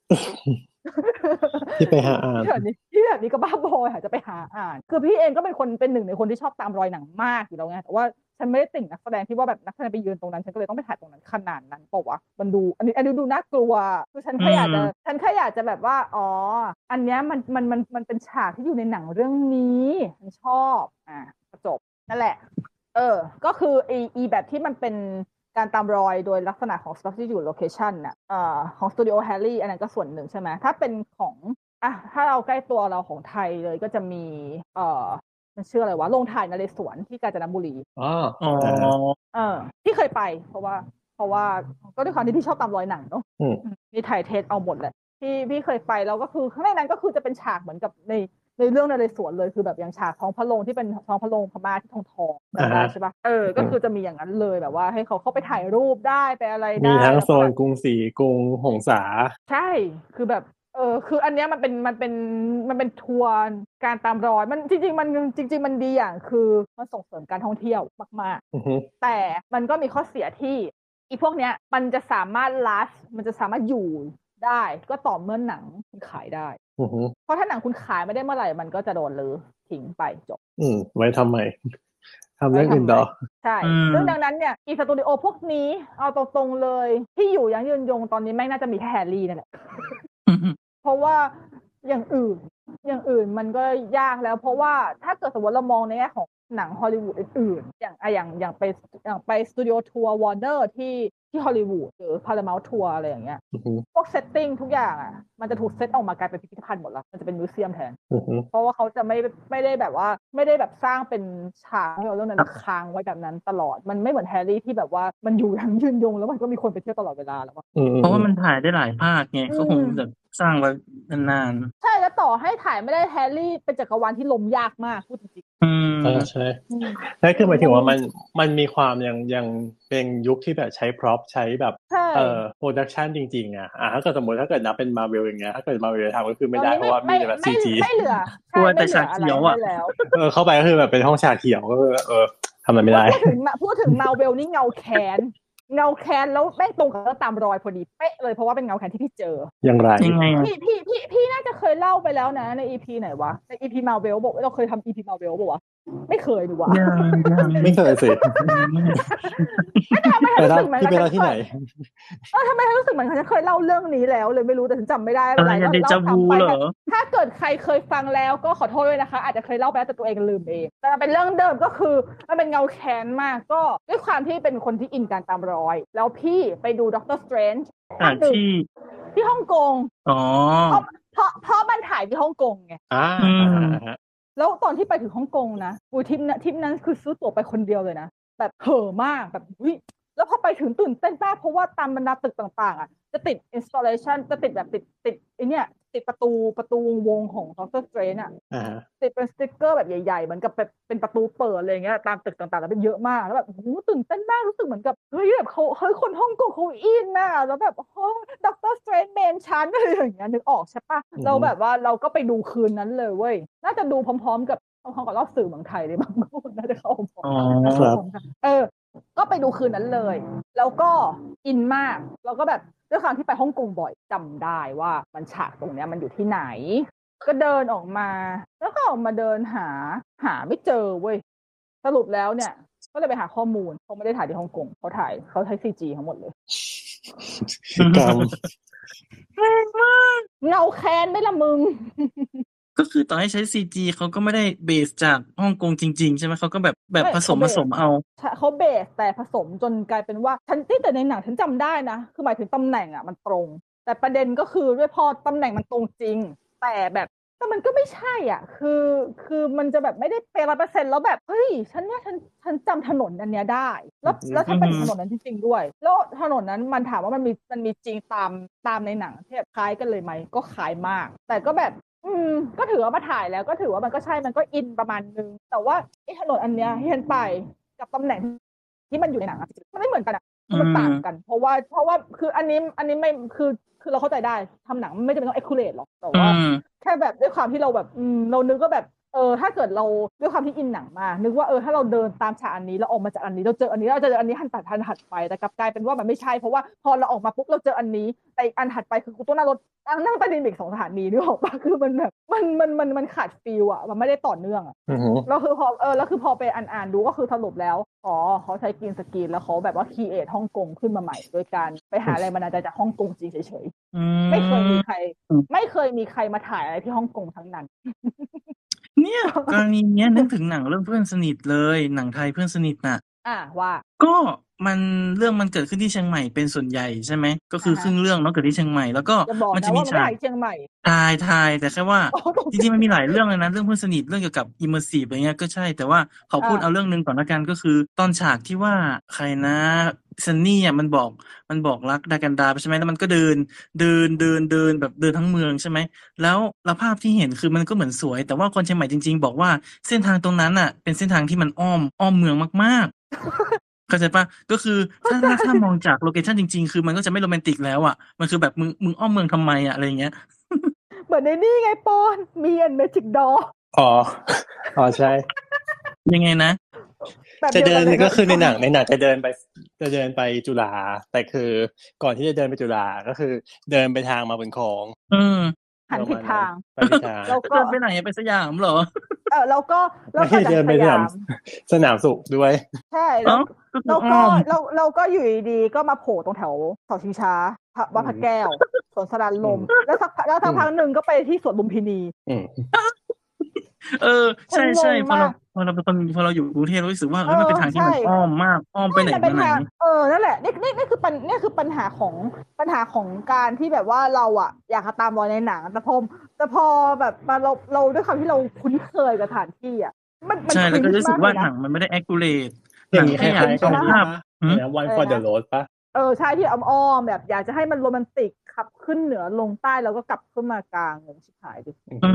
ไปหาอ่านที่แบบนี้ก็บ้าบอค่ะจะไปหาอ่านคือพี่เองก็เป็นหนึ่งในคนที่ชอบตามรอยหนังมากอยู่แล้วไงแต่ว่าฉันไม่ได้ติ่งนักแสดงที่ว่าแบบนักแสดงไปยืนตรงนั้นฉันก็เลยต้องไปถ่ายตรงนั้นขนาดนั้นเปล่าวะมันดูอันนี้ดูน่ากลัวคือฉันแค่อยากจะแบบว่าอ๋ออันเนี้ยมันเป็นฉากที่อยู่ในหนังเรื่องนี้ฉันชอบจบนั่นแหละก็คืออีแบบที่มันเป็นการตามรอยโดยลักษณะของ substitute location น่ะของ Studio Harry อันนั้นก็ส่วนหนึ่งใช่ไหมถ้าเป็นของถ้าเราใกล้ตัวเราของไทยเลยก็จะมีมันชื่ออะไรวะโรงถ่ายนเรศวรที่กาญจนบุรีที่เคยไปเพราะว่าก็ด้วยความที่พี่ชอบตามรอยหนังเนาะมีถ่ายเทสเอาหมดแหละพี่เคยไปแล้วก็คือข้างในนั้นก็คือจะเป็นฉากเหมือนกับในในเรื่องนเรศวรเลยคือแบบอย่างฉากท้องพระโรงที่เป็นท้องพระโรงพม่าที่ทองได้ใช่ปะก็คือจะมีอย่างนั้นเลยแบบว่าให้เขาเข้าไปถ่ายรูปได้ไปอะไรได้มีทั้งโซนกรุงศรีกรุงหงสาใช่คือแบบคืออันเนี้ยมันเป็นทัวร์การตามรอยมันจริงๆมันดีอย่างคือมันส่งเสริมการท่องเที่ยวมากๆแต่มันก็มีข้อเสียที่อีพวกเนี้ยมันจะสามารถมันจะสามารถอยู่ได้ก็ต่อเมื่อหนังคุณขายได้เพราะถ้าหนังคุณขายไม่ได้เมื่อไหร่มันก็จะโดนรื้อทิ้งไปจบไว้ทำไมทำเรื่องอื่นต่อใช่ซึ่งดังนั้นเนี่ยอีสตูดิโอพวกนี้เอาตรงๆเลยที่อยู่ยังยืนยงตอนนี้แม่งน่าจะมีแค่แฮร์รี่นั่นแหละเพราะว่าอย่างอื่นมันก็ยากแล้วเพราะว่าถ้าเกิดสมมติเรามองในแง่ของหนังฮอลลีวูดอื่นๆอย่างไปสตูดิโอทัวร์วอร์เนอร์ที่ฮอลลีวูดหรือพาราเมลต์ทัวร์อะไรอย่างเงี้ยพวกเซตติ้งทุกอย่างอ่ะมันจะถูกเซตออกมากลายเป็นพิพิธภัณฑ์หมดแล้วมันจะเป็นมิวเซียมแทนเพราะว่าเขาจะไม่ได้แบบว่าไม่ได้แบบสร้างเป็นฉากให้เราเรื่องนั้นค้างไว้แบบนั้นตลอดมันไม่เหมือนแฮร์รี่ที่แบบว่ามันอยู่ทั้งยืนยงแล้วมันก็มีคนไปเที่ยวตลอดเวลาแล้วเพราะว่ามันถ่ายได้หลายภาคไงก็คงแบบสร้างไว้นานๆใช่แล้วต่อให้ถ่ายไม่ได้แฮร์รี่เป็นจักรวาลที่ล้มยากมากพูดจริงใช่นั่นคือหมายถึงว่ามันมีความยังเป็นยุคที่แบบใช้พร็อพใช้แบบโปรดักชันจริงๆถ้าเกิดสมมติถ้าเกิดนับเป็นมาร์เวลอย่างเงี้ยถ้าเกิดมาร์เวลทำก็คือไม่ได้เพราะว่ามีแบบซีจีไม่เหลือตัวแต่ฉากเขียวอ่ะเข้าไปก็คือแบบเป็นห้องฉากเขียวก็ทำอะไรไม่ได้พูดถึงมาร์เวลนี่เงาแคนแล้วแม่งตรงกับตามรอยพอดีเป๊ะเลยเพราะว่าเป็นเงาแคนที่พี่เจอยังไงพี่น่าจะเคยเล่าไปแล้วนะใน EP ไหนวะใน EP มาร์เวลบอกเราเคยทำ EP มาร์เวลบอกว่าไม่เคยดูวะไม่เคยสิทำไมรู้สึกเหมือนที่ไปเล่าที่ไหนทำไมรู้สึกเหมือนฉันเคยเล่าเรื่องนี้แล้วเลยไม่รู้แต่ฉันจำไม่ได้อะไรเดจาวูเหรอถ้าเกิดใครเคยฟังแล้วก็ขอโทษด้วยนะคะอาจจะเคยเล่าไปแล้วแต่ตัวเองลืมเองแต่มันเป็นเรื่องเดิมก็คือมันเป็นเงาแค้นมากก็ด้วยความที่เป็นคนที่อินการตามรอยแล้วพี่ไปดูด็อกเตอร์สเตรนจ์ที่ฮ่องกงเพราะมันถ่ายที่ฮ่องกงไงแล้วตอนที่ไปถึงฮ่องกงนะทริปนั้นคือซื้อตั๋วไปคนเดียวเลยนะแบบเห่อมากแบบแล้วพอไปถึงตื่นเต้นมากเพราะว่าตามบรรดาตึกต่างๆจะติด installation จะติดแบบติดไอเนี้ยติดประตูวงของ Doctor Strange ติดเป็นสติ๊กเกอร์แบบใหญ่ๆเหมือนกับเป็นประตูเปิดอะไรอย่างเงี้ยตามตึกต่างๆแล้วเป็นเยอะมากแล้วแบบตื่นเต้นมากรู้สึกเหมือนกับเฮ้ยแบบคนฮ่องกงเขาอินน่ะแล้วแบบDoctor Strange เมนชั้นอะไรอย่างเงี้ยนึกออกใช่ปะเราแบบว่าเราก็ไปดูคืนนั้นเลยเว้ยน่าจะดูพร้อมๆกับรอบสื่อเมืองไทยเลยบางคนน่าจะเข้าพร้อมก็ไปดูคืนนั้นเลยแล้วก็อินมากแล้วก็แบบด้วยความที่ไปฮ่องกงบ่อยจำได้ว่ามันฉากตรงเนี้ยมันอยู่ที่ไหนก็เดินออกมาแล้วก็ออกมาเดินหาไม่เจอเว้ยสรุปแล้วเนี่ยก็เลยไปหาข้อมูลเขาไม่ได้ถ่ายที่ฮ่องกงเขาใช้ CG ทั้งหมดเลยกรรมแรงมากเงาแค้นไม่ละมึงก็คือต่อให้ใช้ CG เขาก็ไม่ได้เบสจากฮ่องกงจริงๆใช่ไหมเขาก็แบบผสมเอาเขาเบสแต่ผสมจนกลายเป็นว่าแต่ในหนังฉันจำได้นะคือหมายถึงตำแหน่งมันตรงแต่ประเด็นก็คือด้วยพอตำแหน่งมันตรงจริงแต่มันก็ไม่ใช่คือมันจะแบบไม่ได้เป๊ะ100%แล้วแบบเฮ้ยฉันจำถนนอันเนี้ยได้แล้วถ้าเป็นถนนนั้นจริงๆด้วยแล้วถนนนั้นมันถามว่ามันมีจริงตามในหนังที่แบบคล้ายกันเลยไหมก็คล้ายมากแต่ก็แบบก็ถือว่ามาถ่ายแล้วก็ถือว่ามันก็ใช่มันก็อินประมาณนึงแต่ว่าไอ้ถนนอันเนี้ยที่ฉันไปกับตำแหน่งที่มันอยู่ในหนังมันไม่เหมือนกันมันต่างกันเพราะว่าคืออันนี้ไม่คือเราเข้าใจได้ทำหนังไม่จำเป็นต้อง accurate หรอกแต่ว่าแค่แบบด้วยความที่เราแบบเรานึกว่าแบบถ้าเกิดเราด้วยความที่อินหนังมานึกว่าถ้าเราเดินตามฉากอันนี้เราออกมาจากอันนี้เราเจออันนี้เราเจออันนี้หันไปแต่กลับกลายเป็นว่ามันไม่ใช่เพราะว่าพอเราออกมาปุ๊บเราเจออันนี้แต่อันถัดไปคือกูต้องนั่งรถนั่งใต้ดินอีก2 สถานีนึกออกปะคือมันแบบมันขาดฟีลมันไม่ได้ต่อเนื่องแล้วคือพอไปอ่านดูก็คือสรุปแล้วเขาใช้กรีนสกรีนแล้วเขาแบบว่าครีเอทฮ่องกงขึ้นมาใหม่โดยการไปหาแรงบันดาลใจจากฮ่องกงจริงเฉยๆไม่เคยมีใครมาถ่ายอะไรที่ฮ่องกงทั้งนั้นเนี่ยกรณีเนี้ยนึกถึงหนังเรื่องเพื่อนสนิทเลยหนังไทยเพื่อนสนิทน่ะว่าก็มันเรื่องมันเกิดขึ้นที่เชียงใหม่เป็นส่วนใหญ่ใช่ไหมก็คือครึ่งเรื่องเนาะเกิดที่เชียงใหม่แล้วก็จะบอกมันนะจะมีว่ามันไม่ฉากถ่ายเชียงใหม่ทายแต่แค่ว่าจริงๆมันมีหลายเรื่องเลยนะเรื่องเพื่อนสนิทเรื่องเกี่ยวกับ immersive อะไรเงี้ยก็ใช่แต่ว่าขอพูดเอาเรื่องนึงก่อนละกันก็คือตอนฉากที่ว่าใครนะซันนี่อ่ะมันบอกรักดากันดาไปใช่ไหมแล้วมันก็เดินแบบเดินทั้งเมืองใช่ไหมแล้วภาพที่เห็นคือมันก็เหมือนสวยแต่ว่าคนเชียงใหม่จริงๆบอกว่าเส้นทางตรงนั้นอ่ะเป็นเส้นทางที่มันอ้อมเมืองมากๆเข้าใจปะก็คือถ้ามองจากโลเคชั่นจริงๆคือมันก็จะไม่โรแมนติกแล้วอ่ะมันคือแบบมึงอ้อมเมืองทำไมอ่ะอะไรเงี้ยเหมือนในนี่ไงปอนมีแอนเมจิกดออ๋อใช่ยังไงนะแบบจะเดียวเดิกัน นเลยก็คือในหนังจะเดินไปจุฬาแต่คือก่อนที่จะเดินไปจุฬาก็คือเดินไปทางมาบุญครองหันผิดทางไปผิดทางแล้วก็เดินไปไหนอะไปสยามเหรอแล้วก็ไม่เดินไปสนามสุขด้วยใช่แล้วก็อยู่ดีๆก็มาโผล่ตรงแถวเสาชิงช้าวัดพระแก้วสวนสรานลมแล้วสักพักหนึ่งก็ไปที่สวนลุมพินีใช่พอเราอยู่กรุงเทพรู้สึกว่ามันเป็นทางที่มันอ้อมมากอ้อมไปไหนมาไหนนั่นแหละนี่คือปัญหาของการที่แบบว่าเราอ่ะอยากตามรอยในหนังแต่พอแบบเราด้วยความที่เราคุ้นเคยกับสถานที่อ่ะมันใช่แล้วก็รู้สึกว่าหนังมันไม่ได้ accurate หนังแค่อยากให้ภาพOne for the Road ปะใช่ที่อ้อมแบบอยากจะให้มันโรแมนติกขับขึ้นเหนือลงใต้แล้วก็กลับขึ้นมากลางงงชิบหายดิ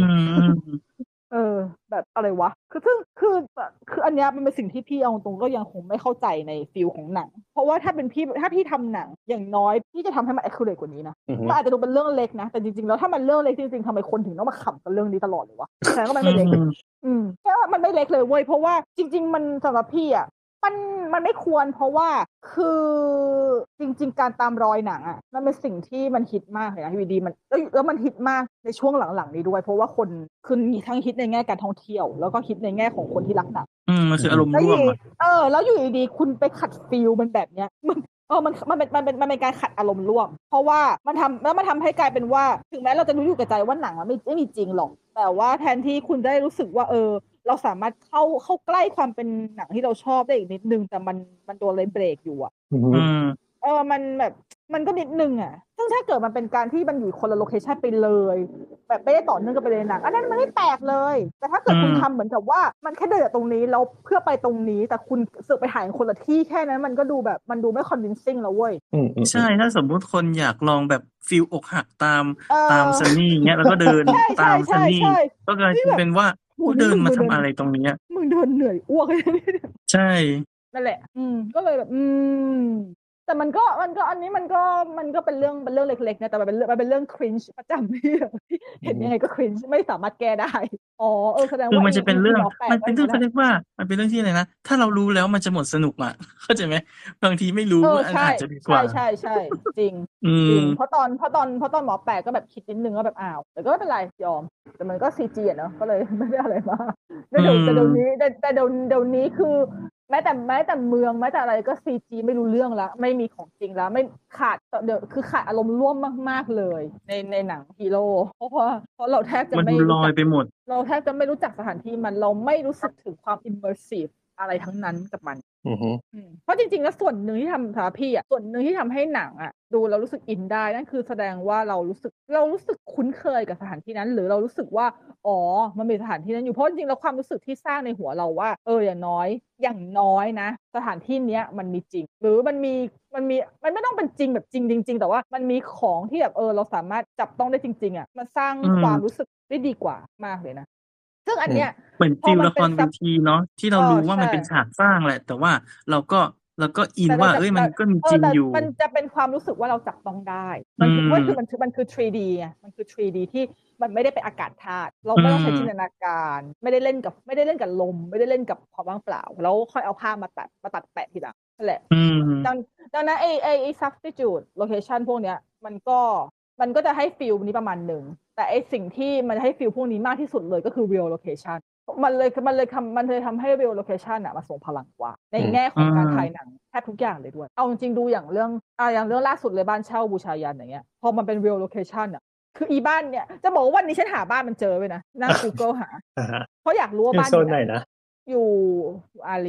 แบบอะไรวะคืออันเนี้ยมันเป็นสิ่งที่พี่เอาตรงก็ยังคงไม่เข้าใจในฟิลของหนังเพราะว่าถ้าพี่ทำหนังอย่างน้อยพี่จะทำให้มัน accurate กว่านี้นะมันอาจจะดูเป็นเรื่องเล็กนะแต่จริงๆแล้วถ้ามันเรื่องเล็กจริงๆทำไมคนถึงต้องมาขำกับเรื่องนี้ตลอดเลยวะแสดงว่ามันไม่เล็กแค่ว่ามันไม่เล็กเลยเว้ยเพราะว่าจริงๆมันสำหรับพี่อ่ะมันไม่ควรเพราะว่าคือจริงๆการตามรอยหนังอ่ะมันเป็นสิ่งที่มันฮิตมากเลยนะอยู่ดีมันแล้วมันฮิตมากในช่วงหลังๆนี้ด้วยเพราะว่าคนคือมีทั้งฮิตในแง่การท่องเที่ยวแล้วก็ฮิตในแง่ของคนที่รักหนังมันคืออารมณ์ร่วมแล้วอยู่ดีๆคุณไปขัดฟีลมันแบบเนี้ยมันเป็นการขัดอารมณ์ร่วมเพราะว่ามันทำให้กลายเป็นว่าถึงแม้เราจะรู้อยู่กับใจว่าหนังมันไม่มีจริงหรอกแต่ว่าแทนที่คุณได้รู้สึกว่าเราสามารถเข้าใกล้ความเป็นหนังที่เราชอบได้อีกนิดนึงแต่มันโดนเลยเบรกอยู่อ่ะมันแบบมันก็นิดนึงอ่ะซึ่งถ้าเกิดมันเป็นการที่มันอยู่คนละโลเคชั่นไปเลยแบบไม่ได้ต่อเนื่องกันไปเลยหนังอันนั้นมันไม่แปลกเลยแต่ถ้าเกิดคุณทำเหมือนกับว่ามันแค่เดินจากตรงนี้แล้วเพื่อไปตรงนี้แต่คุณสึกไปถ่ายคนละที่แค่นั้นมันก็ดูแบบมันดูไม่ convincing แล้วเว้ยใช่ถ้าสมมุติคนอยากลองแบบฟีลอกหักตามซันนี่เงี้ยแล้วก็เดินตามซันนี่ก็กลายเป็นว่ากูเดินมาทำอะไรตรงนี้มึงเดินเหนื่อยอ้วกใช่นั่นแหละก็เลยแบบแต่มันก็อันนี้มันก็เป็นเรื่องเล็กๆนะแต่มันเป็นเรื่องครินช์ประจำที่เห็นยังไงก็ครินช์ไม่สามารถแก้ได้แสดงว่ามันจะเป็นเรื่องมันเป็นเรื่องเขาเรียกว่ามันเป็นเรื่องที่อะไรนะถ้าเรารู้แล้วมันจะหมดสนุกอ่ะเข้าใจไหมบางทีไม่รู้อาจจะดีกว่าใช่จริงเพราะตอนหมอแปลกก็แบบคิดนิดนึงว่าแบบอ้าวแต่ก็ไม่เป็นไรยอมแต่มันก็ซีจีอ่ะเนาะก็เลยไม่ได้อะไรมาแต่เดี๋ยวนี้คือแม้แต่เมืองแม้แต่อะไรก็ซีจีไม่รู้เรื่องแล้วไม่มีของจริงแล้วไม่ขาดคือขาดอารมณ์ร่วมมากๆเลยในหนังฮีโร่เพราะเราแทบจะไม่ลอยไปหมดเราแทบจะไม่รู้จักสถานที่มันเราไม่รู้สึกถึงความ immersive อะไรทั้งนั้นกับมันเพราะจริงๆแล้วส่วนหนึ่งที่ทำสำหรับพี่อ่ะส่วนหนึ่งที่ทำให้หนังอ่ะดูเรารู้สึกอินได้นั่นคือแสดงว่าเรารู้สึกคุ้นเคยกับสถานที่นั้นหรือเรารู้สึกว่ามันมีสถานที่นั้นอยู่เพราะจริงๆแล้วความรู้สึกที่สร้างในหัวเราว่าอย่างน้อยนะสถานที่เนี้ยมันมีจริงหรือมันไม่ต้องเป็นจริงแบบจริงแต่ว่ามันมีของที่แบบเราสามารถจับต้องได้จริงๆอ่ะมันสร้างความรู้สึกได้ดีกว่ามากเลยนะซึ่งอันเนี้ยเหมือนฟิลละครเวทีเนาะที่เรารู้ว่ามันเป็นฉากสร้างแหละแต่ว่าเราก็อินว่ามันก็มีจริงอยู่มันจะเป็นความรู้สึกว่าเราจับต้องได้มันคือ 3D ไงมันคือ 3D ที่มันไม่ได้เป็นอากาศธาตุเราไม่ต้องใช้จินตนาการไม่ได้เล่นกับลมไม่ได้เล่นกับความว่างเปล่าแล้วค่อยเอาภาพมาตัดแปะทีหลังนั่นแหละดังนั้นไอ้ substitute location พวกเนี้ยมันก็จะให้ฟีลนี้ประมาณนึงแต่ไอ้สิ่งที่มันให้ฟีลพวกนี้มากที่สุดเลยก็คือ real location มันเลยทำให้ real location น่ะมาส่งพลังกว่าในแง่ของการถ่ายหนังแทบทุกอย่างเลยด้วยเอาจริงๆดูอย่างเรื่องล่าสุดเลยบ้านเช่าบูชายันอย่างเงี้ยพอมันเป็น real location อ่ะคืออีบ้านเนี่ยจะบอกว่าวันนี้ฉันหาบ้านมันเจอไว้นะนั่ง Google หาเพราะอยากรู้ว่าบ้านอยู่โซนไหนนะอยู่อารี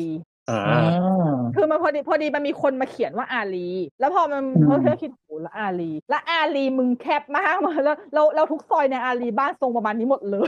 อ๋อคือมันพอดีมันมีคนมาเขียนว่าอาลีแล้วพอมันเขาคิดโหแล้วอาลีมึงแคบมากมาแล้วทุกซอยในอาลีบ้านทรงประมาณนี้หมดเลย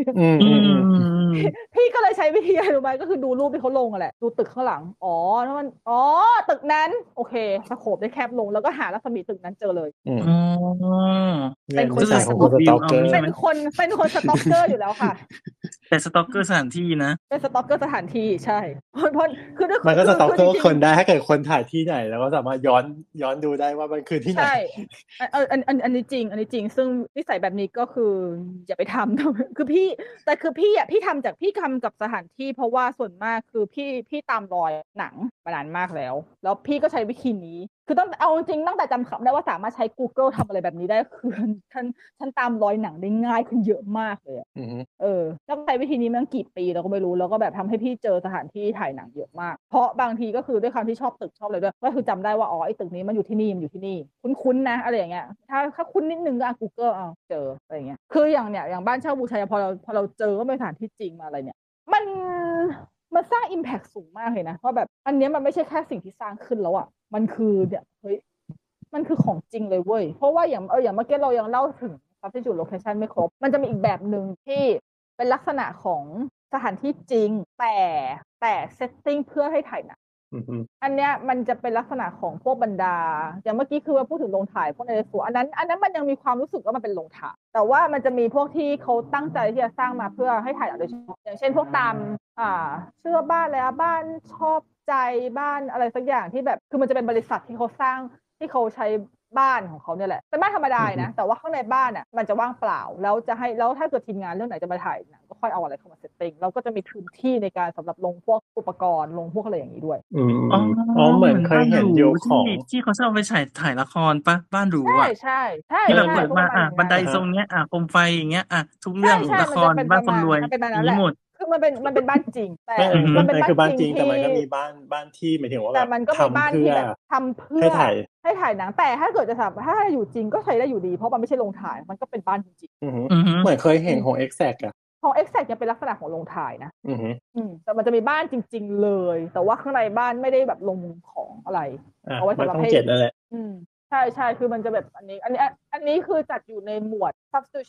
พี่ก็เลยใช้วิธีอะไรรู้ไหมก็คือดูรูปที่เขาลงแหละดูตึกข้างหลังถ้ามันตึกนั้นโอเคสโคปได้แคบลงแล้วก็หารัศมีตึกนั้นเจอเลยเป็นคนสต็อกเกอร์เป็นคนสต็อกเกอร์อยู่แล้วค่ะแต่สต็อกเกอร์สถานที่นะเป็นสต็อกเกอร์สถานที่ใช่เพราะคือมันก็สต็อกเกอร์คนได้ถ้าเกิดคนถ่ายที่ไหนแล้วก็สามารถย้อนดูได้ว่ามันคือที่ไหนใช่อันนี้จริงซึ่งนิสัยแบบนี้ก็คืออย่าไปทำคือพี่ทำจากพี่ทำกับสถานที่เพราะว่าส่วนมากคือพี่ตามรอยหนังมานานมากแล้วพี่ก็ใช้วิธีนี้คือต้องเอาจริงตั้งแต่จำได้ว่าสามารถใช้ Google ทำอะไรแบบนี้ได้คือฉันตามรอยหนังได้ง่ายขึ้นเยอะมากเลยแล้วใช้วิธีนี้มาตั้งกี่ปีเราก็ไม่รู้แล้วก็แบบทำให้พี่เจอสถานที่ถ่ายหนังเยอะมากเพราะบางทีก็คือด้วยความที่ชอบตึกชอบอะไรด้วยก็คือจำได้ว่าไอ้ตึกนี้มันอยู่ที่นี่คุ้นๆนะอะไรอย่างเงี้ยถ้าคุ้นนิดนึงก็Google เจออะไรอย่างเงี้ยคืออย่างบ้านเช่าบูชาพอเราเจอก็เป็นสถานที่จริงมาอะไรเนี่ยมันสร้าง impact สูงมากเลยนะเพราะแบบอันนี้มันไม่ใช่แค่สิ่งที่สร้างขึ้นแล้วอ่ะมันคือเนี่ยเฮ้ยมันคือของจริงเลยเว้ยเพราะว่าอย่างเมื่อกี้เรายังเล่าถึง substitute location ไม่ครบมันจะมีอีกแบบนึงที่เป็นลักษณะของสถานที่จริงแต่เซตติ้งเพื่อให้ถ่ายหนังอันเนี้ยมันจะเป็นลักษณะของพวกบรรดาอย่างเมื่อกี้คือว่าพูดถึงโรงถ่ายพวกในสวนอันนั้นมันยังมีความรู้สึกว่ามันเป็นโรงถ่ายแต่ว่ามันจะมีพวกที่เขาตั้งใจที่จะสร้างมาเพื่อให้ถ่ายหนังโดยเฉพาะอย่างเช่นพวกตามเชื่อบ้านอะไรบ้านชอบใจบ้านอะไรสักอย่างที่แบบคือมันจะเป็นบริษัทที่เขาสร้างที่เขาใช้บ้านของเขาเนี่ยแหละเป็นบ้านธรรมดานะแต่ว่าข้างในบ้านอ่ะมันจะว่างเปล่าแล้วถ้าเกิดทีมงานเรื่องไหนจะมาถ่ายหนังก็ค่อยเอาอะไรเข้ามาเซตติ้งแล้วก็จะมีพื้นที่ในการสำหรับลงพวกอุปกรณ์ลงพวกอะไรอย่างนี้ด้วยเหมือนเคยเห็นอยู่ของที่เขาชอบไปถ่ายละครปะบ้านหรูอ่ะใช่ที่เราเปิดมาบันไดทรงเนี้ยโคมไฟอย่างเงี้ยทุกเรื่องละครบ้านคนรวยอย่างนี้หมดคือมันเป็นบ้านจริงแต่มันเป็นบ้านจริงแต่มันก็มีบ้านที่หมายถึงว่าแบบทำเพื่อให้ถ่ายหนังแต่ถ้าเกิดจะทำถ้าอยู่จริงก็ใช้ได้อยู่ดีเพราะมันไม่ใช่โรงถ่ายมันก็เป็นบ้านจริงเหมือนเคยเห็นของ Exact อ่ะของ Exact ยังเป็นลักษณะของโรงถ่ายนะแต่มันจะมีบ้านจริงๆเลยแต่ว่าข้างในบ้านไม่ได้แบบลงของอะไรเอาไว้สำหรับให้นั่นแหละใช่คือมันจะแบบอันนี้คือจัดอยู่ในหมวด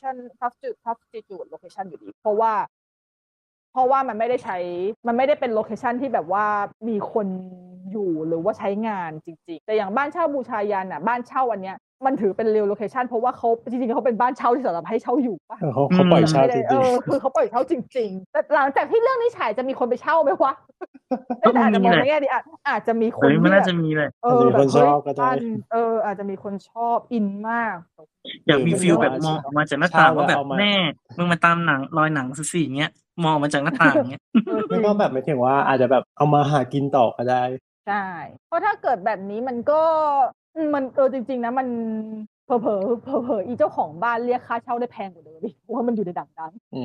substitute location อยู่ดีเพราะว่ามันไม่ได้เป็นโลเคชันที่แบบว่ามีคนอยู่หรือว่าใช้งานจริงๆแต่อย่างบ้านเช่าบูชายันน่ะบ้านเช่าอันเนี้ยมันถือเป็น real location เพราะว่าเขาจริงๆเขาเป็นบ้านเช่าที่สำหรับให้เช่าอยู่ป่ะเขาปล่อยเช่าจริงๆคือเขาปล่อยเช่าจริงๆแต่หลังจากที่เรื่องนี้ฉายจะมีคนไปเช่าไหมวะแต่อาจจะมองในแง่ดีอาจจะมีคนที่น่าจะมีเลยมีคนชอบก็ได้อาจจะมีคนชอบอินมากอยากมีฟีลแบบมองออกมาจากหน้าต่างว่าแบบแม่มึงมาตามหนังรอยหนังสิอย่างเงี้ยมองมาจากหน้าต่างเงี้ยไม่ก็แบบไม่ถึงว่าอาจจะแบบเอามาหากินต่อก็ได้ใช่เพราะถ้าเกิดแบบนี้มันก็มันจริงๆนะมันเผลออีเจ้าของบ้านเรียกค่าเช่าได้แพงกว่าเดิมเพราะว่ามันอยู่ในดัง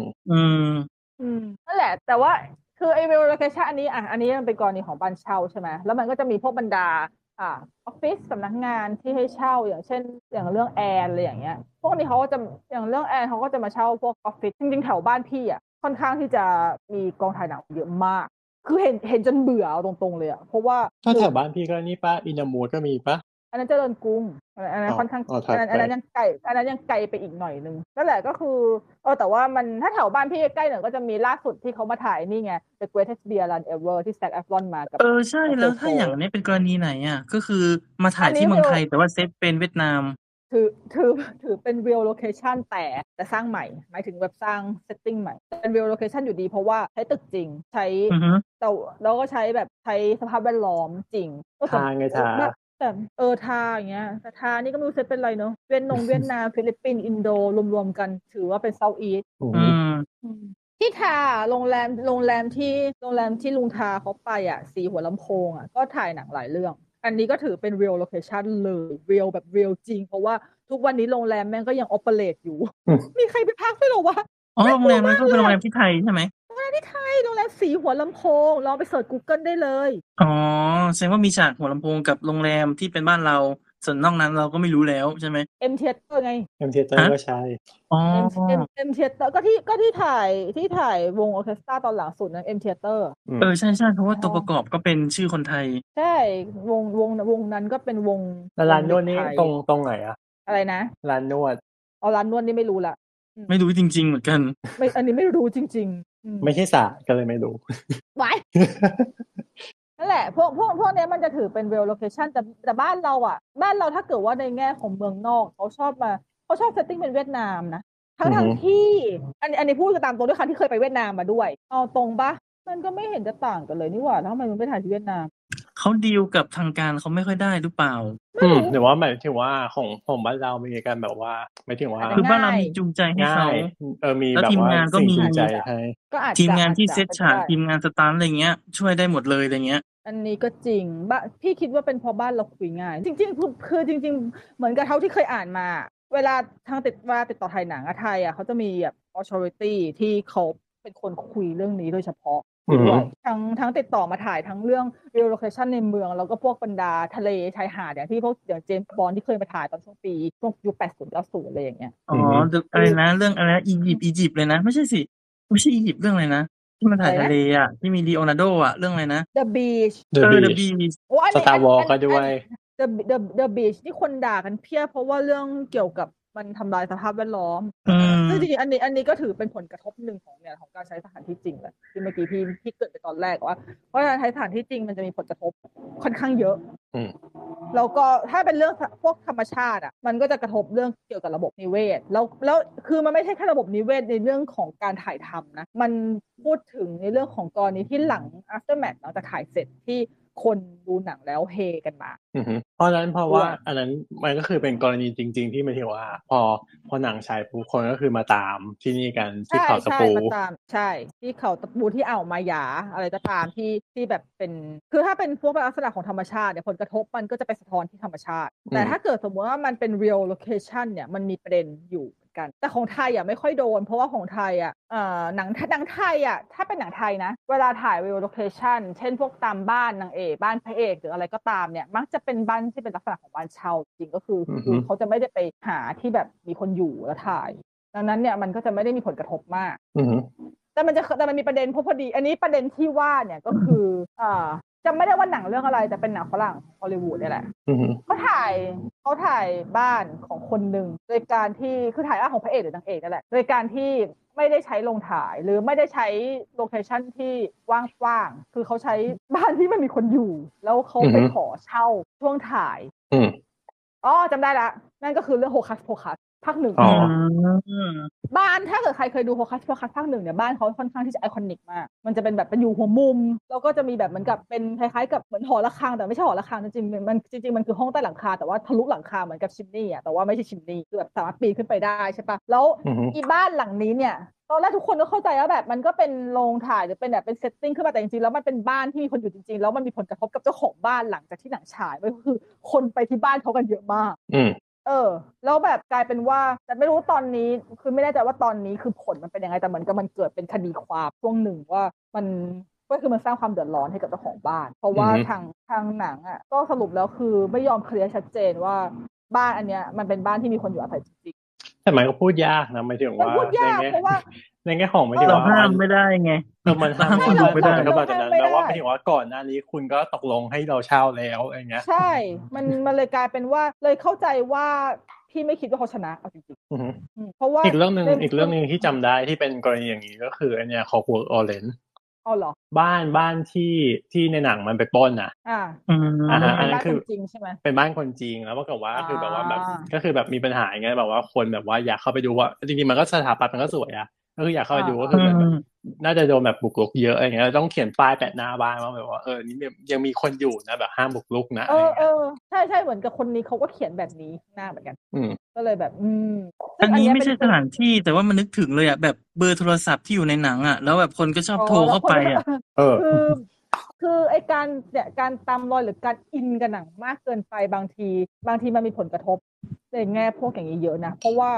นั่นแหละแต่ว่าคือไอ้ real location อันนี้มันเป็นกรณีของบ้านเช่าใช่ไหมแล้วมันก็จะมีพวกบรรดาออฟฟิศสำนักงานที่ให้เช่าอย่างเช่นอย่างเรื่องแอร์อะไรอย่างเงี้ยพวกนี้เขาก็จะอย่างเรื่องแอร์เขาก็จะมาเช่าพวกออฟฟิศจริงๆแถวบ้านพี่ค่อนข้างที่จะมีกองถ่ายหนังเยอะมากคือเห็นจนเบื่อเอาตรงๆเลยเพราะว่าถ้าแถวบ้านพี่ก็นี่ป้าอินมูดก็มีป้าอันนั้นเจริญกรุงอันนั้นค่อนข้างอันนั้นยังไกลไปอีกหน่อยนึงนั่นแหละก็คือแต่ว่ามันถ้าแถวบ้านพี่ใกล้ๆหน่อยก็จะมีล่าสุดที่เขามาถ่ายนี่ไง The Greatest Beer Run Ever ที่ Zac Efron มากับใช่แล้วถ้าอย่างนี้เป็นกรณีไหนก็คือมาถ่ายที่เมืองไทยแต่ว่าเซตเป็นเวียดนามถือเป็น real location แต่สร้างใหม่หมายถึงแบบสร้าง setting ใหม่เป็น real location อยู่ดีเพราะว่าใช้ตึกจริงใช้แต่แล้วก็ใช้แบบใช้สภาพแวดล้อมจริงทางไงแต่ทาอย่างเงี้ยแต่ทานี่ก็ไม่รู้เซตเป็นไรเนาะเวียดนามฟิลิปปินส์อินโดรวมๆกันถือว่าเป็นเซาท์อีสต์ที่ทาโรงแรมที่ลุงทาเขาไปสีหัวลำโพงก็ถ่ายหนังหลายเรื่องอันนี้ก็ถือเป็น real location เลย real แบบ real จริงเพราะว่าทุกวันนี้โรงแรมแม่งก็ยัง operate อยู่ มีใครไปพักด้วยหรอวะโรงแรมนั้นก็เป็นโรงแรมที่ไทยใช่ไหมโรงแรมที่ไทยโรงแรมสีหัวลำโพงลองไปเสิร์ช Google ได้เลยแสดงว่ามีฉากหัวลำโพงกับโรงแรมที่เป็นบ้านเราส่วนนอกนั้นเราก็ไม่รู้แล้วใช่ไหม M Theater ไง M Theater ก็ใช่อ๋อ M Theater ก็ที่ถ่ายวงออร์เคสตราตอนหลังสุดนั้น M Theater ใช่เพราะว่าตัวประกอบก็เป็นชื่อคนไทยใช่วงนั้นก็เป็นวงร้านนวดนี่ตรงไหนอะอะไรนะร้านนวดร้านนวดนี่ไม่รู้ละไม่รู้จริงๆเหมือนกันอันนี้ไม่รู้จริงๆไม่ใช่ศาสตร์ก็เลยไม่รู้ไว้ นั่นแหละพวกนี้มันจะถือเป็น real location แต่บ้านเราถ้าเกิดว่าในแง่ของเมืองนอกเขาชอบเซตติ้งเป็นเวียดนามนะทั้งที่อันนี้พูดตามตรงด้วยค่ะที่เคยไปเวียดนามมาด้วยเอาตรงปะมันก็ไม่เห็นจะต่างกันเลยนี่หว่าทำไมมันไปถ่ายที่เวียดนามเขาดีลกับทางการเขาไม่ค่อยได้หรือเปล่าหรือว่าหมายถึงว่าของบ้านเรามีการแบบว่าไม่ถึงว่าคือบ้านเรามีจูงใจให้เขามีแบบว่าสิ่งจูงใจให้ทีมงานที่เซตฉากทีมงานสตาร์อะไรเงี้ยช่วยได้หมดเลยอะไรเงี้ยอันนี้ก็จริงพี่คิดว่าเป็นเพราะบ้านเราคุยง่ายจริงๆคือจริงๆเหมือนกับเท่าที่เคยอ่านมาเวลาติดต่อถ่ายหนังไทยเขาจะมีแบบ authority ที่เขาเป็นคนคุยเรื่องนี้โดยเฉพาะด้วยทั้งติดต่อมาถ่ายทั้งเรื่อง real location ในเมืองแล้วก็พวกบรรดาทะเลชายหาดอย่างที่พวกอย่างเจมส์บอนด์ที่เคยมาถ่ายตอนช่วงยุค80 90อะไรอย่างเงี้ยอะไรนะเรื่องอะไรอียิปต์เลยนะไม่ใช่อียิปต์เรื่องอะไรนะที่มันถ่ายทะเลที่มีลีโอนาร์โดเรื่องอะไรนะ The Beach The Beach Star Wars ก็ด้วย The Beach ที่คนด่ากันเพี้ยเพราะว่าเรื่องเกี่ยวกับมันทำลายสภาพแวดล้อมซึ่งจริงๆอันนี้ก็ถือเป็นผลกระทบหนึ่งของการใช้สถานที่จริงแหละที่เมื่อกี้พี่เกิดไปตอนแรกว่าเพราะการใช้สถานที่จริงมันจะมีผลกระทบค่อนข้างเยอะแล้วก็ถ้าเป็นเรื่องพวกธรรมชาติมันก็จะกระทบเรื่องเกี่ยวกับระบบนิเวศแล้วคือมันไม่ใช่แค่ระบบนิเวศในเรื่องของการถ่ายทำนะมันพูดถึงในเรื่องของกรณีที่หลัง aftermath หลังจากถ่ายเสร็จที่คนดูหนังแล้วเฮกันมาเพราะว่าอันนั้นมันก็คือเป็นกรณีจริงๆที่หมายถึงว่าพอหนังฉายปุ๊บคนก็คือมาตามที่นี่กันที่เขาตะปูมาตามใช่ที่เขาตะปูที่อ่าวมายาอะไรก็ตามที่แบบเป็นคือถ้าเป็นพวกลักษณะของธรรมชาติเนี่ยผลกระทบมันก็จะไปสะท้อนที่ธรรมชาติแต่ถ้าเกิดสมมติว่ามันเป็น real location เนี่ยมันมีประเด็นอยู่กันแต่ของไทยไม่ค่อยโดนเพราะว่าของไทยหนังไทยถ้าเป็นหนังไทยนะเวลาถ่าย real location เช่นพวกตามบ้านนางเอกบ้านพระเอกหรืออะไรก็ตามเนี่ยมักจะเป็นบ้านที่เป็นลักษณะของบ้านเช่าจริงก็คือเขาจะไม่ได้ไปหาที่แบบมีคนอยู่แล้วถ่ายดังนั้นเนี่ยมันก็จะไม่ได้มีผลกระทบมากแต่มันมีประเด็นพอดีอันนี้ประเด็นที่ว่าเนี่ยก็คือจำไม่ได้ว่าหนังเรื่องอะไรแต่เป็นหนังฝรั่งฮอลลีวูดนี่แหละเขาถ่ายบ้านของคนหนึ่งโดยการที่คือถ่ายบ้านของพระเอกหรือนางเอกนั่นแหละโดยการที่ไม่ได้ใช้โรงถ่ายหรือไม่ได้ใช้โลเคชั่นที่ว่างๆคือเขาใช้บ้านที่มันมีคนอยู่แล้วเขาไปขอเช่าช่วงถ่ายจำได้ละนั่นก็คือเรื่องโฮคัสภาค 1บ้านถ้าเกิดใครเคยดูโฮคัสภาค 1เนี่ยบ้านเขาค่อนข้างที่จะไอคอนิกมากมันจะเป็นแบบเป็นอยู่หัวมุมแล้วก็จะมีแบบเหมือนกับเป็นคล้ายๆกับเหมือนหอระฆังแต่ไม่ใช่หอระฆังจริงๆมันคือห้องใต้หลังคาแต่ว่าทะลุหลังคาเหมือนกับชิมนี่แต่ว่าไม่ใช่ชิมนี่คือแบบสามารถปีนขึ้นไปได้ใช่ปะแล้วอีบ้านหลังนี้เนี่ยตอนแรกทุกคนก็เข้าใจว่าแบบมันก็เป็นโรงถ่ายหรือเป็นแบบเป็นเซตติ้งขึ้นมาแต่จริงๆแล้วมันเป็นบ้านที่มีคนอยู่จริงๆแล้วมันมีผลกระทบกับเจ้าของบ้านหลังจากที่หนังฉายก็คือคนไปที่บ้านเขากันเยอะมากแล้วแบบกลายเป็นว่าแต่ไม่รู้ตอนนี้คือไม่แน่ใจว่าตอนนี้คือผลมันเป็นยังไงแต่เหมือนกับมันเกิดเป็นคดีความช่วงหนึ่งว่ามันก็คือมันสร้างความเดือดร้อนให้กับเจ้าของบ้านเพราะว่าทางหนังก็สรุปแล้วคือไม่ยอมเคลียร์ชัดเจนว่าบ้านอันเนี้ยมันเป็นบ้านที่มีคนอยู่อาศัยจริงๆแต่มันก็พูดยากนะหมายถึงว่าพูดยากเพราะว่าในแง่ของไม่ใช่ว่าห้ามไม่ได้ไงมันห้ามคนไม่ได้ก็แบบนั้นแปลว่าไม่ถึงว่าก่อนหน้านี้คุณก็ตกลงให้เราเช่าแล้วอะไรเงี้ยใช่มันเลยกลายเป็นว่าเลยเข้าใจว่าพี่ไม่คิดว่าเขาชนะเอาจริงๆเพราะว่าอีกเรื่องนึงที่จำได้ที่เป็นกรณีอย่างนี้ก็คืออันเนี้ยของWork Orange เหรอบ้านที่ในหนังมันไปปล้นอันนั้นคือจริงใช่ไหมเป็นบ้านคนจริงแล้วปรากฏว่าคือแบบว่าแบบก็คือแบบมีปัญหาอย่างเงี้ยแบบว่าคนแบบว่าอยากเข้าไปดูว่าจริงๆมันก็สถาปัตย์มันก็สวยก็คืออยากเข้าไปดูก็คือแบบน่าจะโดนแบบบุกรุกเยอะอะไรเงี้ยต้องเขียนป้ายแปะหน้าบ้านว่าแบบว่านี่ยังมีคนอยู่นะแบบห้ามบุกรุกนะใช่เหมือนกับคนนี้เขาก็เขียนแบบนี้หน้าเหมือนกันก็เลยแบบอันนี้ไม่ใช่สถานที่แต่ว่ามันนึกถึงเลยแบบเบอร์โทรศัพท์ที่อยู่ในหนังแล้วแบบคนก็ชอบโทรเข้าไปคือไอการตามรอยหรือการอินกับหนังมากเกินไปบางทีมันมีผลกระทบในแง่พวกอย่างนี้เยอะนะเพราะว่า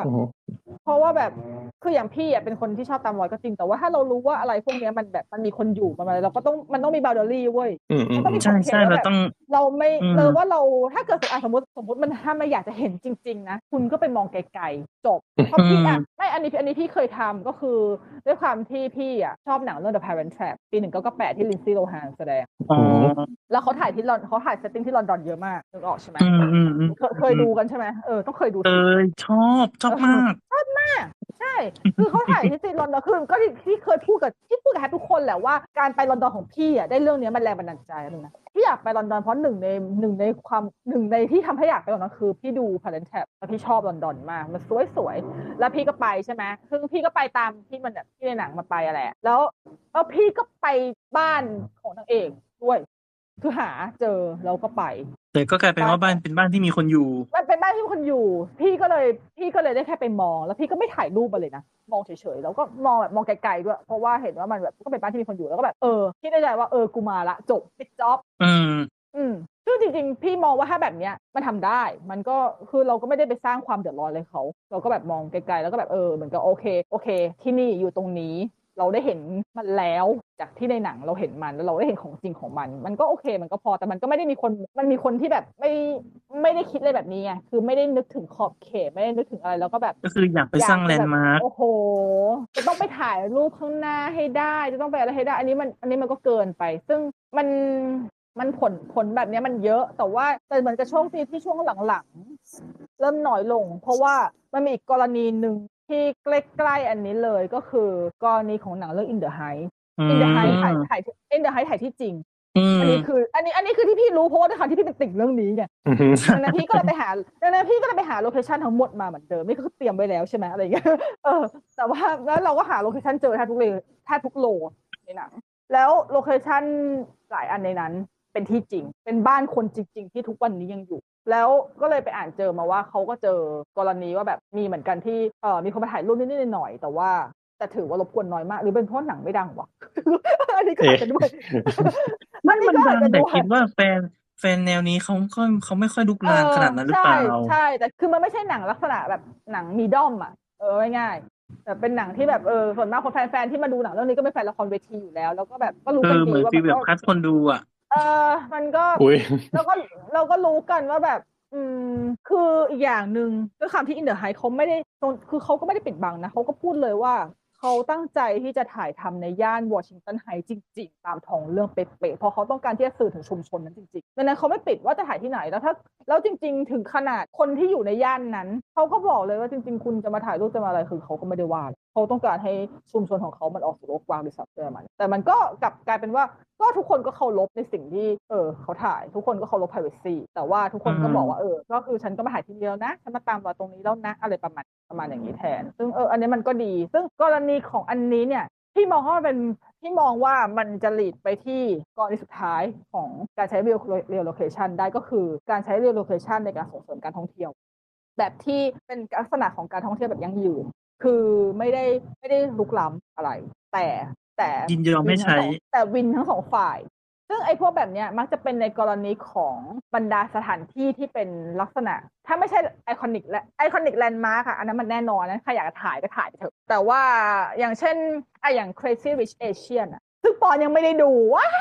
เพราะว่าแบบคืออย่างพี่อ่ะเป็นคนที่ชอบตามรอยก็จริงแต่ว่าถ้าเรารู้ว่าอะไรพวกเนี้ยมันแบบมันมีคนอยู่มันอะไรเราก็ต้องมันต้องมี boundary เว้ยมันต้องมีขอบเขตว่าแบบเราไม่เลยว่าเราถ้าเกิดสมมติมันถ้าไม่อยากจะเห็นจริงๆนะคุณก็ไปมองไกลๆจบเพราะพี่อ่ะไม่อันนี้พี่เคยทำก็คือด้วยความที่พี่อ่ะชอบหนังเรื่อง The Parent Trap ปี1998ที่ลินซี่โลฮานแสดงแล้วเขาถ่ายเซตติ้งที่ลอนดอนเยอะมากนึกออกใช่ไหมเคยดูกันใช่ไหมต้องเคยดูชอบมากใช่คือเขาถ่ายที่ลอนดอนคือก็ที่เคยพูดกับทุกคนแหละว่าการไปลอนดอนของพี่อ่ะได้เรื่องนี้มันแรงบันดาลใจนึงนะพี่อยากไปลอนดอนเพราะหนึ่งในที่ทำให้อยากไปลอนดอนคือพี่ดู Parent Trap แล้วพี่ชอบลอนดอนมากมันสวยแล้วพี่ก็ไปใช่ไหมคือพี่ก็ไปตามที่มันแบบที่ในหนังมาไปอะไรแล้วพี่ก็ไปบ้านของนางเอกด้วยคือหาเจอแล้วก็ไปแต่ก็กลายเป็นว่าบ้านเป็นบ้านที่มีคนอยู่มันเป็นบ้านที่มีคนอยู่พี่ก็เลยได้แค่ไปมองแล้วพี่ก็ไม่ถ่ายรูปมาเลยนะมองเฉยๆแล้วก็มองแบบมองไกลๆด้วยเพราะว่าเห็นว่ามันแบบก็เป็นบ้านที่มีคนอยู่แล้วก็แบบคิดในใจว่ากูมาละจบปิดจ็อบซึ่งจริงๆพี่มองว่าถ้าแบบเนี้ยมันทำได้มันก็คือเราก็ไม่ได้ไปสร้างความเดือดร้อนเลยเขาเราก็แบบมองไกลๆแล้วก็แบบเหมือนกับโอเคที่นี่อยู่ตรงนี้เราได้เห็นมันแล้วจากที่ในหนังเราเห็นมันแล้วเราได้เห็นของจริงของมันก็โอเคมันก็พอแต่มันก็ไม่ได้มีคนที่แบบไม่ได้คิดอะไรแบบนี้ไงคือไม่ได้นึกถึงขอบเขตไม่ได้นึกถึงอะไรแล้วก็แบบก็คืออยากไปสร้างแลนด์มาร์คโอ้โหจะต้องไปถ่ายรูปข้างหน้าให้ได้จะต้องไปอะไรให้ได้อันนี้มันก็เกินไปซึ่งมันผลแบบนี้มันเยอะแต่เหมือนกับช่วงปีที่ช่วงหลังๆเริ่มน้อยลงเพราะว่ามันมีอีกกรณีหนึ่งที่ใกล้ๆอันนี้เลยก็คือกรณีของหนังเรื่อง In the Heights In the Heights ถ่ายที่จริงอันนี้คือที่พี่รู้เพราะว่าด้วยความที่พี่เป็นติ่งเรื่องนี้ไงดังนั้นพี่ก็เลยไปหาโลเคชั่นทั้งหมดมาเหมือนเดิมนี่ก็เตรียมไว้แล้วใช่ไหมอะไรอย่างเงี้ยแต่ว่าแล้วเราก็หาโลเคชั่นเจอแทบทุกโลในหนังแล้วโลเคชั่นหลายอันในนั้นเป็นที่จริงเป็นบ้านคนจริงๆที่ทุกวันนี้ยังอยู่แล้วก็เลยไปอ่านเจอมาว่าเขาก็เจอกรณีว่าแบบมีเหมือนกันที่มีคนมาถ่ายรูปนิดๆหน่อยๆแต่ว่าแต่ถือว่ารบกวนน้อยมากหรือเป็นเพราะหนังไม่ดังวะ อันนี้ก็อาจจะด้วยมันดังแต่คิดว่าแฟนแนวนี้เขาไม่ค่อยลุกลานขนาดนั้นหรือเปล่าใช่แต่คือมันไม่ใช่หนังลักษณะแบบหนังมีด้อมอ่ะง่ายแต่เป็นหนังที่แบบส่วนมากคนแฟนที่มาดูหนังเรื่องนี้ก็เป็นแฟนละครเวทีอยู่แล้วแล้วก็แบบก็รู้กันดีว่าแบบคัดคนดูอ่ะมันก็เราก็รู้กันว่าแบบคืออีกอย่างหนึ่งด้วยความที่ In the Heights เขาไม่ได้คือเขาก็ไม่ได้ปิดบังนะเขาก็พูดเลยว่าเขาตั้งใจที่จะถ่ายทำในย่านวอชิงตันไฮท์จริงๆตามท้องเรื่องเป๊ะๆเพราะเขาต้องการที่จะสื่อถึงชุมชนนั้นจริงๆดังนั้นเขาไม่ปิดว่าจะถ่ายที่ไหนแล้วจริงๆถึงขนาดคนที่อยู่ในย่านนั้นเขาก็บอกเลยว่าจริงๆคุณจะมาถ่ายรูปจะมาอะไรคือเขาก็ไม่ได้ว่าเขาต้องการให้ชุมชนของเขามันออกสู่โลกกว้างด้วยซ้ำแต่มันก็กลับกลายเป็นว่าก็ทุกคนก็เคารพในสิ่งที่เขาถ่ายทุกคนก็เคารพ privacy แต่ว่าทุกคนก็บอกว่าก็คือฉันก็มาถ่ายที่นี่แล้วนะฉันมาตามรอยตรงนี้แล้วนะอะไรประมาณอย่างนี้แทนซึ่งอันนี้มันก็ดีซึ่งกรณีของอันนี้เนี่ยพี่มองว่ามันจะลีดไปที่กรณีสุดท้ายของการใช้ real location ได้ก็คือการใช้ real location ในการส่งเสริมการท่องเที่ยวแบบที่เป็นลักษณะของการท่องเที่ยวแบบยั่งยืนคือไม่ได้ลุกล้ำอะไรแต่ยินยอมไม่ใช้แต่วินทั้งสองฝ่ายซึ่งไอ้พวกแบบนี้มักจะเป็นในกรณีของบรรดาสถานที่ที่เป็นลักษณะถ้าไม่ใช่ไอคอนิกแลนด์มาร์คค่ะอันนั้นมันแน่นอนนะใครอยากถ่ายก็ถ่ายไปเถอะแต่ว่าอย่างเช่นอย่าง Crazy Rich Asian ซึ่งปอนยังไม่ได้ดูวะ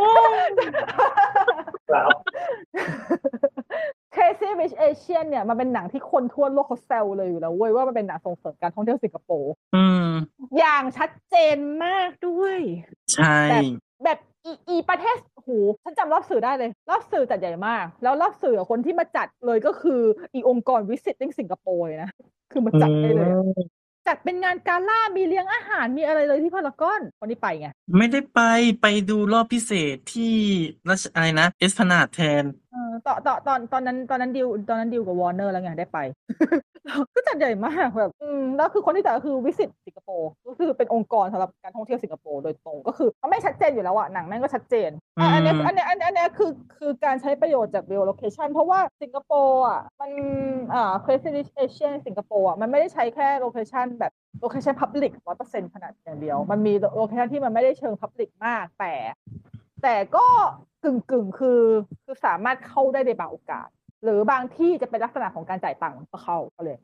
Crazy Rich Asian เนี่ยมันเป็นหนังที่คนทั่วโลกเขาแซวเลยอยู่แล้วเว้ยว่ามันเป็นหนังส่งเสริมการท่องเที่ยวสิงคโปร์อย่างชัดเจนมากด้วยใช่แบบอีประเทศโหฉันจำรอบสื่อได้เลยรอบสื่อจัดใหญ่มากแล้วรอบสื่อคนที่มาจัดเลยก็คืออีองค์กร Visiting สิงคโปร์นะคือมาจัดได้เลยจัดเป็นงานกาล่ามีเลี้ยงอาหารมีอะไรเลยที่พารากอนวันนี้ไปไงไม่ได้ไปดูรอบพิเศษที่อะไรนะเอสพนาดแทนตอนนั้นดิวกับวอร์เนอร์แล้วไงได้ไปก็จัดใหญ่มากแบบแล้วคือคนที่จัดก็คือวิสิตสิงคโปร์ก็คือเป็นองค์กรสำหรับการท่องเที่ยวสิงคโปร์โดยตรงก็คือมันไม่ชัดเจนอยู่แล้วอะหนังแม่งก็ชัดเจนอันนี้คือการใช้ประโยชน์จาก real location เพราะว่าสิงคโปร์อะมันCrazy Rich Asian สิงคโปร์อะมันไม่ได้ใช้แค่โลเคชั่นแบบโลเคชั่น public 100% ขนาดอย่างเดียวมันมีโลเคชั่นที่มันไม่ได้เชิง public มากแต่ก็กึ่งคือสามารถเข้าได้ในบางโอกาสหรือบางที่จะเป็นลักษณะของการจ่ายตังค์ก็เข้าอะไรอย่างเงี้ย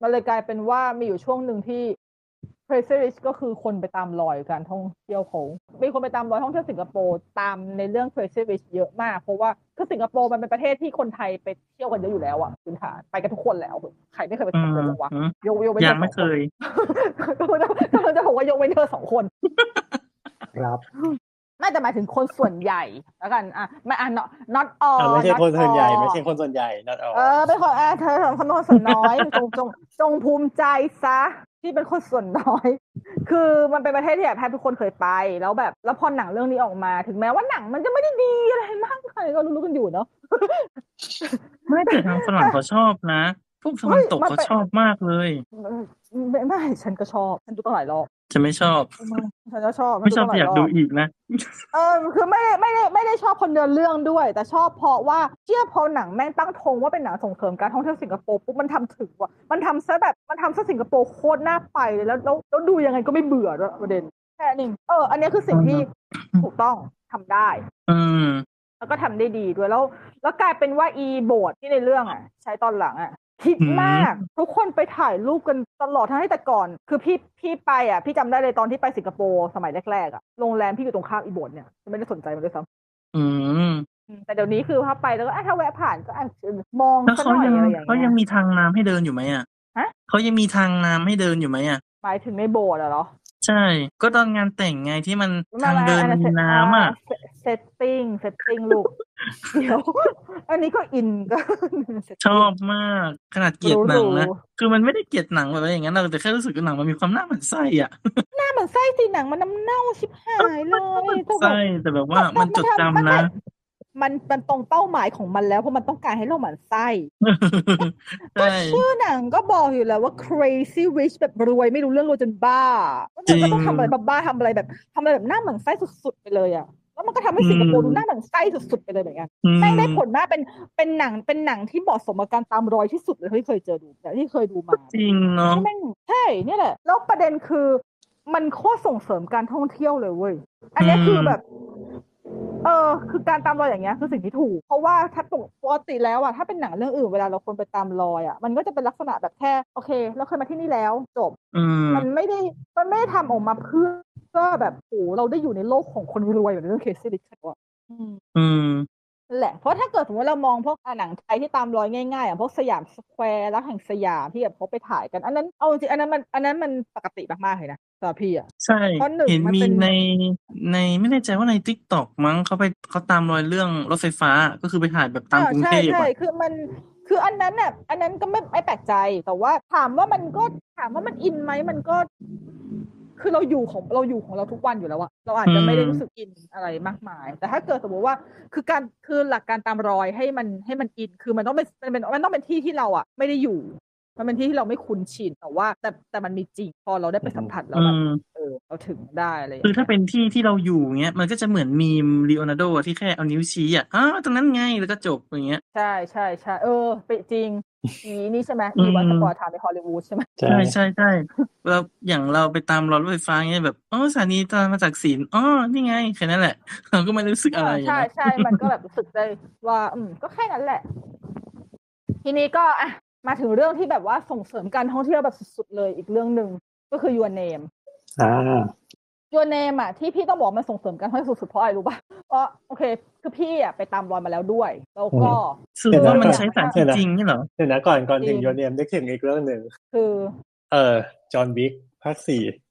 มันเลยกลายเป็นว่ามีอยู่ช่วงหนึ่งที่ Crazy Rich ก็คือคนไปตามรอยการท่องเที่ยวของมีคนไปตามรอยท่องเที่ยวสิงคโปร์ตามในเรื่อง Crazy Rich เยอะมากเพราะว่าคือสิงคโปร์มันเป็นประเทศที่คนไทยไปเที่ยวกันเยอะอยู่แล้วอ่ะพื้นฐานไปกันทุกคนแล้วใครไม่เคยไปสิงคโปร์บ้างวะยกเว้นยังไม่เคยก็จะบอกว่ายกเว้นเธอ2 คนครับไม่แต่หมายถึงคนส่วนใหญ่แล้วกันไม่not all ไม่ใช่คนส่วนใหญ่ไม่ใช่คนส่วนใหญ่ not all เป็นคนเธอเป็นคนส่วนน้อยจงภูมิใจซะที่เป็นคนส่วนน้อยคือมันเป็นประเทศที่แบบแทบทุกคนเคยไปแล้วแบบแล้วพอหนังเรื่องนี้ออกมาถึงแม้ว่าหนังมันจะไม่ได้ดีอะไรมากใครก็รู้กันอยู่เนาะไม่แต่ทางฝรั่งเขาชอบนะพวกตะวันตกเขาชอบมากเลยไม่ฉันก็ชอบฉันดูตั้งหลายรอบจะไม่ชอบฉันก็ชอบไม่ชอบอยากดูอีกนะคือไม่ได้ชอบคนเดินเรื่องด้วยแต่ชอบเพราะว่าพอหนังแม่งตั้งธงว่าเป็นหนังส่งเสริมการท่องเที่ยวสิงคโปร์ปุ๊บมันทำถึงว่ะมันทำซะสิงคโปร์โคตรน่าไปเลยแล้วดูยังไงก็ไม่เบื่อด้วยประเด็นแค่นี้อันนี้คือสิ่งที่ถูกต้องทำได้แล้วก็ทำได้ดีด้วยแล้วกลายเป็นว่าอีโบสถ์ที่ในเรื่องใช้ตอนหลังฮิตมากทุกคนไปถ่ายรูปกันตลอดทั้งที่แต่ก่อนคือพี่ไปพี่จำได้เลยตอนที่ไปสิงคโปร์สมัยแรกๆโรงแรมพี่อยู่ตรงข้ามอีโบสถ์เนี่ยไม่ได้สนใจมันด้วยซ้ำแต่เดี๋ยวนี้คือถ้าไปแล้วก็ถ้าแวะผ่านก็มองสักหน่อยอะไรอย่างเงี้ยเขายังมีทางน้ำให้เดินอยู่ไหมเขายังมีทางน้ำให้เดินอยู่ไหมหมายถึงในโบสถ์เหรอใช่ก็ตอนงานแต่งไงที่มันทางเดินมีน้ำเซตติ้งลูกเดี๋ยวอันนี้ก็อินก็ชอบมากขนาดเกลียดหนังนะคือมันไม่ได้เกลียดหนังแบบอย่างนั้นเราแต่แค่รู้สึกว่าหนังมันมีความน่าหมั่นไส้หน้าหมั่นไส้สิหนังมันน้ำเน่าชิบหายเลยใช่แต่แบบว่ามันจดจำนะมันตรงเป้าหมายของมันแล้วเพราะมันต้องการให้เราหมั่นไส้ก็ชื่อหนังก็บอกอยู่แล้วว่า crazy rich แบบรวยไม่รู้เรื่องรวยจนบ้ามันก็ต้องทำอะไรบ้าทำอะไรแบบหน้าหมั่นไส้สุดๆไปเลยแล้วมันก็ทำให้สิงคโปร์ดูหน้าหมั่นไส้สุดๆไปเลยเหมือนกันแม่งได้ผลมากเป็นหนังที่เหมาะสมกับการตามรอยที่สุดเลยที่เคยเจอดูแต่ที่เคยดูมาจริงเนาะใช่เนี่ยแหละแล้วประเด็นคือมันโคตรส่งเสริมการท่องเที่ยวเลยเว้ยอันนี้คือแบบคือการตามรอยอย่างเงี้ยคือสิ่งที่ถูกเพราะว่าถ้าปกติแล้วถ้าเป็นหนังเรื่องอื่นเวลาเราคนไปตามรอยมันก็จะเป็นลักษณะแบบแค่โอเคเราเคยมาที่นี่แล้วจบมันไม่ได้ทำออกมาเพื่อแบบโอ้เราได้อยู่ในโลกของคนรวยแบบเรื่องเคสซี่ริชอ่ะแหละเพราะถ้าเกิดสมมติเรามองพวกหนังไทยที่ตามรอยง่ายๆพวกสยามสแควร์รักแห่งสยามที่แบบเขาไปถ่ายกันอันนั้นเอาจริงอันนั้นมันปกติมากๆเลยนะสำหรับพี่ใช่เห็นมีในไม่แน่ใจว่าใน TikTok มั้งเขาตามรอยเรื่องรถไฟฟ้าก็คือไปถ่ายแบบตามกรุงเทพใช่คืออันนั้นก็ไม่แปลกใจแต่ว่าถามว่ามันอินไหมมันก็คือเราอยู่ของเราทุกวันอยู่แล้วเราอาจจะไม่ได้รู้สึกอินอะไรมากมายแต่ถ้าเกิดสมมติว่าคือหลักการตามรอยให้มันอินคือมันต้องเป็นที่ที่เราไม่ได้อยู่มันเป็นที่ที่เราไม่คุ้นชินแต่ว่าแต่มันมีจริงพอเราได้ไปสัมผัสแล้วแบบเราถึงได้อะไรคือถ้าเป็นที่เราอยู่เงี้ยมันก็จะเหมือนมีมลีโอนาร์โดที่แค่เอานิ้วชี้ตรงนั้นไงแล้วก็จบอย่างเงี้ยใช่เป็นจริงนี่ใช่ไหมวันสปอร์ตไทม์ในฮอลลีวูดใช่ไหมใช่เราอย่างเราไปตามรถไฟฟ้าเงี้ยแบบสถานีตามมาจากศิลป์นี่ไงแค่นั้นแหละเราก็ไม่รู้สึกอะไรใช่มันก็แบบรู้สึกได้ว่าก็แค่นั้นแหละทีนี้ก็มาถึงเรื่องที่แบบว่าส่งเสริมการท่องเที่ยวแบบสุดๆเลยอีกเรื่องนึงก็คือ Your Name Your Name ที่พี่ต้องบอกมันส่งเสริมการท่องเที่ยวสุดๆเพราะอะไรรู้ป่ะเพราะโอเคคือพี่ไปตามรอยมาแล้วด้วยแล้วก็ซึ่งว่ามันใช้สารจริงนี่เหรอเดี๋ยวนะก่อนถึง Your Name ได้ถึงอีกเรื่องนึงคือจอห์นวิกภาค 4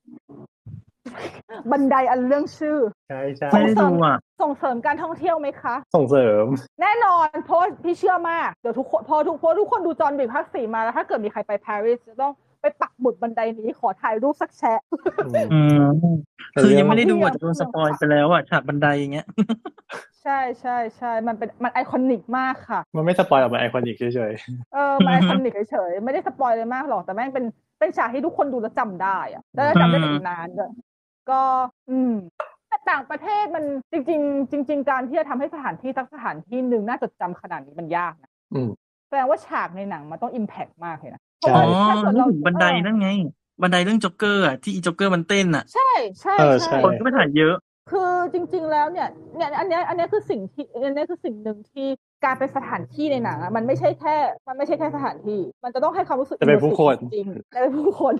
บันไดอันเรื่องชื่อใช่ไม่ได้ดูส่งเสริมการท่องเที่ยวไหมคะส่งเสริมแน่นอนเพราะพี่เชื่อมากเดี๋ยวทุกคนพอทุกคนดูจอห์นวิกภาค 4มาแล้วถ้าเกิดมีใครไปปารีสจะต้องไปปักหมุดบันไดนี้ขอถ่ายรูปสักแชะคือยังไม่ได้ดูจะโดนสปอยไปแล้วฉากบันไดอย่างเงี้ยใช่มันไอคอนิกมากค่ะมันไม่สปอยหรอกมันไอคอนิกเฉยๆมันไอคอนิกเฉยๆไม่ได้สปอยเลยมากหรอกแต่แม่งเป็นฉากที่ทุกคนดูแล้วจำได้แล้วจำได้เป็นนานด้วยก็แต่ต่างประเทศมันจริงการที่จะทำให้สถานที่สักสถานที่นึงน่าจดจำขนาดนี้มันยากนะแสดงว่าฉากในหนังมันต้องอิมแพคมากเลยนะถ้าเกิดเราบันไดนั่นไงบันไดเรื่องจ็อกเกอร์ที่จ็อกเกอร์มันเต้นใช่คนก็ไปถ่ายเยอะคือจริงๆแล้วเนี่ยอันนี้คือสิ่งที่อันนี้คือสิ่งหนึ่งที่การเป็นสถานที่ในหนังมันไม่ใช่แค่สถานที่มันจะต้องให้ความรู้สึกจะเป็นผู้คนจริงแต่เป็นผู้คน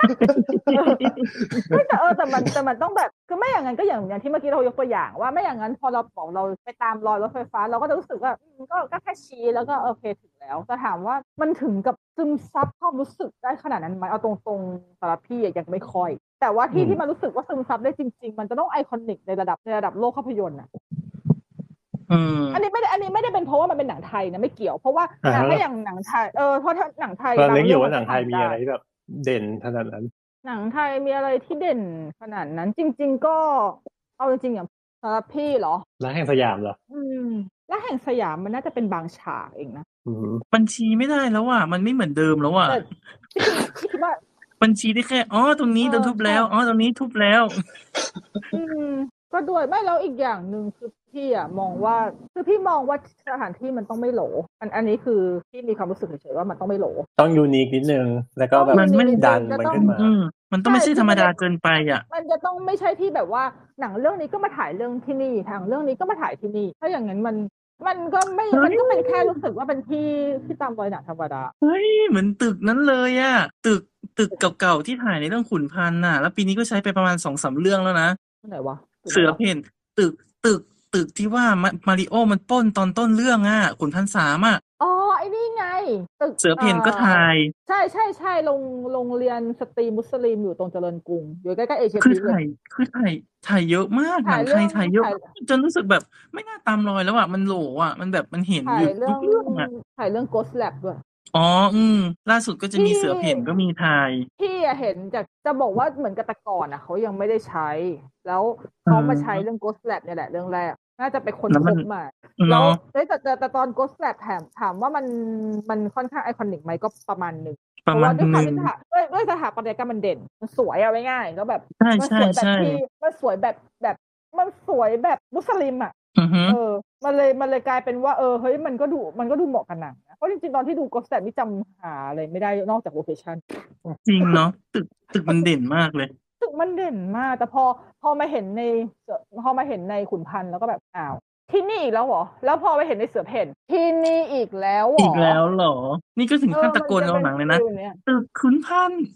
ไม่แต่มันต้องแบบคือไม่อย่างนั้นก็อย่างที่เมื่อกี้เรายกตัวอย่างว่าไม่อย่างนั้นพอเราบอกเราไปตามรอยรถไฟฟ้าเราก็จะรู้สึกว่าก็แค่ชี้แล้วก็โอเคถึงแล้วแต่ถามว่ามันถึงกับซึมซับความรู้สึกได้ขนาดนั้นไหมเอาตรงๆสำหรับพี่ยังไม่ค่อยแต่ว่าที่มันรู้สึกว่าซึมซับได้จริงๆมันจะต้องไอคอนิกในระดับโลกภาพยนตร์อันนี้ไม่ได้เป็นเพราะว่ามันเป็นหนังไทยนะไม่เกี่ยวเพราะว่าถ้าอย่างหนังไทยเพราะถ้าหนังไทยตอนนี้อยู่ว่าหนังไทยมีอะไรแบบเด่นขนาดนั้นหนังไทยมีอะไรที่เด่นขนาดนั้นจริงๆก็เอาจริงๆอย่างสำหรับพี่เหรอรักแห่งสยามเหรอรักแห่งสยามมันน่าจะเป็นบางฉากเองนะบัญชีไม่ได้แล้วอ่ะมันไม่เหมือนเดิมแล้วอ่ะพี่คิดว่าบัญชีได้แค่ตรงนี้โดนทุบแล้วตรงนี้ทุบแล้วก็ด้วยไม่แล้วอีกอย่างนึงคือพี่มองว่าคือพี่มองว่าสถานที่มันต้องไม่โหลอันนี้คือพี่มีความรู้สึกเฉยๆว่ามันต้องไม่โหลต้องยูนิคนิดนึงแล้วก็แบบมันดันมันขึ้นมามันต้องไม่ใช่ธรรมดาเกินไปอ่ะมันจะต้องไม่ใช่ที่แบบว่าหนังเรื่องนี้ก็มาถ่ายเรื่องที่นี่ทางเรื่องนี้ก็มาถ่ายที่นี่ถ้าอย่างนั้นมันก็ไม่มันก็เป็นแค่รู้สึกว่าเป็นที่ตามรอยหนังธรรมดาเฮ้ยเหมือนตึกนั้นเลยอ่ะตึกเก่าๆที่ถ่ายในเรื่องขุนพันธ์น่ะแล้วปีนี้ก็ใช้ไปประมาณ 2-3 เรื่องแล้วนะไหนวะเสือเพ่นตึกที่ว่ามาริโอมันปล้นตอนต้นเรื่องขุนพันธ์3 อ๋อไอ้นี่ไงตึกเสือเพ่นก็ถ่ายใช่โรงเรียนสตรีมุสลิมอยู่ตรงเจริญกรุงอยู่ใกล้ๆเอเชียทีเลยคือถ่ายเยอะมากหนังไทยถ่ายเยอะจนรู้สึกแบบไม่น่าตามรอยแล้วมันโหลมันแบบมันเห็นอยู่ทุกเรื่องถ่ายเรื่อง Ghost Lab ด้วยล่าสุดก็จะมีเสือเพ่นก็มีถ่ายพี่เห็นจะบอกว่าเหมือนกับแต่ก่อนเขายังไม่ได้ใช้แล้วเขามาใช้เรื่อง Ghost Lab เนี่ยแหละเรื่องแรกน่าจะเป็นคนพบมาแล้วแต่ตอน Ghost Lab ถามว่ามันค่อนข้างไอคอนิกไหมก็ประมาณนึงเพราะว่าด้วยสถาปัตยกรรมมันเด่นมันสวยเอาง่ายๆแล้วแบบมันสวยแบบที่มันสวยแบบมันสวยแบบมุสลิมมันเลยกลายเป็นว่าเฮ้ยมันก็ดูเหมาะกับหนังนะเพราะจริงๆตอนที่ดู Ghost Lab นี่จำหาอะไรไม่ได้นอกจากโลเคชั่นจริงเนาะตึกมันเด่นมากเลยตึกมันเด่นมากแต่พอมาเห็นในขุนพันธ์แล้วก็แบบอ้าวที่นี่อีกแล้วเหรอแล้วพอไปเห็นในเสือเพ่นที่นี่อีกแล้วเหรออีกแล้วเหรอนี่ก็ถึงขั้นตะโกนเอาหนังเลยนะตึกขุนพันธ์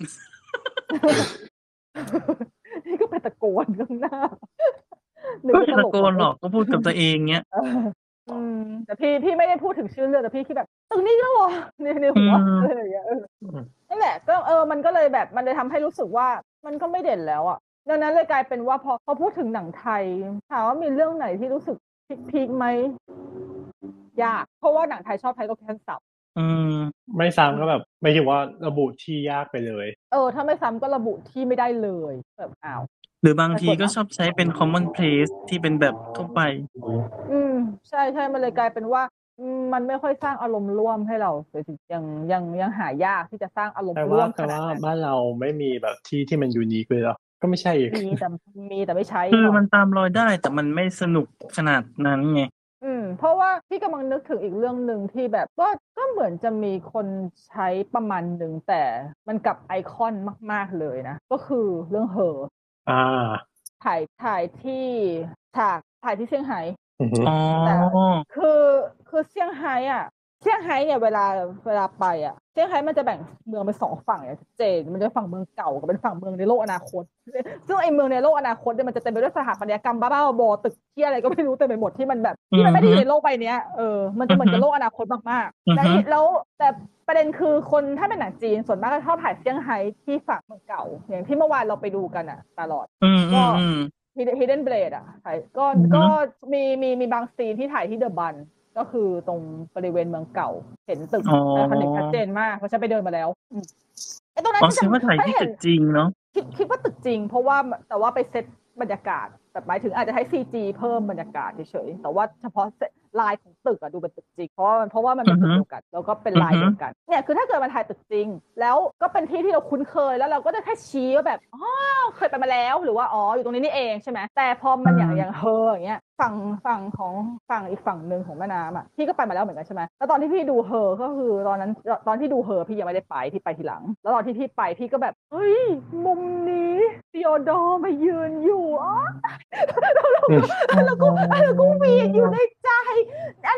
นี่ก็เป็นตะโกนข้างหน้าก็ตะโกนหรอกก็พูดกับตัวเองเงี้ยแต่พี่ไม่ได้พูดถึงชื่อเรื่องแต่พี่คิดแบบตึกนี้แล้วเหรอในหัวอะไรอย่างเงี้ยนั่นแหละก็มันก็เลยแบบมันเลยทำให้รู้สึกว่ามันก็ไม่เด่นแล้วดังนั้นเลยกลายเป็นว่าพอพูดถึงหนังไทยถามว่ามีเรื่องไหนที่รู้สึกพีคไหมยากเพราะว่าหนังไทยชอบใช้โลเคชั่นศัพท์ไม่ซ้ำก็แบบไม่คิดว่าระบุที่ยากไปเลยถ้าไม่ซ้ำก็ระบุที่ไม่ได้เลยแบบอ้าวหรือบางทีก็ชอบใช้เป็น common place ที่เป็นแบบทั่วไปใช่มันเลยกลายเป็นว่ามันไม่ค่อยสร้างอารมณ์ร่วมให้เรายังหายากที่จะสร้างอารมณ์ร่วมขนาดนั้นบ้านเราไม่มีแบบที่มันยูนิคเลยหรอก็ไม่ใช่มีแต่ไม่ใช้คือมันตามรอยได้แต่มันไม่สนุกขนาดนั้นไงเพราะว่าพี่กำลังนึกถึงอีกเรื่องนึงที่แบบก็เหมือนจะมีคนใช้ประมาณนึงแต่มันกับไอคอนมากๆเลยนะก็คือเรื่องเหอถ่ายที่ถ่ายที่เซี่ยงไฮ้แต่คือเซี่ยงไฮ้เนี่ยเวลาไปเซี่ยงไฮ้มันจะแบ่งเมืองเป็น2ฝั่งอย่างชัดเจนมันจะฝั่งเมืองเก่ากับเป็นฝั่งเมืองในโลกอนาคตซึ่งไอ้เมืองในโลกอนาคตเนี่ยมันจะเต็มไปด้วยสถาปัตยกรรมบ้าๆบอตึกที่อะไรก็ไม่รู้เต็มไปหมดที่มันแบบที่มันไม่ได้ในโลกใบนี้มันจะเหมือนกับโลกอนาคตมากๆแล้วแต่ประเด็นคือคนถ้าเป็นหนังจีนส่วนมากก็ชอบถ่ายเซี่ยงไฮ้ที่ฝั่งเมืองเก่าอย่างที่เมื่อวานเราไปดูกันตลอดก็Hidden Blade ถ่ายก็มีบางซีนที่ถ่ายที่เดอะบันก็คือตรงบริเวณเมืองเก่าเห็นตึกคอนเนคชัดเจนมากเพราะฉันไปเดินมาแล้วไอ้ตรงนั้นฉันว่าถ่ายที่ตึกจริงเนาะคิดว่าตึกจริงเพราะว่าแต่ว่าไปเซตบรรยากาศแบบหมายถึงอาจจะใช้ CG เพิ่มบรรยากาศเฉยๆแต่ว่าเฉพาะลายของตึกดูเป็นตึกจริงเพราะว่ามันเป็นตึกเดียวกันแล้วก็เป็นลายเดียวกันเนี่ยคือถ้าเกิดมันถ่ายตึกจริงแล้วก็เป็นที่เราคุ้นเคยแล้วเราก็จะแค่ชี้ว่าแบบเคยไปมาแล้วหรือว่าอยู่ตรงนี้นี่เองใช่ไหมแต่พอมันอย่างอย่างเงี้ยฝั่งของฝั่งอีกฝั่งนึงของแม่น้ำพี่ก็ไปมาแล้วเหมือนกันใช่ไหมแล้วตอนที่พี่ดูก็คือตอนที่ดูพี่ยังไม่ได้ไปพี่ไปทีหลังแล้วตอนที่พี่ไปพี่ก็แบบเฮ้ยมุมนี้ธีโอดอร์มายืนอยู่แล้วก็วีดอยู่ในใจนั่น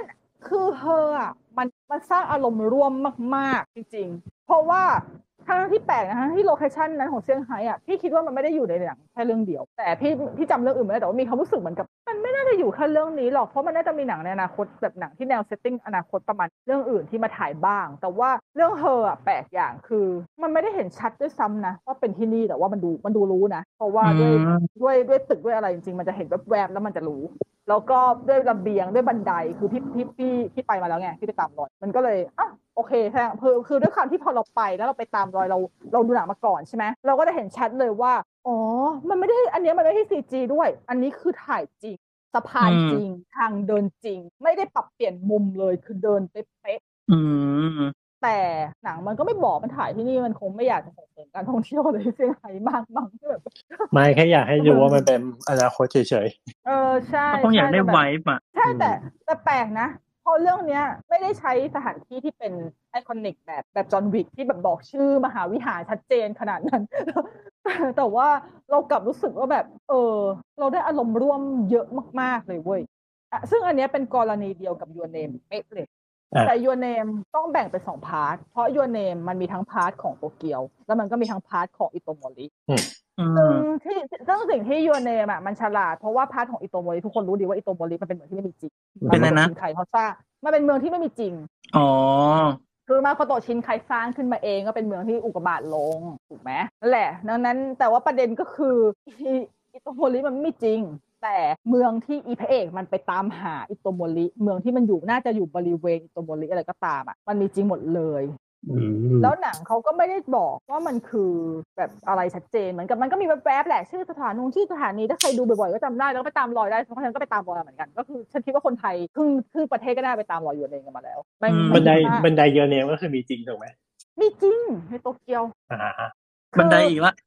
คือเธออ่ะมันสร้างอารมณ์ร่วมมากๆจริงๆเพราะว่าทั้งที่แปลกนะที่โลเคชั่นนั้นของเซี่ยงไฮ้อ่ะพี่คิดว่ามันไม่ได้อยู่ในหนังแค่เรื่องเดียวแต่พี่จำเรื่องอื่นไม่ได้แต่ว่ามีความรู้สึกเหมือนกับมันไม่น่าจะอยู่แค่เรื่องนี้หรอกเพราะมันน่าจะมีหนังในอนาคตแบบหนังที่แนวเซตติ้งอนาคตประมาณเรื่องอื่นที่มาถ่ายบ้างแต่ว่าเรื่องเธออ่ะแปลกอย่างคือมันไม่ได้เห็นชัดด้วยซ้ำนะว่าเป็นที่นี่แต่ว่ามันดูรู้นะเพราะว่าด้วยตึกด้วยอะไรจริงๆมันจะเห็นแวบๆแล้วมันจะรู้แล้วก็ด้วยระเบียงด้วยบันไดคือพี่ไปมาแล้วไงพี่ไปตามรอยมันก็เลยโอเคใช่คือด้วยความที่พอเราไปแล้วเราไปตามรอยเราดูหนังมาก่อนใช่ไหมเราก็จะเห็นชัดเลยว่าอ๋อมันไม่ได้อันนี้มันไม่ได้ CG ด้วยอันนี้คือถ่ายจริงสะพานจริงทางเดินจริงไม่ได้ปรับเปลี่ยนมุมเลยคือเดินเป๊ะแต่หนังมันก็ไม่บอกมันถ่ายที่นี่มันคงไม่อยากจะส่งเสริมการท่องเที่ยวเลยเซี่ยงไฮ้มากมั้งแบบไม่แค่อยากให้ดูว่ามันเป็นอนาคตเฉยๆใช่ต้องอยากได้ไวบ์อ่ะใช่แต่แปลกนะเพราะเรื่องเนี้ยไม่ได้ใช้สถานที่ที่เป็นไอคอนิกแบบจอห์นวิกที่แบบบอกชื่อมหาวิหารชัดเจนขนาดนั้น แต่ว่าเรากลับรู้สึกว่าแบบเราได้อารมณ์ร่วมเยอะมากๆเลยเว้ยซึ่งอันนี้เป็นกรณีเดียวกับ Your Name เป๊ะเลยแต่ Your Name ต้องแบ่งเป็น2พาร์ทเพราะ Your Name มันมีทั้งพาร์ทของโตเกียวแล้วมันก็มีทั้งพาร์ทของอิโตโมริซึ่งสิ่งที่ Your Name อ่ะมันฉลาดเพราะว่าพาร์ทของอิโตโมริทุกคนรู้ดีว่าอิโตโมริมันเป็นเมืองที่ไม่มีจริงเป็นอะไรนะใครเขาสร้างมันเป็นเมืองที่ไม่มีจริงคือมาโคโตะชินไคสร้างขึ้นมาเองก็เป็นเมืองที่อุกกาบาตลงถูกไหมนั่นแหละดังนั้นแต่ว่าประเด็นก็คืออิโตโมริมันไม่จริงแต่เมืองที่อีพระเอกมันไปตามหาอิโตโมริเมืองที่มันอยู่น่าจะอยู่บริเวณอิโตโมริอะไรก็ตามอ่ะมันมีจริงหมดเลยแล้วหนังเขาก็ไม่ได้บอกว่ามันคือแบบอะไรชัดเจนเหมือนกับมันก็มีแวบๆแหละชื่อสถานีถ้าใครดูบ่อยๆก็จำได้แล้วก็ไปตามรอยได้เพราะฉะนั้นก็ไปตามรอยเหมือนกันก็คือฉันคิดว่าคนไทยครึ่งประเทศก็ได้ไปตามรอยYour Nameกันมาแล้วบันไดYour Nameก็คือมีจริงถูกไหมมีจริงในโตเกียวบันไดอีกละ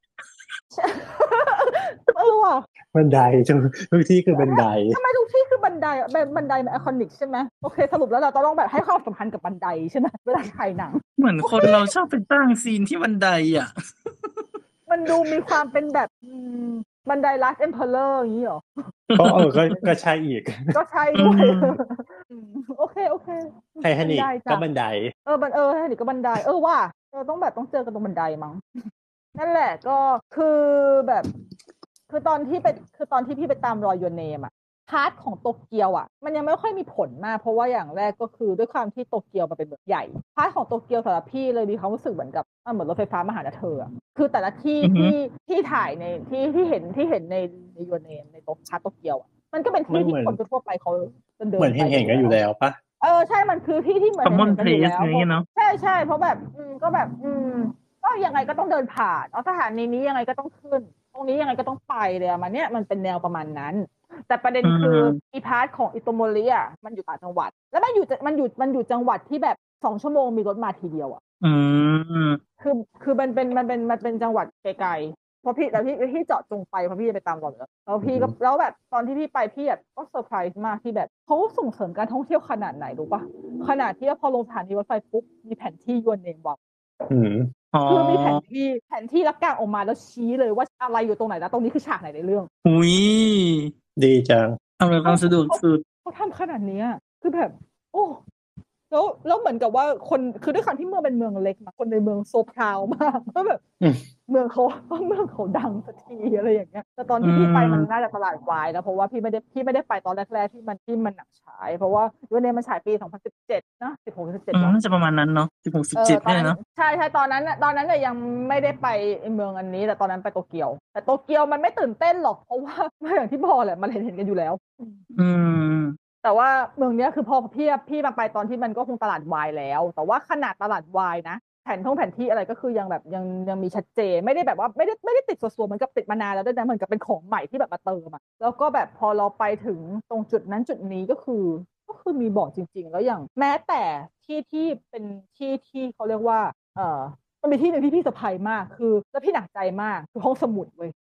ว่ะบันไดทุกที่คือบันไดทำไมทุกที่คือบันไดบันไดมันไอคอนิกใช่ไหมโอเคสรุปแล้วเราต้องแบบให้ความสำคัญกับบันไดใช่ไหมเวลาถ่ายหนังเหมือนคนเราชอบไปตั้งซีนที่บันไดอ่ะมันดูมีความเป็นแบบบันได Last Emperor อย่างนี้หรอก็ใช่อีกก็ใช่ด้วยโอเคไททานิคก็บันไดไททานิคก็บันไดว่าต้องเจอกันตรงบันไดมั้งนั่นแหละก็คือแบบคือตอนที่พี่ไปตามรอยYour Nameอะพาร์ทของโตเกียวอ่ะมันยังไม่ค่อยมีผลมากเพราะว่าอย่างแรกก็คือด้วยความที่โตเกียวมันเป็นเมืองใหญ่พาร์ทของโตเกียวสำหรับพี่เลยมีความรู้สึกเหมือนกับเหมือนรถไฟฟ้ามาหาเธอคือแต่ละที่ที่ถ่ายในที่เห็นในYour Nameในพาร์ทโตเกียวอ่ะมันก็เป็นที่คนทั่วไปเขาเดินเหมือนเห็นกันอยู่แล้วปะใช่มันคือที่เหมือนเห็นกันอยู่แล้วใช่เพราะแบบก็แบบก็ยังไงก็ต้องเดินผ่านสถานีนี้ยังไงก็ต้องขึ้นตรงนี้ยังไงก็ต้องไปเลยมันเนี่ยมันเป็นแนวประมาณนั้นแต่ประเด็นคืออีพาร์ทของอิโตโมริอ่ะมันอยู่ต่างจังหวัดแล้วมันอยู่จังหวัดที่แบบ2 ชั่วโมงมีรถมาทีเดียวอ่ะคือมันเป็นจังหวัดไกลๆเพราะพี่เจาะจงไปเพราะพี่จะไปตามรอยแล้วพี่ก็แล้วแบบตอนที่พี่ไปพี่แบบก็เซอร์ไพรส์มากที่แบบเขาส่งเสริมการท่องเที่ยวขนาดไหนรู้ปะขนาดที่พอลงสถานีรถไฟปุ๊บมีแผนที่Your Nameบอกคือมีแผนที่แล้วกางออกมาแล้วชี้เลยว่าอะไรอยู่ตรงไหนแล้วตรงนี้คือฉากไหนในเรื่องอุ้ยดีจังอำนวยความสะดวกสุดเขาทำขนาดนี้คือแบบโอ้แล้วเหมือนกับว่าคนคือด้วยความที่เมืองเป็นเมืองเล็กคนในเมืองโซพราวมากก็แบบเมืองเขาดังสักทีอะไรอย่างเงี้ยแต่ตอนที่พี่ไปมันน่าจะตลาดวายแล้วเพราะว่าพี่ไม่ได้ไปตอนแรกๆที่มันหนังฉายเพราะว่าYour Nameมันฉายปี2017นะ16-17 น่าจะประมาณนั้นเนาะ16-17เนี่ยเนาะใช่ตอนนั้นเนี่ยยังไม่ได้ไปเมืองอันนี้แต่ตอนนั้นไปโตเกียวแต่โตเกียวมันไม่ตื่นเต้นหรอกเพราะว่าอย่างที่บอกแหละมันเห็นกันอยู่แล้วแต่ว่าเมืองนี้คือพอพี่มาไปตอนที่มันก็คงตลาดวายแล้วแต่ว่าขนาดตลาดวายนะแผนที่อะไรก็คือยังแบบยังมีชัดเจนไม่ได้แบบว่าไม่ได้ติดส่วนๆเหมือนกับติดมานานแล้วด้วยนะเหมือนกับเป็นของใหม่ที่แบบมาเติมแล้วก็แบบพอเราไปถึงตรงจุดนั้นจุดนี้ก็คือมีบอกจริงๆแล้วอย่างแม้แต่ที่เป็นที่เขาเรียกว่ามันมีที่นึงที่พี่เซอร์ไพรส์มากคือแล้วพี่หนักใจมากคือห้องสมุดเว้ย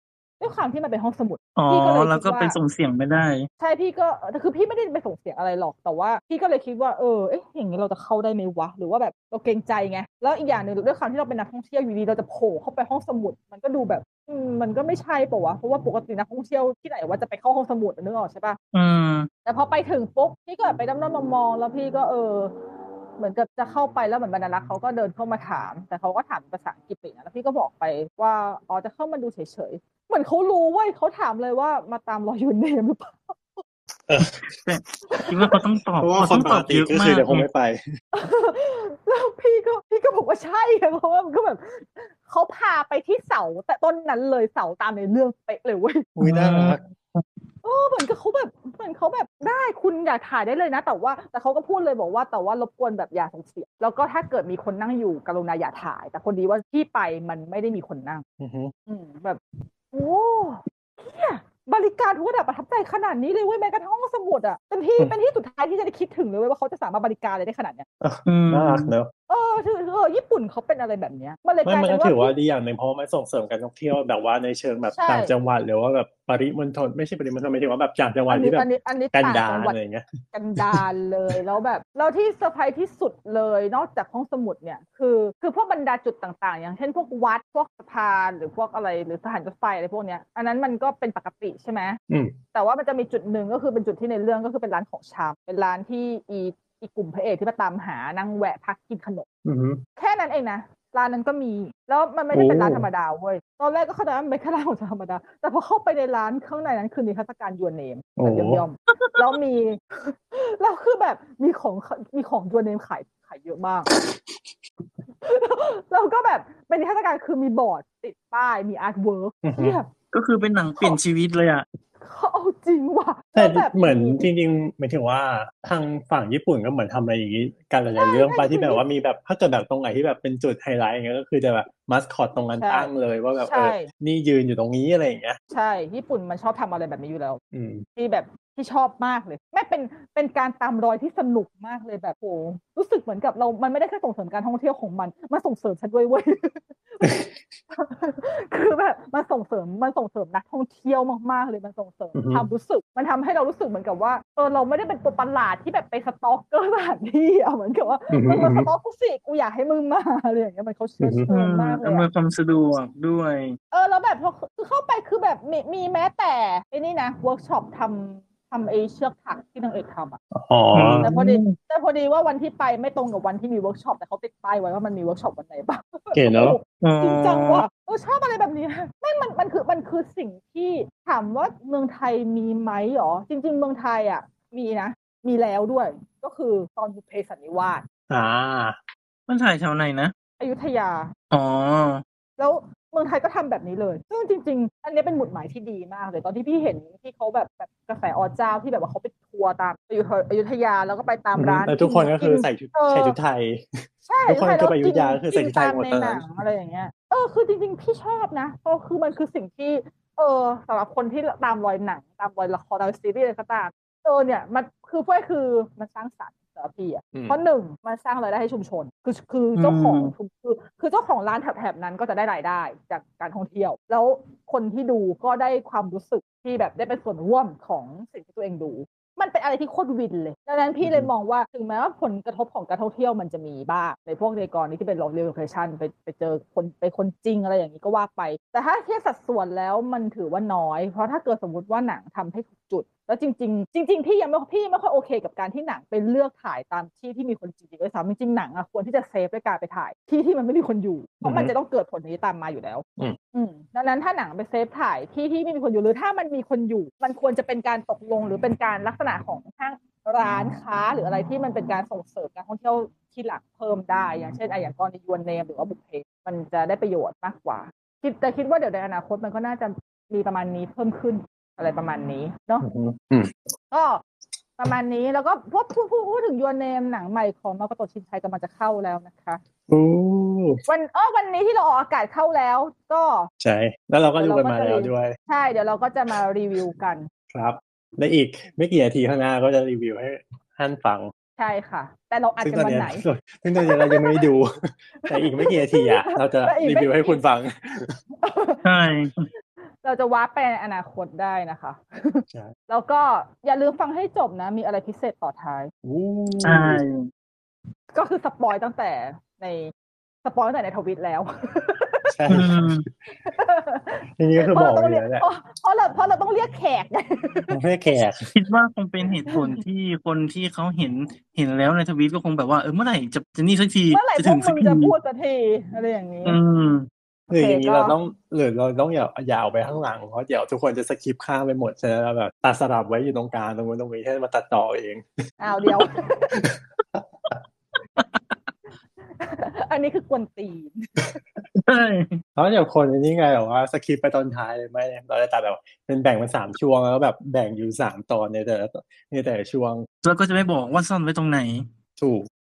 ด้วยความที่มันเป็นห้องสมุดอ๋อพี่ก็เลยแล้วคิดก็ว่าไปส่งเสียงไม่ได้ใช่พี่ก็แต่คือพี่ไม่ได้ไปส่งเสียงอะไรหรอกแต่ว่าพี่ก็เลยคิดว่าอย่างนี้เราจะเข้าได้ไหมวะหรือว่าแบบเราเกรงใจไงแล้วอีกอย่างหนึ่งด้วยความที่เราเป็นนักท่องเที่ยวอยู่ดีเราจะโผล่เข้าไปห้องสมุดมันก็ดูแบบมันก็ไม่ใช่ป่ะวะเพราะว่าปกตินักท่องเที่ยวที่ไหนว่าจะไปเข้าห้องสมุดนึกออกใช่ปะแต่พอไปถึงปุ๊บพี่ก็ไปด้อมๆมองๆแล้วพี่ก็เหมือนกับจะเข้าไปแล้วเหมือนบรรณารักษ์เขาก็เดินเข้ามาถามแต่เขาก็ถามภาษาอังกฤษนะแล้วพี่ก็บอกไปว่าอ๋อจะเข้ามาดูเฉยๆเหมือนเขารู้เว้ยเขาถามเลยว่ามาตามรอยยูเนมหรือเปล่าแต่คิดว่าเขาต้องตอบเพราะว่าคนปกติก็คือจะคงไม่ไปแล้วพี่ก็บอกว่าใช่เพราะว่ามันก็แบบเขาพาไปที่เสาแต่ต้นนั้นเลยเสาตามในเรื่องเป๊ะเลยเว้ยอุ้ยน่ารักเหมือนกับเขาแบบได้คุณอยากถ่ายได้เลยนะแต่เขาก็พูดเลยบอกว่าแต่ว่ารบกวนแบบอย่าส่งเสียงแล้วก็ถ้าเกิดมีคนนั่งอยู่กรุณาอย่าถ่ายแต่คนดีว่าที่ไปมันไม่ได้มีคนนั่งแบบโอ้เนี่ยบริการทุกระดับประทับใจขนาดนี้เลยเว้ยแม้กระทั่งห้องสมุดอ่ะเป็นที่สุดท้ายที่จะได้คิดถึงเลยว่าเขาจะสามารถบริการอะไรได้ขนาดเนี้ยน่ารักเนอะญี่ปุ่นเขาเป็นอะไรแบบเนี้ยมันเลยกลายเป็นว่าถือว่าดีอย่างหนึ่งเพราะมันส่งเสริมการท่องเที่ยวแบบว่าในเชิงแบบต่างจังหวัดหรือว่าแบบปริมณฑลไม่ใช่ปริมณฑลหมายถึงว่าแบบต่างจังหวัดที่แบบกันดารอะไรอย่างเงี้ยกันดารเลยแล้วแบบแล้วที่เซอร์ไพรส์ที่สุดเลยนอกจากห้องสมุดเนี่ยคือพวกบรรดาจุดต่างๆอย่างเช่นพวกวัดพวกสะพานหรือพวกอะไรหรือสถานรถไฟอะไรพวกเนี้ยอันนั้นมันก็เป็นปกติใช่ไหมแต่ว่ามันจะมีจุดหนึ่งก็คือเป็นจุดที่ในเรื่องก็คือเป็นร้านของชำเป็นร้านที่อีกลุ่มพระเอกที่มาตามหานั่งแวะพักกินขนมแค่นั้นเองนะร้านนั้นก็มีแล้วมันไม่ได้เป็นร้านธรรมดาเว้ยตอนแรกก็เข้าใจว่ามันเป็นแค่ร้านของธรรมดาแต่พอเข้าไปในร้านข้างในนั้นคือนิทรรศการยูเนมแบบย่อมๆแล้วแล้วคือแบบมีของยูเนมขายเยอะมากแล้วก็แบบเป็นนิทรรศการคือมีบอร์ดติดป้ายมีอาร์ตเวิร์กก็คือเป็นหนังเปลี่ยนชีวิตเลยอ่ะเขาเอาจริงว่ะแต่เหมือนจริงๆหมายถึงว่าทางฝั่งญี่ปุ่นก็เหมือนทำอะไรอย่างนี้กันหลายๆเรื่องไปที่แบบว่ามีแบบถ้าเกิดแบบตรงไหนที่แบบเป็นจุดไฮไลท์อย่างเงี้ยก็คือจะแบบมัสคอตตรงนั้นตั้งเลยว่าแบบนี่ยืนอยู่ตรงนี้อะไรอย่างเงี้ยใช่ญี่ปุ่นมันชอบทำอะไรแบบนี้อยู่แล้วที่แบบที่ชอบมากเลยแม่เป็นการตามรอยที่สนุกมากเลยแบบโอ้รู้สึกเหมือนกับมันไม่ได้แค่ส่งเสริมการท่องเที่ยวของมันส่งเสริมฉันด้วยเว้ย คือแบบมันส่งเสริมนักท่องเที่ยวมากๆเลยมันส่งเสริมความรู้สึกมันทำให้เรารู้สึกเหมือนกับว่าเราไม่ได้เป็นตัวประหลาดที่แบบไปสต็อกเกอร์สถานที่เหมือนกับว่ามึงมาสต็อกกูสิกูอยากให้มึงมาอะไรอย่างเงี้ยมันเขาเชิญมากเลยอำนวยความสะดวกด้วยแล้วแบบพอคือเข้าไปคือแบบมีแม้แต่ไอ้นี่นะเวิร์กช็อปทำไอ้เชือกถักที่นางเอกทำแต่พอดีว่าวันที่ไปไม่ตรงกับวันที่มีเวิร์กช็อปแต่เขาติดป้ายไว้ว่ามันมีเวิร์กช็อปวันไหนบ้างเก๋เนาะจริงจังว่ะชอบอะไรแบบนี้แม่งมันคือสิ่งที่ถามว่าเมืองไทยมีไหมหรอจริงๆเมืองไทยอ่ะมีนะมีแล้วด้วยก็คือตอนบุพเพสันนิวาสมันถ่ายแถวไหนนะอยุธยาแล้วเมืองไทยก็ทำแบบนี้เลยซึ่งจริงๆอันนี้เป็นหมุดหมายที่ดีมากเลยตอนที่พี่เห็นที่เขาแบบกระแสอเจ้าที่แบบว่าเขาไปทัวร์ตามอยุธยาแล้วก็ไปตามร้านแล้วทุกคนก็คือใส่ชุดไทยใช่ทุกคนก็ไปอยุธยาก็คือใส่ชุดไทยหมดเลยอะไรอย่างเงี้ยคือจริงๆพี่ชอบนะเพราะคือมันคือสิ่งที่สำหรับคนที่ตามรอยหนังตามรอยละครตามซีรีส์อะไรก็ตามเนี่ยมันคือมันสร้างสรรค์สำหรับพี่อ่ะเพราะหนึ่งมันสร้างรายได้ให้ชุมชนคือเจ้าของคือเจ้าของร้านแถบนั้นก็จะได้รายได้จากการท่องเที่ยวแล้วคนที่ดูก็ได้ความรู้สึกที่แบบได้เป็นส่วนร่วมของสิ่งที่ตัวเองดูมันเป็นอะไรที่โคตรวินเลยดังนั้นพี่เลยมองว่าถึงแม้ว่าผลกระทบของการท่องเที่ยวมันจะมีบ้างในพวกในกรณีที่เป็นรีโลเคชั่นไปเจอคนจริงอะไรอย่างนี้ก็ว่าไปแต่ถ้าเทียบสัดส่วนแล้วมันถือว่าน้อยเพราะถ้าเกิดสมมติว่าหนังทำให้ถูกจุดแล้วจริงพี่ยังไม่ค่อยโอเคกับการที่หนังไปเลือกถ่ายตามที่มีคนจริงๆด้วยซ้ำจริงๆหนังอะควรที่จะเซฟด้วยการไปถ่ายที่มันไม่มีคนอยู่เพราะมันจะต้องเกิดผลนี้ตามมาอยู่แล้วดังนั้นถ้าหนังไปเซฟถ่ายที่ไม่มีคนอยู่หรือถ้ามันมีคนอยู่มันควรจะเป็นการตกลงหรือเป็นการลักษณะของห้างร้านค้าหรืออะไรที่มันเป็นการส่งเสริมการท่องเที่ยวที่หลักเพิ่มได้อย่างเช่นอย่างกรณียูเนมหรือว่าบุพเพมันจะได้ประโยชน์มากกว่าคิดว่าเดี๋ยวในอนาคตมันก็น่าจะมีประมาณนี้เพิ่มขึ้นอะไรประมาณนี้เนาะก็ประมาณนี้แล้วก็พูดถึงยูเนมหนังใหม่ของมาโกโตะชินไคกำลังจะเข้าแล้วนะคะวันนี้ที่เราออกอากาศเข้าแล้วก็ใช่แล้วเราก็ดูกันมาแล้วด้วยใช่เดี๋ยวเราก็จะมารีวิวกันครับและอีกไม่กี่นาทีข้างหน้าก็จะรีวิวให้ท่านฟังใช่ค่ะแต่เราอัดกันวันไหนซึ่งตอนนี้เรายังไม่ได้ดูแต่อีกไม่กี่นาทีเราจะรีวิวให้คุณฟังใช่เราจะวาร์ปไปในอนาคตได้นะคะใช่แล้วก็อย่าลืมฟังให้จบนะมีอะไรพิเศษต่อท้ายใช่ก็คือสปอยตั้งแต่ในทวิตแล้วใช่อืมทีนี้ก็คือบอกอยู่แล้วแหละเพราะเราต้องเรียกแขกไงไม่แขกคิดว่าคงเป็นเหตุผลที่คนที่เขาเห็นแล้วในทวีตก็คงแบบว่าเมื่อไหร่จะนี่สักทีเมื่อไหร่จะพถึวกงมึสักงทีจะพูดสักทีอะไรอย่างนี้อืมหรืออย่างนี้โอเคก็เราต้องอย่าเอาไปข้างหลังเพราะเดี๋ยวทุกคนจะสคิปข้ามไปหมดฉะนั้นเราแบบตัดสลับไว้อยู่ตรงกลางตรงนู้นตรงนี้ให้มาตัดต่อเองอ้าวเดียว อันนี้คือกวนตีนใช่เพราะเดี๋ยวคนนี่ไงแบบว่าสคิปไปตอนท้ายเลยไม่เราจะตัดแบบเป็นแบ่งเป็น3ช่วงแล้วแบบแบ่งอยู่3ตอนในแต่ละช่วงแล้วก็จะไม่บอกว่าซ่อนไว้ตรงไหนถูก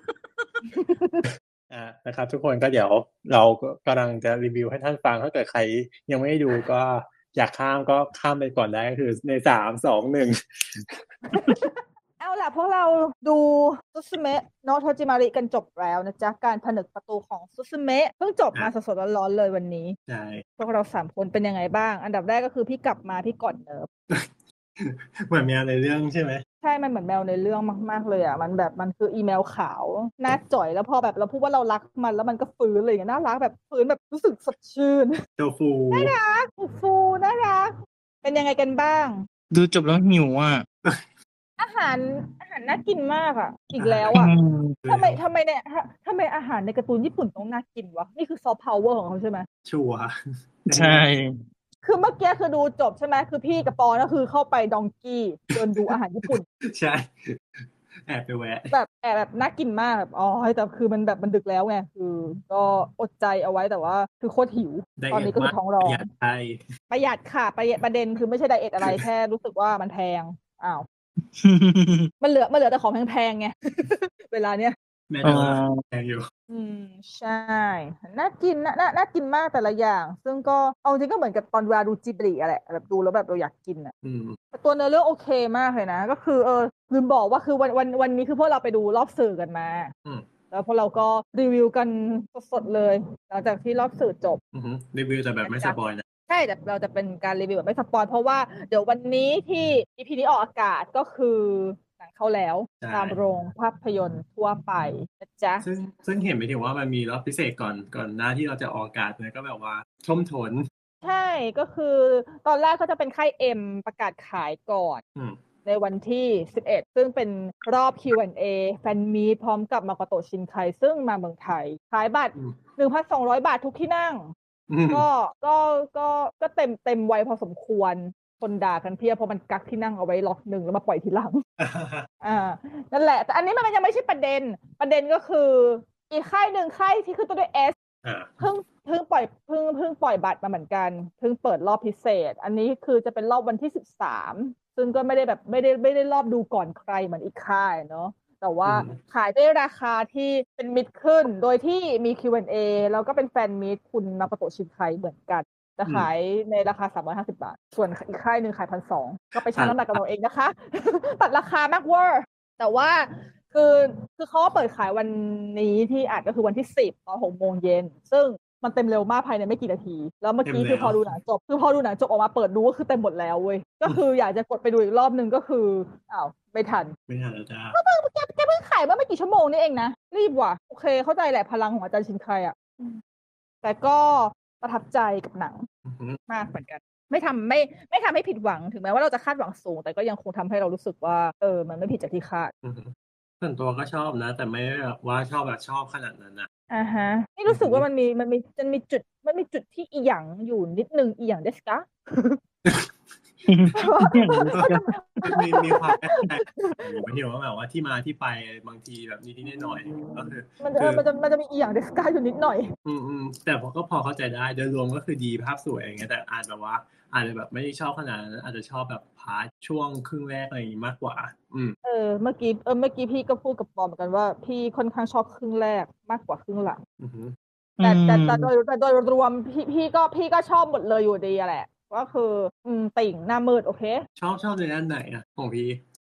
นะครับทุกคนก็เดี๋ยวเรากำลังจะรีวิวให้ท่านฟังถ้าเกิดใครยังไม่ได้ดูก็อยากข้ามก็ข้ามไปก่อนได้ก็คือใน3 2 1 เอาล่ะพวกเราดูซุซึเมะโนโทจิมาริกันจบแล้วนะจ๊ะการผนึกประตูของซุซึเมะเพิ่งจบมาสดๆร้อนๆเลยวันนี้ใช่พวกเรา3คนเป็นยังไงบ้างอันดับแรกก็คือพี่กลับมาพี่ก่อนเนิร์ฟเหมือนแมวในเรื่องใช่ไหมใช่มันเหมือนแมวในเรื่องมากๆเลยอ่ะมันคืออีเมลขาวหน้าจ่อยแล้วพอแบบเราพูดว่าเรารักมันแล้วมันก็ฟื้นเลยอย่างน่ารักแบบฟื้นแบบรู้สึกสดชื่นโตฟูน่ารักฟูน่ารักเป็นยังไงกันบ้างดูจบแล้วหิวอ่ะอาหารน่ากินมากอ่ะอีกแล้วอ่ะทำไมเนี่ยทำไมอาหารในการ์ตูนญี่ปุ่นต้องน่ากินวะนี่คือซอฟต์พาวเวอร์ของเขาใช่ไหมชัวร์ใช่คือเมื่อกี้คือดูจบใช่ไหมคือพี่กับปอนก็คือเข้าไปดองกี้เดินดูอาหารญี่ปุ่นใช่แอบไปแวะแบบน่ากินมากแบบอ๋อแต่คือมันแบบมันดึกแล้วไงคือก็อดใจเอาไว้แต่ว่าคือโคตรหิวตอนนี้ก็คือท้องร้อง ประหยัดค่ะประเด็นคือไม่ใช่ไดเอทอะไรแค่รู้สึกว่ามันแพงอ้าวมันเหลือแต่ของแพงๆไง เวลาเนี้ยแม่ตัวแพงอยู่ใช่น่ากินน่ากินมากแต่ละอย่าง ซึ่งก็เอาจริงก็เหมือนกับตอนเวลาดูจิบลิอะแหละแบบดูแล้วแบบเราอยากกินอ่ะแต่ตัวเนื้อเรื่องโอเคมากเลยนะก็คือลืมบอกว่าคือวันนี้คือพวกเราไปดูรอบสื่อกันมาแล้วพวกเราก็รีวิวกันสดๆเลยหลังจากที่รอบสื่อจบรีวิวแต่แบบไม่สปอยนะใช่แต่เราจะเป็นการรีวิวแบบไม่สปอยเพราะว่าเดี๋ยววันนี้ที่ EP นี้ออกอากาศก็คือหนังเข้าแล้วตามโรงภาพยนตร์ทั่วไปนะจ๊ะซึ่งเห็นไปถึงว่ามันมีรอบพิเศษก่อนหน้าที่เราจะออกอากาศเนี่ยก็แบบว่าท่วมท้นใช่ก็คือตอนแรกก็จะเป็นค่าย M ประกาศขายก่อนในวันที่11ซึ่งเป็นรอบ Q&A แฟนมีตพร้อมกับมาโกโตะชินไคซึ่งมาเมืองไทยขายบัตร 1,200 บาททุกที่นั่งก็เต็มไวพอสมควรคนด่ากันเพียบเพราะมันกักที่นั่งเอาไว้ล็อกหนึ่งแล้วมาปล่อยทีหลัง นั่นแหละแต่อันนี้มันยังไม่ใช่ประเด็นก็คืออีกค่ายหนึ่งค่ายที่คือตัวด้วย S เพิ่งปล่อยบัตรมาเหมือนกันเพิ่งเปิดรอบพิเศษอันนี้คือจะเป็นรอบวันที่13ซึ่งก็ไม่ได้รอบดูก่อนใครเหมือนอีกค่ายเนาะแต่ว่าขายด้วยราคาที่เป็นมิดขึ้นโดยที่มี Q&A แล้วก็เป็นแฟนมีตคุณมาโกโตะชินไคเหมือนกันจะขายในราคา350 บาทส่วนอีกค่ายหนึ่งขาย 1,200 ก็ไปชั่งน้ำหนักกันเอาเองนะคะ ตัดราคามากเวอร์แต่ว่าคือเขาเปิดขายวันนี้ที่อาจก็คือวันที่10ตอน 18:00 นซึ่งมันเต็มเร็วมากภายในไม่กี่นาทีแล้วเมื่อกี้คือพอดูหนังจบออกมาเปิดดูก็คือเต็มหมดแล้วเว้ยก็คืออยากจะกดไปดูอีกรอบนึงก็คือไม่ทันแล้วจ้าก็แกเพิ่งขายเมื่อไม่กี่ชั่วโมงนี่เองนะรีบว่ะโอเคเข้าใจแหละพลังของอาจารย์ชินไคอ่ะแต่ก็ประทับใจกับหนังมากเหมือนกันไม่ทำให้ผิดหวังถึงแม้ว่าเราจะคาดหวังสูงแต่ก็ยังคงทำให้เรารู้สึกว่ามันไม่ผิดจากที่คาดส่วนตัวก็ชอบนะแต่ไม่แบบว่าชอบขนาดนั้นนะนี่รู้สึกว่ามันมีจุดที่อีหยังอยู่นิดนึงอีหยังเดสกะมีความแปลกไม่ที่ว่าแบบว่าที่มาที่ไปบางทีแบบนิดหน่อยก็คือมันจะมีอีหยังเดสกะอยู่นิดหน่อยแต่ก็พอเข้าใจได้โดยรวมก็คือดีภาพสวยอย่างเงี้ยแต่อาจแบบว่าอาจจะแบบไม่ได้ชอบขนาดนั้นอาจจะชอบแบบพาร์ทช่วงครึ่งแรกอะไรอย่างงี้มากกว่าเมื่อกี้พี่ก็พูดกับปอมเหมือนกันว่าพี่ค่อนข้างชอบครึ่งแรกมากกว่าครึ่งหลังแต่โดยรวมพี่ก็ชอบหมดเลยอยู่ดีแหละก็คือติ่งหน้ามืดโอเคชอบในด้านไหนอ่ะของพี่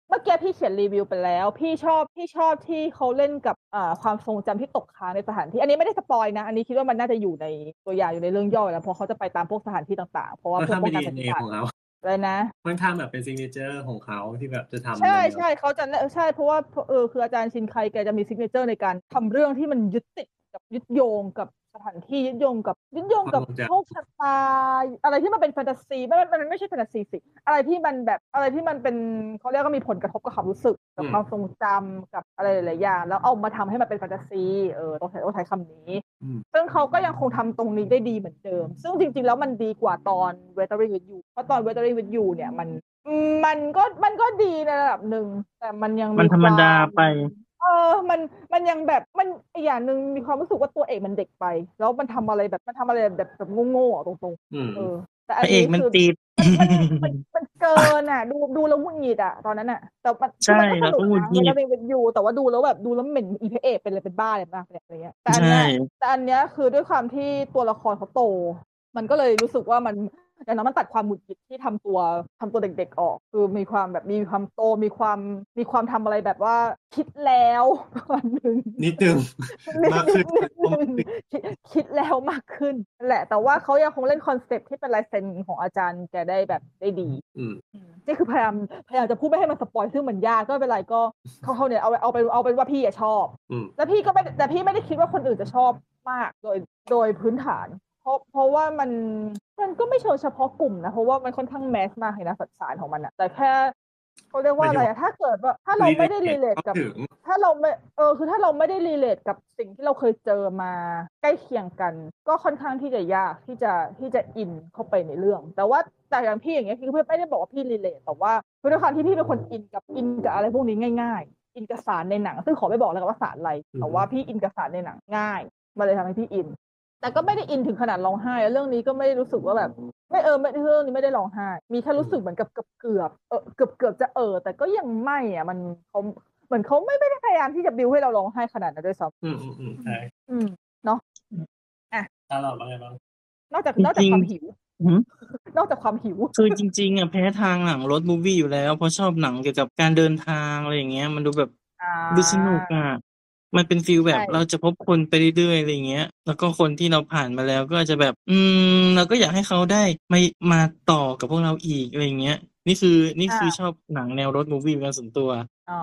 เมื่อกี้พี่เขียนรีวิวไปแล้วพี่ชอบที่เขาเล่นกับความทรงจำที่ตกค้างในสถานที่อันนี้ไม่ได้สปอยนะอันนี้คิดว่ามันน่าจะอยู่ในตัวอย่างอยู่ในเรื่องย่อแล้วเพราะเขาจะไปตามพวกสถานที่ต่างๆเพราะว่าเพื่อป้องกันภัยพิบัติของเราอะไรนะมันทำแบบเป็นซิกเนเจอร์ของเขาที่แบบจะทำใช่เขาจะใช่เพราะว่าคืออาจารย์ชินไคแกจะมีซิกเนเจอร์ในการทำเรื่องที่มันยึดติดกับยึดโยงกับสถานที่ยึดโยงกับโชคชะตาอะไรที่มันเป็นแฟนตาซีมันไม่ใช่แฟนตาซีสิอะไรที่มันแบบอะไรที่มันเป็นเขาเรียกว่ามีผลกระทบกับความรู้สึกกับความทรงจำกับอะไรหลายๆอย่างแล้วเอามาทำให้มันเป็นแฟนตาซีต้องใช้คำนี้ซึ่งเขาก็ยังคงทำตรงนี้ได้ดีเหมือนเดิมซึ่งจริงๆแล้วมันดีกว่าตอน Weathering with You เพราะตอน Weathering with You เนี่ยมันก็ดีในระดับหนึ่งแต่มันยังมันธรรมดาไปมันยังแบบมันอีกอย่างหนึ่งมีความรู้สึกว่าตัวเอกมันเด็กไปแล้วมันทำอะไรแบบโง่ๆตรงๆแต่อันนี้คือมันเกินอ่ะดูแล้วหงุดหงิดอ่ะตอนนั้นอ่ะแต่มันใช่มันก็สนุกนะมันเป็นอยู่แต่ว่าดูแล้วเหม็นอีพระเอกเป็นบ้าเลยมากอะไรเงี้ยแต่อันเนี้ยคือด้วยความที่ตัวละครเขาโตมันก็เลยรู้สึกว่ามันอย่างนั้นมันตัดความหงุดหงิดที่ทำตัวเด็กๆออกคือมีความแบบมีความโตมีความทำอะไรแบบว่าคิดแล้ววันนึงนิดนึงมากขึ้นคิดแล้วมากขึ้นแหละแต่ว่าเขายังคงเล่นคอนเซ็ปต์ที่เป็นลายเซ็นของอาจารย์แกได้แบบได้ดีนี่คือพยายามจะพูดไม่ให้มันสปอยซึ่งมันยากก็เป็นไรก็เขาเนี่ยเอาเป็นว่าพี่ชอบแล้วพี่ก็ไม่แต่พี่ไม่ได้คิดว่าคนอื่นจะชอบมากโดยพื้นฐานเพราะว่ามันก็ไม่เชิงเฉพาะกลุ่มนะเพราะว่ามันค่อนข้างแมสมากเลยนะสัดส่วนของมันอะแต่แค่เขาเรียกว่าอะไรอะถ้าเกิดว่าถ้าเราไม่ได้รีเลทกับถ้าเราไม่คือถ้าเราไม่ได้รีเลทกับสิ่งที่เราเคยเจอมาใกล้เคียงกันก็ค่อนข้างที่จะยากที่จะอินเข้าไปในเรื่องแต่ว่าแต่อย่างพี่อย่างเงี้ยพี่ไม่ได้บอกว่าพี่รีเลทแต่ว่าด้วยความที่พี่เป็นคนอินกับอะไรพวกนี้ง่ายๆอินกับสารในหนังซึ่งขอไม่บอกแล้วกันว่าสารอะไรแต่ว่าพี่อินกับสารในหนังง่ายมาเลยทำให้พี่อินแต่ก็ไม่ได้อินถึงขนาดร้องไห้แล้วเรื่องนี้ก็ไม่ได้รู้สึกว่าแบบไม่เรื่องนี้ไม่ได้ร้องไห้มีแค่รู้สึกเหมือนกับเกือบจะแต่ก็ยังไม่อ่ะมันเขาเหมือนเขาไม่ได้พยายามที่จะบิวให้เราร้องไห้ขนาดนั้นด้วยซ้ำใช่เนาะอ่ะตลอดอะไรบ้างนอกจากความหิวนอกจากความหิวคือจริงๆอ่ะแพ้ทางหนังรถมูฟวี่อยู่แล้วเพราะชอบหนังเกี่ยวกับการเดินทางอะไรอย่างเงี้ยมันดูแบบดูสนุกอ่ะมันเป็นฟีลแบบเราจะพบคนไปเรื่อยๆอะไรเงี้ยแล้วก็คนที่เราผ่านมาแล้วก็จะแบบเราก็อยากให้เขาได้มาต่อกับพวกเราอีกอะไรเงี้ยนี่คือชอบหนังแนวรถมูฟวี่เป็นส่วนตัว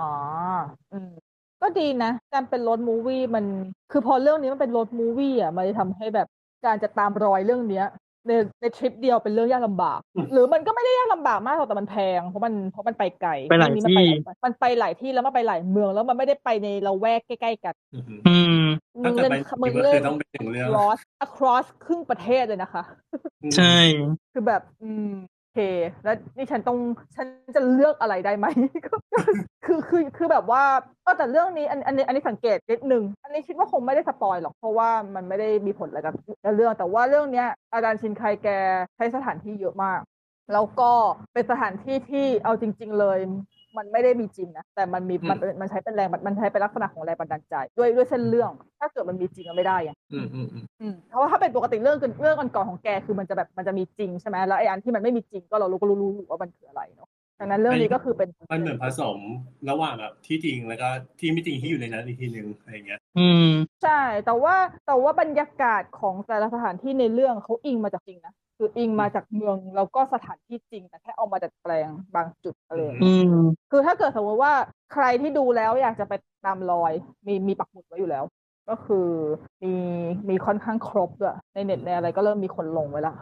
ก็ดีนะการเป็นรถมูฟวี่มันคือพอเรื่องนี้มันเป็นรถมูฟวี่อ่ะมันจะทำให้แบบการจะตามรอยเรื่องเนี้ยในทริปเดียวเป็นเรื่องยากลำบากหรือมันก็ไม่ได้ยากลำบากมากหรอกแต่มันแพงเพราะมันไปไกลไปหลายที่มันไปหลายที่แล้วมันไปหลายเมืองแล้วมันไม่ได้ไปในละแวกใกล้ๆกันมึงเล่นต้องเป็นถึงเรื่อง across ครึ่งประเทศเลยนะคะใช่คือแบบโอเคแล้วนี่ฉันจะเลือกอะไรได้ไหม คือแบบว่าแต่เรื่องนี้อันนี้สังเกตนิดนึงอันนี้คิดว่าคงไม่ได้สปอยหรอกเพราะว่ามันไม่ได้มีผลอะไรกับเรื่องแต่ว่าเรื่องเนี้ยอาจารย์ชินไคแกใช้สถานที่เยอะมากแล้วก็เป็นสถานที่ที่เอาจริงๆเลยมันไม่ได้มีจริงนะแต่มันใช้เป็นมันใช้เป็นลักษณะของแรงบันดาลใจด้วยเส้นเรื่องถ้าเกิดมันมีจริงก็ไม่ได้อ่ะเพราะว่าถ้าเป็นปกติเรื่องก่อนของแกคือมันจะมีจริงใช่ไหมแล้วไอ้อันที่มันไม่มีจริงก็เราก็รู้ว่ามันคืออะไรเนาะดังนั้นเรื่องนี้ก็คือเป็นมันเหมือนผสมระหว่างแบบที่จริงแล้วก็ที่ไม่จริงที่อยู่ในนั้นอีกทีนึงอะไรเงี้ยใช่แต่ว่าบรรยากาศของแต่ละสถานที่ในเรื่องเขาอิงมาจากจริงนะคืออิงมาจากเมืองแล้วก็สถานที่จริงแต่แค่เอามาดัดแปลงบางจุดอะไรคือถ้าเกิดสมมติว่าใครที่ดูแล้วอยากจะไปตามรอยมีปักหมุดไว้อยู่แล้วก็คือมีค่อนข้างครบด้วยในเน็ตในอะไรก็เริ่มมีคนลงไว้แล้ว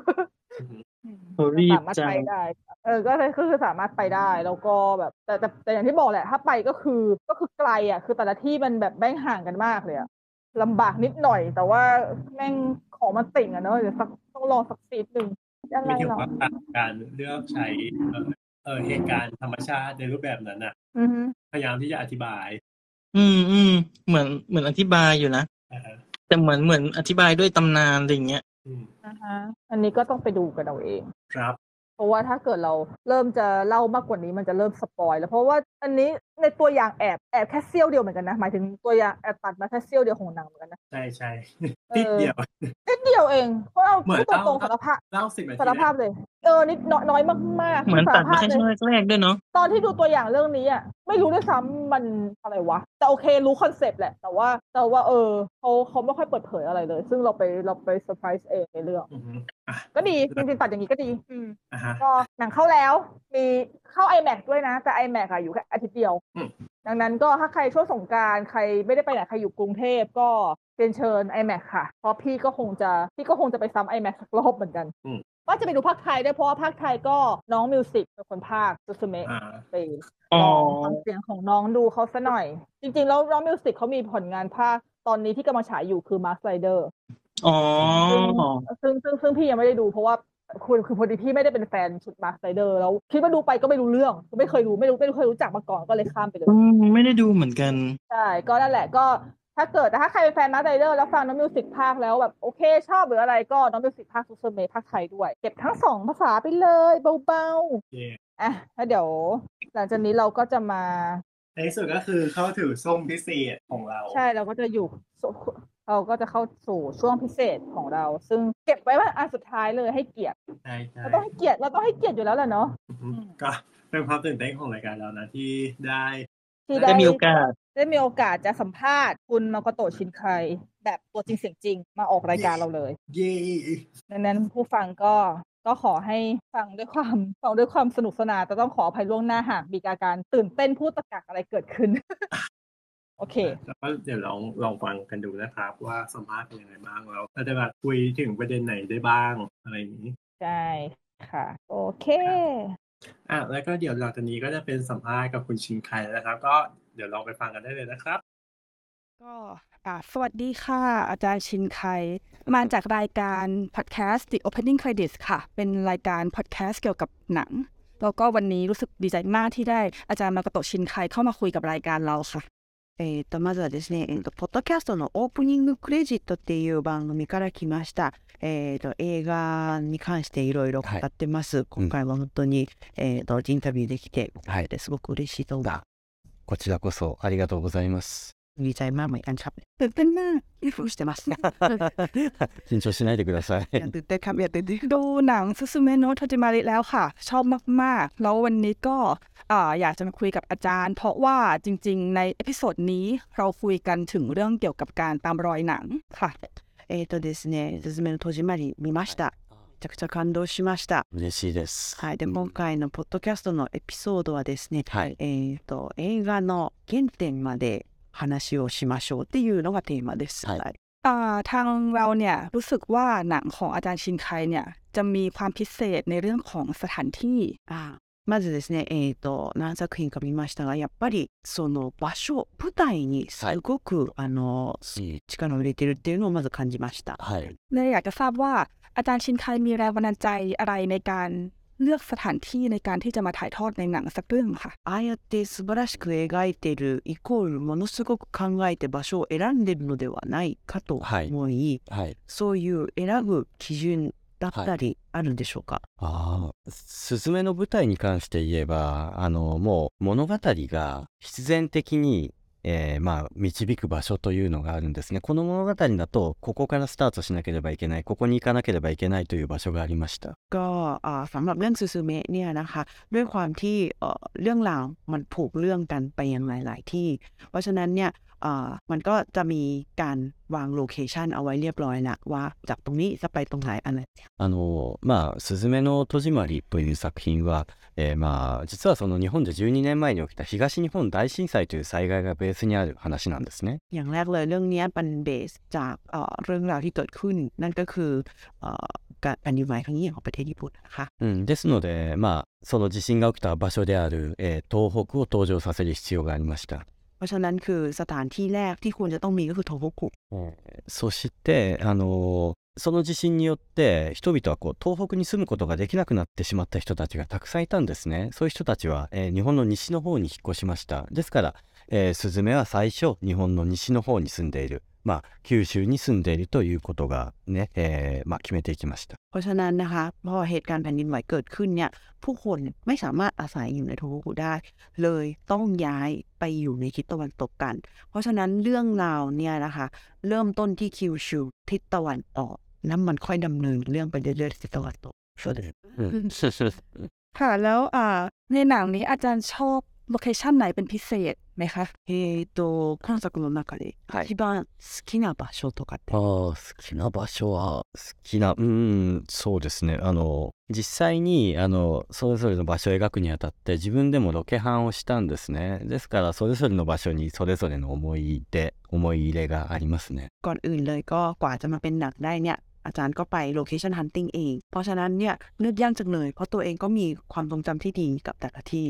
สามารถไปได้ก็คือสามารถไปได้แล้วก็แบบแต่อย่างที่บอกแหละถ้าไปก็คือไกลอ่ะคือแต่ละที่มันแบบแม่งห่างกันมากเลยอ่ะลำบากนิดหน่อยแต่ว่าแม่งของมันติ่งอ่ะเนอะเดี๋ยวต้องรอสักซีนึงไม่ถึงว่าการเลือกใช้เหตุการณ์ธรรมชาติในรูปแบบนั้นอ่ะพยายามที่จะอธิบายเหมือนอธิบายอยู่นะแต่เหมือนอธิบายด้วยตำนานอะไรอย่างเงี้ยอันนี้ก็ต้องไปดูกันเอาเองครับเพราะว่าถ้าเกิดเราเริ่มจะเล่ามากกว่านี้มันจะเริ่มสปอยแล้วเพราะว่าอันนี้ในตัวอย่างแอบแค่เสี้ยวเดียวเหมือนกันนะหมายถึงตัวอย่างแอบตัดมาแค่เสี้ยวเดียวของหนังเหมือนกันนะใช่นิดเดียวนิดเดียวเองเพราะเอาเหมือนพูดตรงๆสารภาพเล่า10 นาทีสารภาพเลยนิดน้อยมากๆเหมือนสาตัรดมาภาพแค่เลยช่วงแรกๆด้วยเนาะตอนที่ดูตัวอย่างเรื่องนี้อ่ะไม่รู้ด้วยซ้ำมันอะไรวะแต่โอเครู้คอนเซปต์แหละแต่ว่าเขาไม่ค่อยเปิดเผยอะไรเลยซึ่งเราไปเซอร์ไพรส์เองในเรื่องก็ดีจริงๆตัดอย่างนี้ก็ดีก็หนังเข้าแล้วมีเข้า IMAX ด้วยนะแต่ IMAX อะอยู่แค่อาทิตย์เดียวดังนั้นก็ถ้าใครช่วงสงกรานต์ใครไม่ได้ไปไหนใครอยู่กรุงเทพก็เรียนเชิญ IMAX ค่ะเพราะพี่ก็คงจะไปซ้ำ IMAX สักรอบเหมือนกันว่าจะไปดูภาคไทยด้วยเพราะว่าภาคไทยก็น้องมิวสิกเป็นคนภาคซูซูเมะไปลองฟังเสียงของน้องดูเขาซะหน่อยจริงๆแล้วน้องมิวสิกเขามีผลงานภาคตอนนี้ที่กำลังฉายอยู่คือ Mask Rider ซึ่งพี่ยังไม่ได้ดูเพราะว่าคือพอดีพี่ไม่ได้เป็นแฟนชุด Mask Rider แล้วคิดว่าดูไปก็ไม่รู้เรื่องไม่เคยเคยรู้จักมาก่อนก็เลยข้ามไปเลยไม่ได้ดูเหมือนกันใช่ก็นั่นแหละก็ถ้าใครเป็นแฟนมาสไตเดอร์แล้วฟังน้องมิวสิกภาคแล้วแบบโอเคชอบหรืออะไรก็น้องมิวสิกภาคซูเปอร์เมย์ภาคไทยด้วยเก็บทั้ง2ภาษาไปเลยเบาๆแล้วเดี๋ยวหลังจากนี้เราก็จะมาในที่สุดก็คือเข้าถึงช่วงพิเศษของเราใช่เราก็จะเข้าสู่ช่วงพิเศษของเราซึ่งเก็บไว้ว่าอันสุดท้ายเลยให้เกียรติเราต้องให้เกียรติอยู่แล้วแหละเนาะก็เป็นความตื่นเต้นของรายการเรานะที่ได้มีโอกาสจะสัมภาษณ์คุณมาโกโตะชินไคแบบตัวจริงเสียงจริงมาออกรายการเราเลยเย้ดังนั้นผู้ฟังก็ขอให้ฟังด้วยความสนุกสนานแต่ต้องขออภัยล่วงหน้าหากมีอาการตื่นเต้นพูดตะกักอะไรเกิดขึ้น โอเคแล้วก็เดี๋ยวลองฟังกันดูนะครับว่าสัมภาษณ์เป็นยังไงบ้างแล้วเราจะแบบคุยถึงประเด็นไหนได้บ้างอะไรอย่างนี้ใช่ค่ะโอเคแล้วก็เดี๋ยวหลังจากนี้ก็จะเป็นสัมภาษณ์กับคุณชินไคนะครับก็เดี๋ยวลองไปฟังกันได้เลยนะครับก็สวัสดีค่ะอาจารย์ชินไคมาจากรายการพอดแคสต์ The Opening Credits ค่ะเป็นรายการพอดแคสต์เกี่ยวกับหนังแล้วก็วันนี้รู้สึกดีใจมากที่ได้อาจารย์มาโกโตะชินไคเข้ามาคุยกับรายการเราค่ะまずはですね、ポッドキャストのオープニングクレジットっていう番組から来ました。映画に関していろいろ語ってます。今回は本当に、インタビューできて、すごく嬉しいと思います。 こちらこそありがとうございます。 ดีใจมากเหมือนกันครับตื่นเต้นมากที่ฟูしてます緊張しないでくださいอย่าตื่นเต้นครับอย่าตื่นเต้นดูหนังซูซูเมะโนะ ทาจิมาริแล้วค่ะชอบมากๆแล้ววันนี้ก็อยากจะมาคุยกับอาจารย์เพราะว่าจริงๆในเอพิโซดนี้เราคุยกันถึงเรื่องเกี่ยวกับการตามรอยหนังค่ะですねすずめの戸締まり見ましためちゃくちゃ感動しました嬉しいですはいで今回のポッドキャストのエピソードはですね映画の原点まで話をしましょうっていうのがテーマです。 ทางเราเนี่ยรู้สึกว่าหนังของอาจารย์ชินไคเนี่ยจะมีความพิเศษในเรื่องของสถานที่まずですね何作品か見ましたがやっぱりその場所舞台にすごく力を入れてるっていうのをまず感じました。 เลยอยากจะทราบว่าอาจารย์ชินไคมีแรงบันดาลใจอะไรในการเลือกสถานที่ในการที่จะมาถ่ายทอดในหนังสักเรื่องค่ะやって素晴らしく描いてるイコールものすごく考えて場所を選んでるのではないかと思い、そういう選ぶ基準だったりあるんでしょうか。 すずめの舞台に関して言えばもう物語が必然的に導く場所というのがあるんですね。この物語だとここからスタートしなければいけない、ここに行かなければいけないという場所がありました。 ก็สำหรับเรื่องซูซูเมะเนี่ยนะคะด้วยความที่เรื่องราวมันผูกเรื่องกันไปยังหลายๆที่เพราะฉะนั้นเนี่ยมันก็จะมีการวางโลเคชันเอาไว้เรียบร้อยละว่าจากตรงนี้จะไปตรงไหนอะไรすずめの戸締まりという作品は実はその日本で12年前に起きた東日本大震災という災害がベースにある話なんですね。 อย่างแรกเลยเรื่องนี้เป็นเบสจากเรื่องราวที่เกิดขึ้นนั่นก็คือการแผ่นดินไหวครั้งนี้ของประเทศญี่ปุ่นนะคะですのでその地震が起きた場所である東北を登場させる必要がありました。 เพราะฉะนั้นคือสถานที่แรกที่ควรจะต้องมีก็คือโทโฮกุそしてその地震によって人々は東北に住むことができなくなってしまった人たちがたくさんいたんですね。そういう人たちは、日本の西の方に引っ越しました。ですから、スズメは最初日本の西の方に住んでいる九州に住んでいるということがね、決めていきました。 เพราะฉะนั้นนะคะพอเหตุการณ์แผ่นดินไหวเกิดขึ้นเนี่ยผู้คนไม่สามารถอาศัยอยู่ในโทโฮกุได้เลยต้องย้ายไปอยู่ในทิศตะวันตกกันเพราะฉะนั้นเรื่องราวเนี่ยนะคะเริ่มต้นที่คิวชูทิศตะวันออกแล้วมันค่อยดำเนินเรื่องไปเรื่อยๆทิศตะวันตกค่ะแล้วในหนังนี้อาจารย์ชอบโลเคชันไหนเป็นพิเศษไหมคะ今作の中で一番好きな場所とかって好きな場所はそうですね実際にそれぞれの場所を描くにあたって自分でもロケハンをしたんですね。ですからそれぞれの場所にそれぞれの思い入れがありますね。 ก่อนอื่นเลยก็กว่าจะมาเป็นหนังได้เนี่ยอาจารย์ก็ไปโลเคชั่นฮันติ้งเองเพราะฉะนั้นเนี่ยนึกยากจังเลยเพราะตัวเองก็มีความทรงจำที่ดีกับแต่ละที่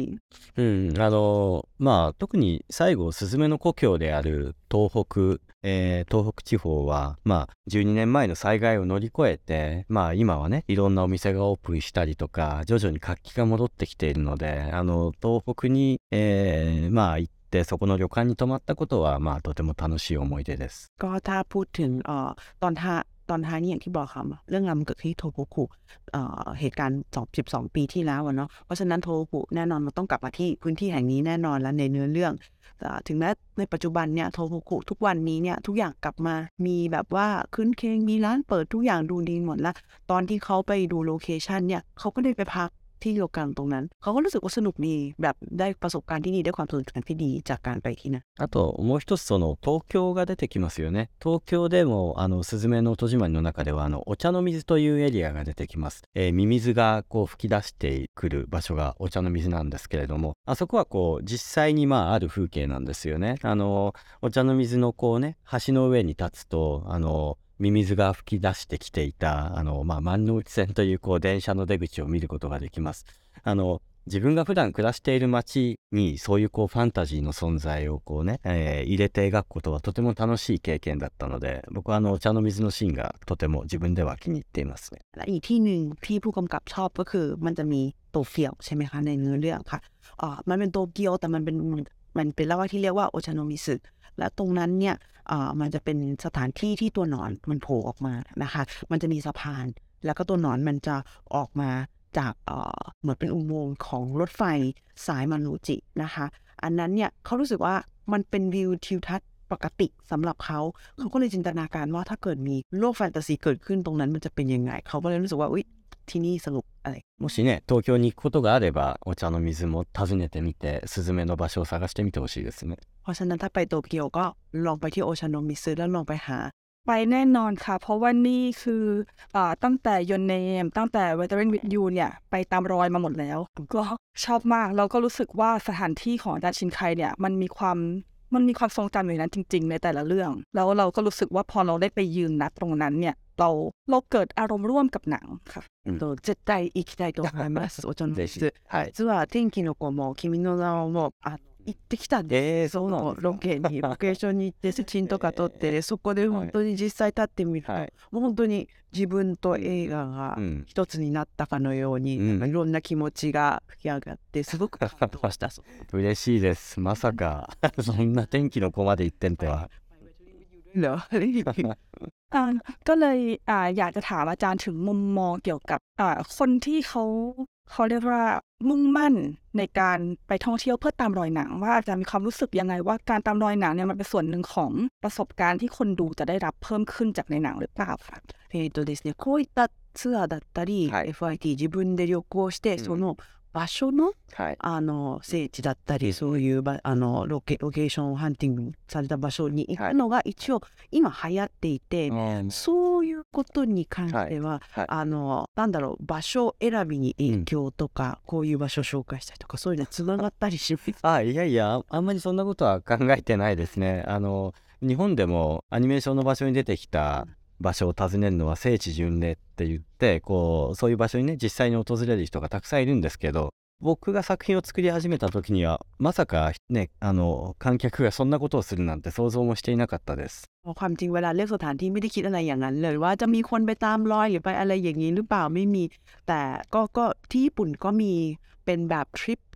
特に最後スズメの故郷である東北地方は12年前の災害を乗り越えて今はねいろんなお店がオープンしたりとか徐々に活気が戻ってきているので東北に行ってそこの旅館に泊まったことはとても楽しい思い出です。 ก็ถ้าพูดถึงตอนท้ายนี่อย่างที่บอกค่ะเรื่องราวมันเกิดที่โทโฮกุเหตุการณ์12 ปีที่แล้วเนาะเพราะฉะนั้นโทโฮกุแน่นอนมันต้องกลับมาที่พื้นที่แห่งนี้แน่นอนแล้วในเนื้อเรื่องถึงแม้ในปัจจุบันเนี่ยโทโฮกุทุกวันนี้เนี่ยทุกอย่างกลับมามีแบบว่าคืนเคงมีร้านเปิดทุกอย่างดูดีหมดละตอนที่เขาไปดูโลเคชันเนี่ยเขาก็ได้ไปพักที่เดียวกันตรงนั้นเขาก็รู้สึกว่าสนุกดีแบบได้ประสบการณ์ที่ดีได้ความสนุกที่ดีจากการไปที่นั่นあともう一つ東京が出てきますよね。東京でもすずめの戸締まりの中ではお茶の水というエリアが出てきます。ミミズがこう吹き出してくる場所がお茶の水なんですけれどもあそこはこう実際にある風景なんですよね。お茶の水のこうね橋の上に立つとミミズが吹き出してきていた万能内線という電車の出口を見ることができます。自分が普段暮らしている街にそういうファンタジーの存在を入れて描くことはとても楽しい経験だったので僕はお茶の水のシーンがとても自分では気に入っていますね。 และอีกที่หนึ่งที่ผู้กำกับชอบก็คือมันจะมีโตเกียวใช่ไหมคะในเนื้อเรื่องค่ะมันเป็นโตเกียวแต่มันเป็นละว่าที่เรียกว่าโอชาโนมิสึและตรงนั้นเนี่ยมันจะเป็นสถานที่ที่ตัวหนอนมันโผล่ออกมานะคะมันจะมีสะพานแล้วก็ตัวหนอนมันจะออกมาจากเหมือนเป็นอุโมงค์ของรถไฟสายมานุจินะคะอันนั้นเนี่ยเขารู้สึกว่ามันเป็นวิวทิวทัศน์ปกติสำหรับเขาก็เลยจินตนาการว่าถ้าเกิดมีโลกแฟนตาซีเกิดขึ้นตรงนั้นมันจะเป็นยังไงเขาก็เลยรู้สึกว่าที่นี่สนุกอะไรもしね東京に行くことがあればお茶の水も訪ねてみてスズメの場所を探してみてほしいですね。 เพราะฉะนั้นถ้าไปโตเกียวก็ลองไปที่โอชาโนมิสึแล้วลองไปหาไปแน่นอนค่ะเพราะว่านี่คือตั้งแต่ Your Name ตั้งแต่ Weathering with You เนี่ยไปตามรอยมาหมดแล้วก็ชอบมากแล้วก็รู้สึกว่าสถานที่ของอาจารย์ชินไคเนี่ยมันมีความทรงจำอยู่นั้นจริงๆในแต่ละเรื่องแล้วเราก็รู้สึกว่าพอเราได้ไปยืนณตรงนั้นเนี่ยเราเกิดอารมณ์ร่วมกับหนังค่ะ絶対行きたいと思いますお茶の水実は天気の子も君の名も行ってきたんでそのロケーションに行って写真とか撮ってそこで本当に実際立ってみるともう本当に自分と映画が一つになったかのようにいろんな気持ちが吹き上がってすごく感動した嬉しいです。まさかそんな天気の子まで行ってんとはเหรอก็เลยอยากจะถามอาจารย์ถึงมุมมองเกี่ยวกับคนที่เขาเรียกว่ามุ่งมั่นในการไปท่องเที่ยวเพื่อตามรอยหนังว่าอาจารย์มีความรู้สึกยังไงว่าการตามรอยหนังเนี่ยมันเป็นส่วนหนึ่งของประสบการณ์ที่คนดูจะได้รับเพิ่มขึ้นจากในหนังหรือเปล่าคะですねこういったツアーだったり FIT 自分で旅行してその場所の聖地だったりそういうロケーションハンティングされた場所に行くのが一応今流行っていてそういうことに関してはなんだろう場所選びに影響とかこういう場所を紹介したりとかそういうのつながったりしますいやあんまりそんなことは考えてないですね。日本でもアニメーションの場所に出てきた場所を訪ねるのは聖地巡礼って言ってそういう場所にね実際に訪れる人がたくさんいるんですけど僕が作品を作り始めた時にはまさかね観客がそんなことをするなんて想像もしていなかったです。 ความจริงเวลาเลือกสถานที่ไม่ได้คิดอะไรอย่างนั้นเลยว่าจะมีคนไปตามรอยหรือไปอะไรอย่างนี้หรือเปล่าไม่มีแต่ก็ที่ญี่ปุ่นก็มีเป็นแบบทริป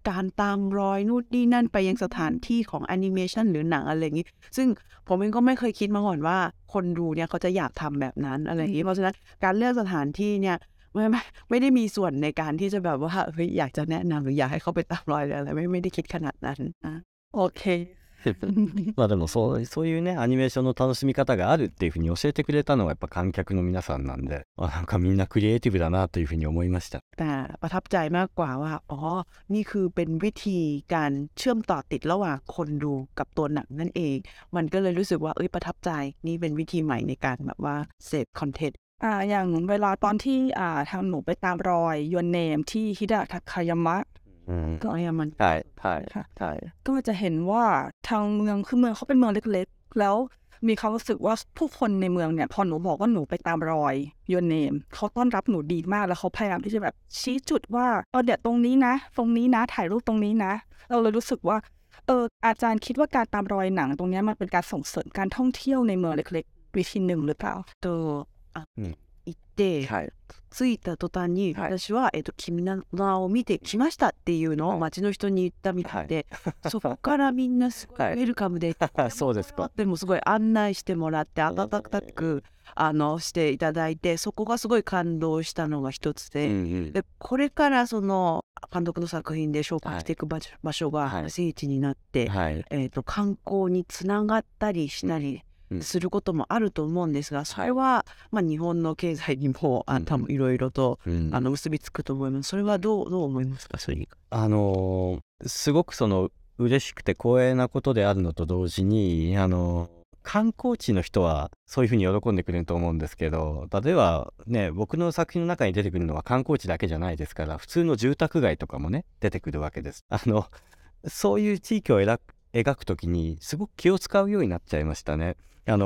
การตามรอยนู่นนี่นั่นไปยังสถานที่ของแอนิเมชันหรือหนังอะไรอย่างนี้ซึ่งผมเองก็ไม่เคยคิดมาก่อนว่าคนดูเนี่ยเขาจะอยากทำแบบนั้นอะไรอย่างนี้เพราะฉะนั้นการเลือกสถานที่เนี่ยไม่ได้มีส่วนในการที่จะแบบว่าเฮ้ยอยากจะแนะนำหรืออยากให้เขาไปตามรอยหรืออะไรไม่ได้คิดขนาดนั้นนะโอเคまあでもそういうねアニメーションの楽しみ方があるっていうふうに教えてくれたのはやっぱ観客の皆さんなんで、なんかみんなクリエイティブだなというふうに思いました。 แต่ประทับใจมากกว่าว่านี่คือเป็นวิธีการเชื่อมต่อติดระหว่างคนดูกับตัวหนังนั่นเองมันก็เลยรู้สึกว่าประทับใจนี่เป็นวิธีใหม่ในการแบบว่าเสพคอนเทนต์อย่างเวลาตอนที่ทางหนูไปตามรอย Your Name ที่ฮิดะทาคายามะก็มันใช่ก็จะเห็นว่าทางเมืองคือเมืองเขาเป็นเมืองเล็กๆแล้วมีความรู้สึกว่าผู้คนในเมืองเนี่ยพอหนูบอกว่าหนูไปตามรอย Your Name เขาต้อนรับหนูดีมากแล้วเขาพยายามที่จะแบบชี้จุดว่าเดี๋ยวตรงนี้นะถ่ายรูปตรงนี้นะเราเลยรู้สึกว่าอาจารย์คิดว่าการตามรอยหนังตรงนี้มันเป็นการส่งเสริมการท่องเที่ยวในเมืองเล็กๆวิธีหนึ่งหรือเปล่า行って着いた途端に私は君の名を見てきましたっていうのを街の人に言ったみたいでそこからみんなすごいウェルカムでそうですかでもすごい案内してもらって温かくしていただいてそこがすごい感動したのが一つでこれからその監督の作品で紹介していく場所が聖地になって観光につながったりしたりすることもあると思うんですがそれは日本の経済にも多分いろいろと結びつくと思います。それはどう思いますか？それすごく嬉しくて光栄なことであるのと同時に観光地の人はそういうふうに喜んでくれると思うんですけど例えばね僕の作品の中に出てくるのは観光地だけじゃないですから普通の住宅街とかもね出てくるわけです。そういう地域を描くときにすごく気を使うようになっちゃいましたね。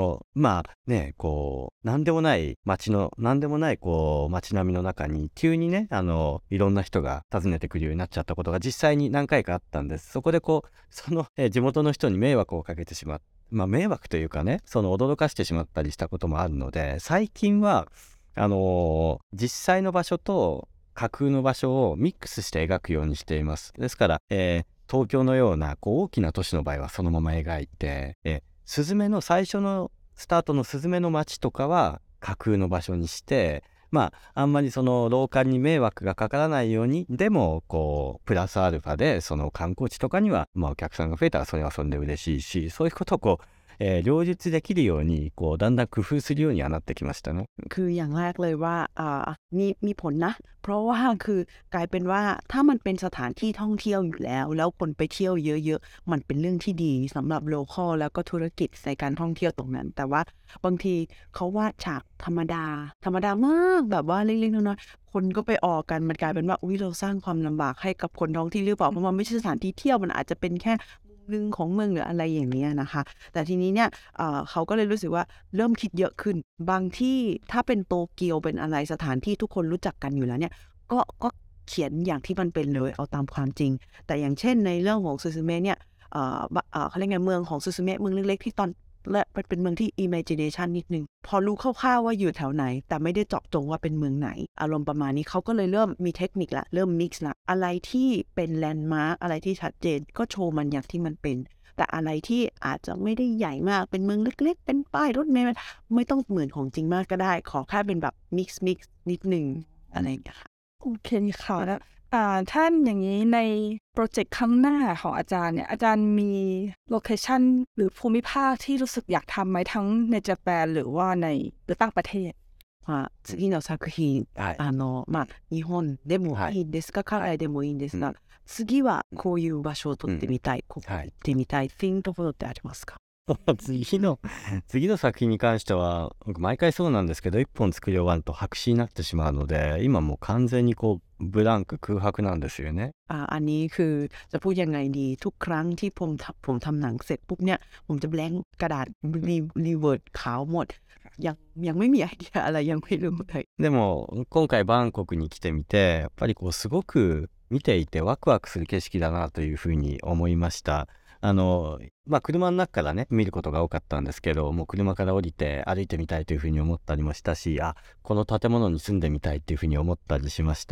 なんでもない街並みの中に急にねいろんな人が訪ねてくるようになっちゃったことが実際に何回かあったんです。そこで地元の人に迷惑をかけてしまう迷惑というかね驚かしてしまったりしたこともあるので最近は実際の場所と架空の場所をミックスして描くようにしています。ですから東京のような大きな都市の場合はそのまま描いてスズメの最初のスタートのスズメの街とかは架空の場所にしてあんまりローカルに迷惑がかからないようにでもプラスアルファで観光地とかにはお客さんが増えたらそれはそれで嬉しいしそういうことを両立できるようにだんだん工夫するようにはなってきましたね。 คืออย่างแรกเลยว่ามีผลนะเพราะว่าคือกลายเป็นว่าถ้ามันเป็นสถานที่ท่องเที่ยวอยู่แล้วคนไปเที่ยวเยอะๆมันเป็นเรื่องที่ดีสำหรับโลคอลแล้วก็ธุรกิจในการท่องเที่ยวตรงนั้นแต่ว่าบางทีเขาวาดฉากธรรมดามากแบบว่าเล็กๆน้อยๆคนก็ไปออกกันมันกลายเป็นว่าเราสร้างความลำบากให้กับคนท้องที่หรือเปล่าเพราะมันไม่ใช่สถานที่เที่ยวมันอาจจะเป็นแค่นึงของเมืองหรืออะไรอย่างนี้นะคะแต่ทีนี้เนี่ยเขาก็เลยรู้สึกว่าเริ่มคิดเยอะขึ้นบางที่ถ้าเป็นโตเกียวเป็นอะไรสถานที่ทุกคนรู้จักกันอยู่แล้วเนี่ยก็เขียนอย่างที่มันเป็นเลยเอาตามความจริงแต่อย่างเช่นในเรื่องของซูซูเมะเนี่ยเขาเรียกไงเมืองของซูซูเมะเมืองเล็กๆที่ตอนและเป็นเมืองที่ imagination นิดนึงพอรู้คร่าวๆว่าอยู่แถวไหนแต่ไม่ได้เจาะจงว่าเป็นเมืองไหนอารมณ์ประมาณนี้เขาก็เลยเริ่มมีเทคนิคละเริ่ม mix ละอะไรที่เป็นแลนด์มาร์คอะไรที่ชัดเจนก็โชว์มันอย่างที่มันเป็นแต่อะไรที่อาจจะไม่ได้ใหญ่มากเป็นเมืองเล็กๆเป็นป้ายรถเมล์ไม่ต้องเหมือนของจริงมากก็ได้ขอแค่เป็นแบบ mix นิดนึงอะไรอย่างเงี้ยค่ะโอเคค่ะแล้วท่านอย่างนี้ในโปรเจกต์ข้างหน้าของอาจารย์เนี่ยอาจารย์มีโลเคชั่นหรือภูมิภาคที่รู้สึกอยากทำไหมทั้งในญี่ปุ่นหรือว่าหรือต่างประเทศ次の作品日本でもいいんですか海外でもいいんですが次はこういう場所を撮ってみたいここ行ってみたいっていうところってありますか？ 次の作品に関しては毎回そうなんですけど一本作り終わると白紙になってしまうので今もう完全にブランク空白なんですよね。 อันนี้คือจะพูดยังไงดีทุกครั้งที่ผมทำหนังเสร็จปุ๊บเนี่ยผมจะแบล็งก์กระดาษรีเวิร์ดขาวหมดยังไม่มีไอเดียอะไรยังไม่รู้เลยでも今回バンコクに来てみてやっぱりすごく見ていてワクワクする景色だなというふうに思いました。車の中からね見ることが多かったんですけどもう車から降りて歩いてみたいというふうに思ったりもしたしこの建物に住んでみたいっていうふうに思ったりしました。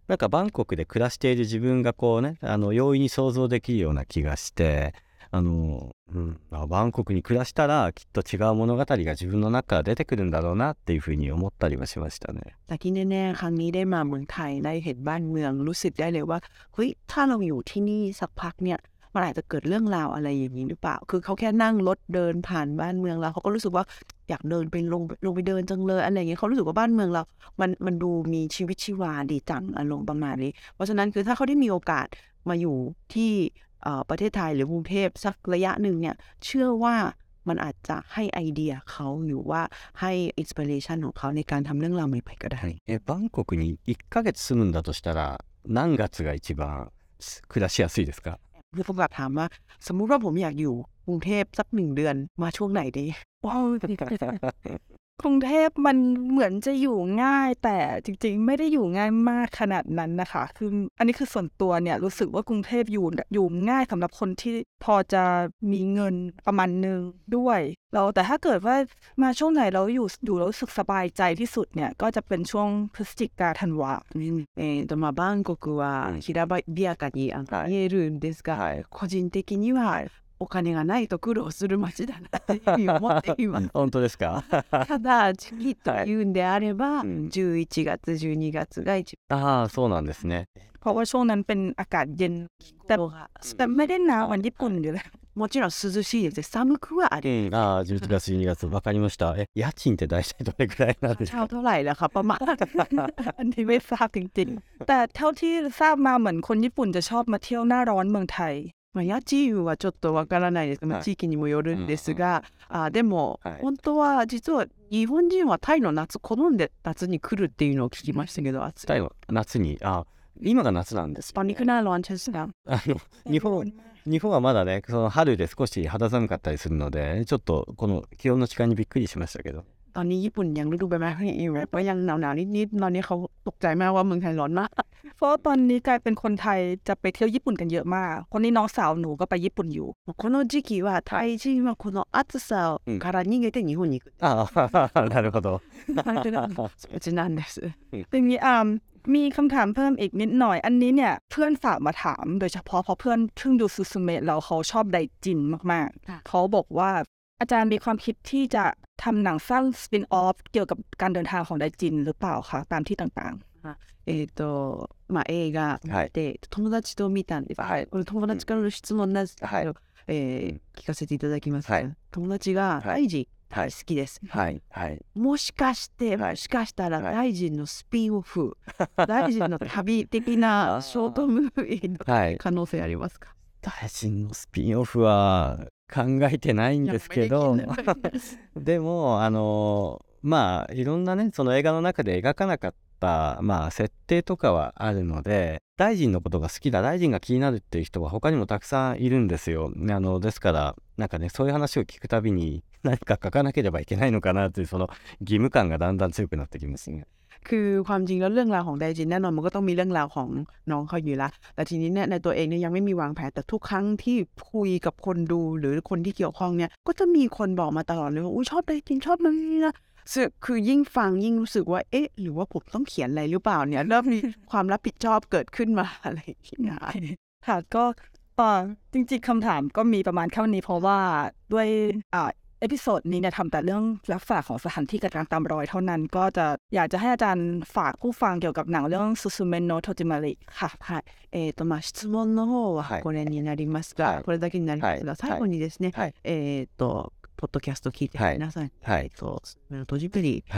なんかバンコクで暮らしている自分がこうね、容易に想像できるような気がして、バンコクに暮らしたらきっと違う物語が自分の中から出てくるんだろうなっていうふうに思ったりはしましたね。 แต่ที่แน่ๆครั้งนี้ได้มาเมืองไทยได้เห็นบ้านเมืองรู้สึกได้เลยว่าเฮ้ยถ้าเราอยู่ที่นี่สักพักเนี่ยมันอาจจะเกิดเรื่องราวอะไรอย่างนี้หรือเปล่าคือเขาแค่นั่งรถเดินผ่านบ้านเมืองแล้วเขาก็รู้สึกว่าอยากเดินไปลงไปเดินจังเลยอะไรอย่างเงี้ยเขารู้สึกว่าบ้านเมืองเรามันดูมีชีวิตชีวาดีจังอารมณ์ประมาณนี้เพราะฉะนั้นคือถ้าเขาได้มีโอกาสมาอยู่ที่ประเทศไทยหรือกรุงเทพสักระยะหนึ่งเนี่ยเชื่อว่ามันอาจจะให้ไอเดียเขาหรือว่าให้อินสปิเรชันของเขาในการทำเรื่องราวใหม่ๆก็ได้バンコクに1ヶ月住むんだとしたら何月が一番暮らしやすいですか？ คือผมอยากถามว่าสมมุติว่าผมอยากอยู่กรุงเทพสัก1 เดือนมาช่วงไหนดีว้าวกรุงเทพมันเหมือนจะอยู่ง่ายแต่จริงๆไม่ได้อยู่ง่ายมากขนาดนั้นนะคะคืออันนี้คือส่วนตัวเนี่ยรู้สึกว่ากรุงเทพอยู่ง่ายสำหรับคนที่พอจะมีเงินประมาณนึงด้วยแล้วแต่ถ้าเกิดว่ามาช่วงไหนเราอยู่แล้วรู้สึกสบายใจที่สุดเนี่ยก็จะเป็นช่วงพฤศจิกาธันวาまあバンコクはきらびやかに見えるんですが、個人的にはお金がないと苦労する街だなっていうふうに思っています。 本当ですか？ ただ時期というんであれば、11月12月が一番ああそうなんですね。 เพราะว่าช่วงนั้นเป็นอากาศเย็นแต่ไม่ได้หนาวเหมือนญี่ปุ่นอยู่เลยもちろん涼しいです。寒くはあり 11月12月わかりました。家賃って大体どれくらいなんですか？ เช่าเท่าไหร่ล่ะครับประมาณอันนี้ไม่ทราบจริงๆแต่เท่าที่ทราบมาเหมือนคนญี่ปุ่นจะชอบมาเที่ยวหน้าร้อนเมืองไทย家賃はちょっとわからないですが、地域にもよるんですが、でも、本当は実は日本人はタイの夏好んで夏に来るっていうのを聞きましたけど、 タイの夏に今が夏なんです、 ね。ตอนนี้คือหน้าร้อนใช่ไหม日本はまだねその春で少し肌寒かったりするのでちょっとこの気温の違いにびっくりしましたけどตอนนี้ญี่ปุ่นยังฤดูใบไม้ผลิอยู่ก็ยังหนาวนิดๆตอนนี้เขาตกใจมากว่าเมืองไทยร้อนมากเพราะตอนนี้กลายเป็นคนไทยจะไปเที่ยวญี่ปุ่นกันเยอะมากคนนี้น้องสาวหนูก็ไปญี่ปุ่นอยู่この時期はタイ人はこの暑さから逃げて日本に行くなるほどそうなんですทีนี้มีคำถามเพิ่มอีกนิดหน่อยอันนี้เนี่ยเพื่อนฝากมาถามโดยเฉพาะเพราะเพื่อนเพิ่งดูซูซูเมะแล้วเขาชอบไดจินมากๆเขาบอกว่าอาจารย์มีความคิดที่จะทำหนังสร้างสปินออฟเกี่ยวกับการเดินทางของไดจินหรือเปล่าคะตามที่ต่างๆ映画で友達と見たんです。これ友達からの質問なんですけど、聞かせていただきます。友達がダイジン好きです。もしかしたらダイジンのスピンオフ、ダイジンの旅的なショートムービーの可能性ありますか？ ダイジンのスピンオフは考えてないんですけどでもまあいろんなねその映画の中で描かなかった設定とかはあるので大臣のことが好きだ大臣が気になるっていう人は他にもたくさんいるんですよ。ですからなんかねそういう話を聞くたびに何か書かなければいけないのかなというその義務感がだんだん強くなってきますね。 คือความจริงแล้วเรื่องราวของไดจินแน่นอนมันก็ต้องมีเรื่องราวของน้องเขาอยู่ละแต่ทีนี้เนี่ยในตัวเองเนี่ยยังไม่มีวางแผนแต่ทุกครั้งที่คุยกับคนดูหรือคนที่เกี่ยวข้องเนี่ยก็จะมีคนบอกมาตลอดเลยว่าชอบไดจินชอบมันนี่นะคือยิ่งฟังยิ่งรู้สึกว่าหรือว่าผมต้องเขียนอะไรหรือเปล่าเนี่ยเริ่มมีความรับผิดชอบเกิดขึ้นมาอะไรอย่างเงี้ยค่ะก็จริงๆคำถามก็มีประมาณแค่นี้เพราะว่าด้วยเอพิโซดนี้เนี่ยทำแต่เรื่องลักษณะของสถานที่กับการตามรอยเท่านั้นก็จะอยากจะให้อาจารย์ฝากผู้ฟังเกี่ยวกับหนังเรื่องซูซูเมโนะโทจิมาริค่ะまあ質問の方はこれになりますがこれだけになりますが最後にですねポッドキャスト聞いて皆さんすずめの戸締まり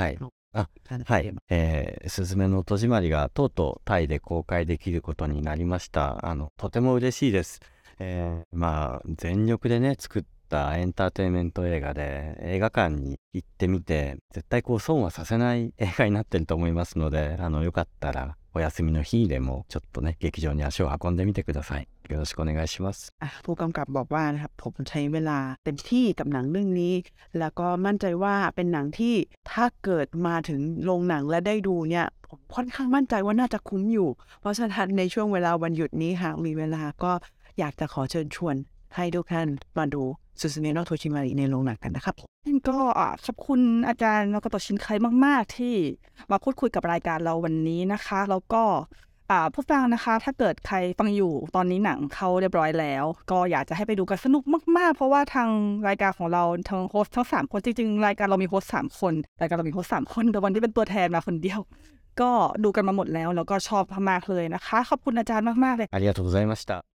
すずめの戸締まりがとうとうタイで公開できることになりました。とても嬉しいです。まあ全力でね作ったエンターテインメント映画で映画館に行ってみて絶対こう損はさせない映画になってると思いますのでよかったらお休みの日でもちょっとね劇場に足を運んでみてください。よろしくお願いします。 ผู้กำกับบอกว่านะครับผมใช้เวลาเต็มที่กับหนังเรื่องนี้แล้วก็มั่นใจว่าเป็นหนังที่ถ้าเกิดมาถึงโรงหนังและได้ดูเนี่ยผมค่อนข้างมั่นใจว่าน่าจะคุ้มอยู่เพราะฉะนั้นในช่วงเวลาวันหยุดนี้หากมีเวลาก็อยากจะขอเชิญชวนให้ทุกท่านมาดูซูซูเมโนะโทชิมาริในโรงหนังกันนะครับก็ขอบคุณอาจารย์มากโตชินไคมากๆที่มาพูดคุยกับรายการเราวันนี้นะคะแล้วก็ผู้ฟังนะคะถ้าเกิดใครฟังอยู่ตอนนี้หนังเข้าเรียบร้อยแล้วก็อยากจะให้ไปดูกันสนุกมากๆเพราะว่าทางรายการของเราทางโฮสต์ทั้ง3คนจริงๆรายการเรามีโฮสต์3คนรายการเรามีโฮสต์3คนแต่วันที่เป็นตัวแทนมาคนเดียวก็ดูกันมาหมดแล้วก็ชอบมากๆเลยนะคะขอบคุณอาจารย์มากๆเลยありがとうございました。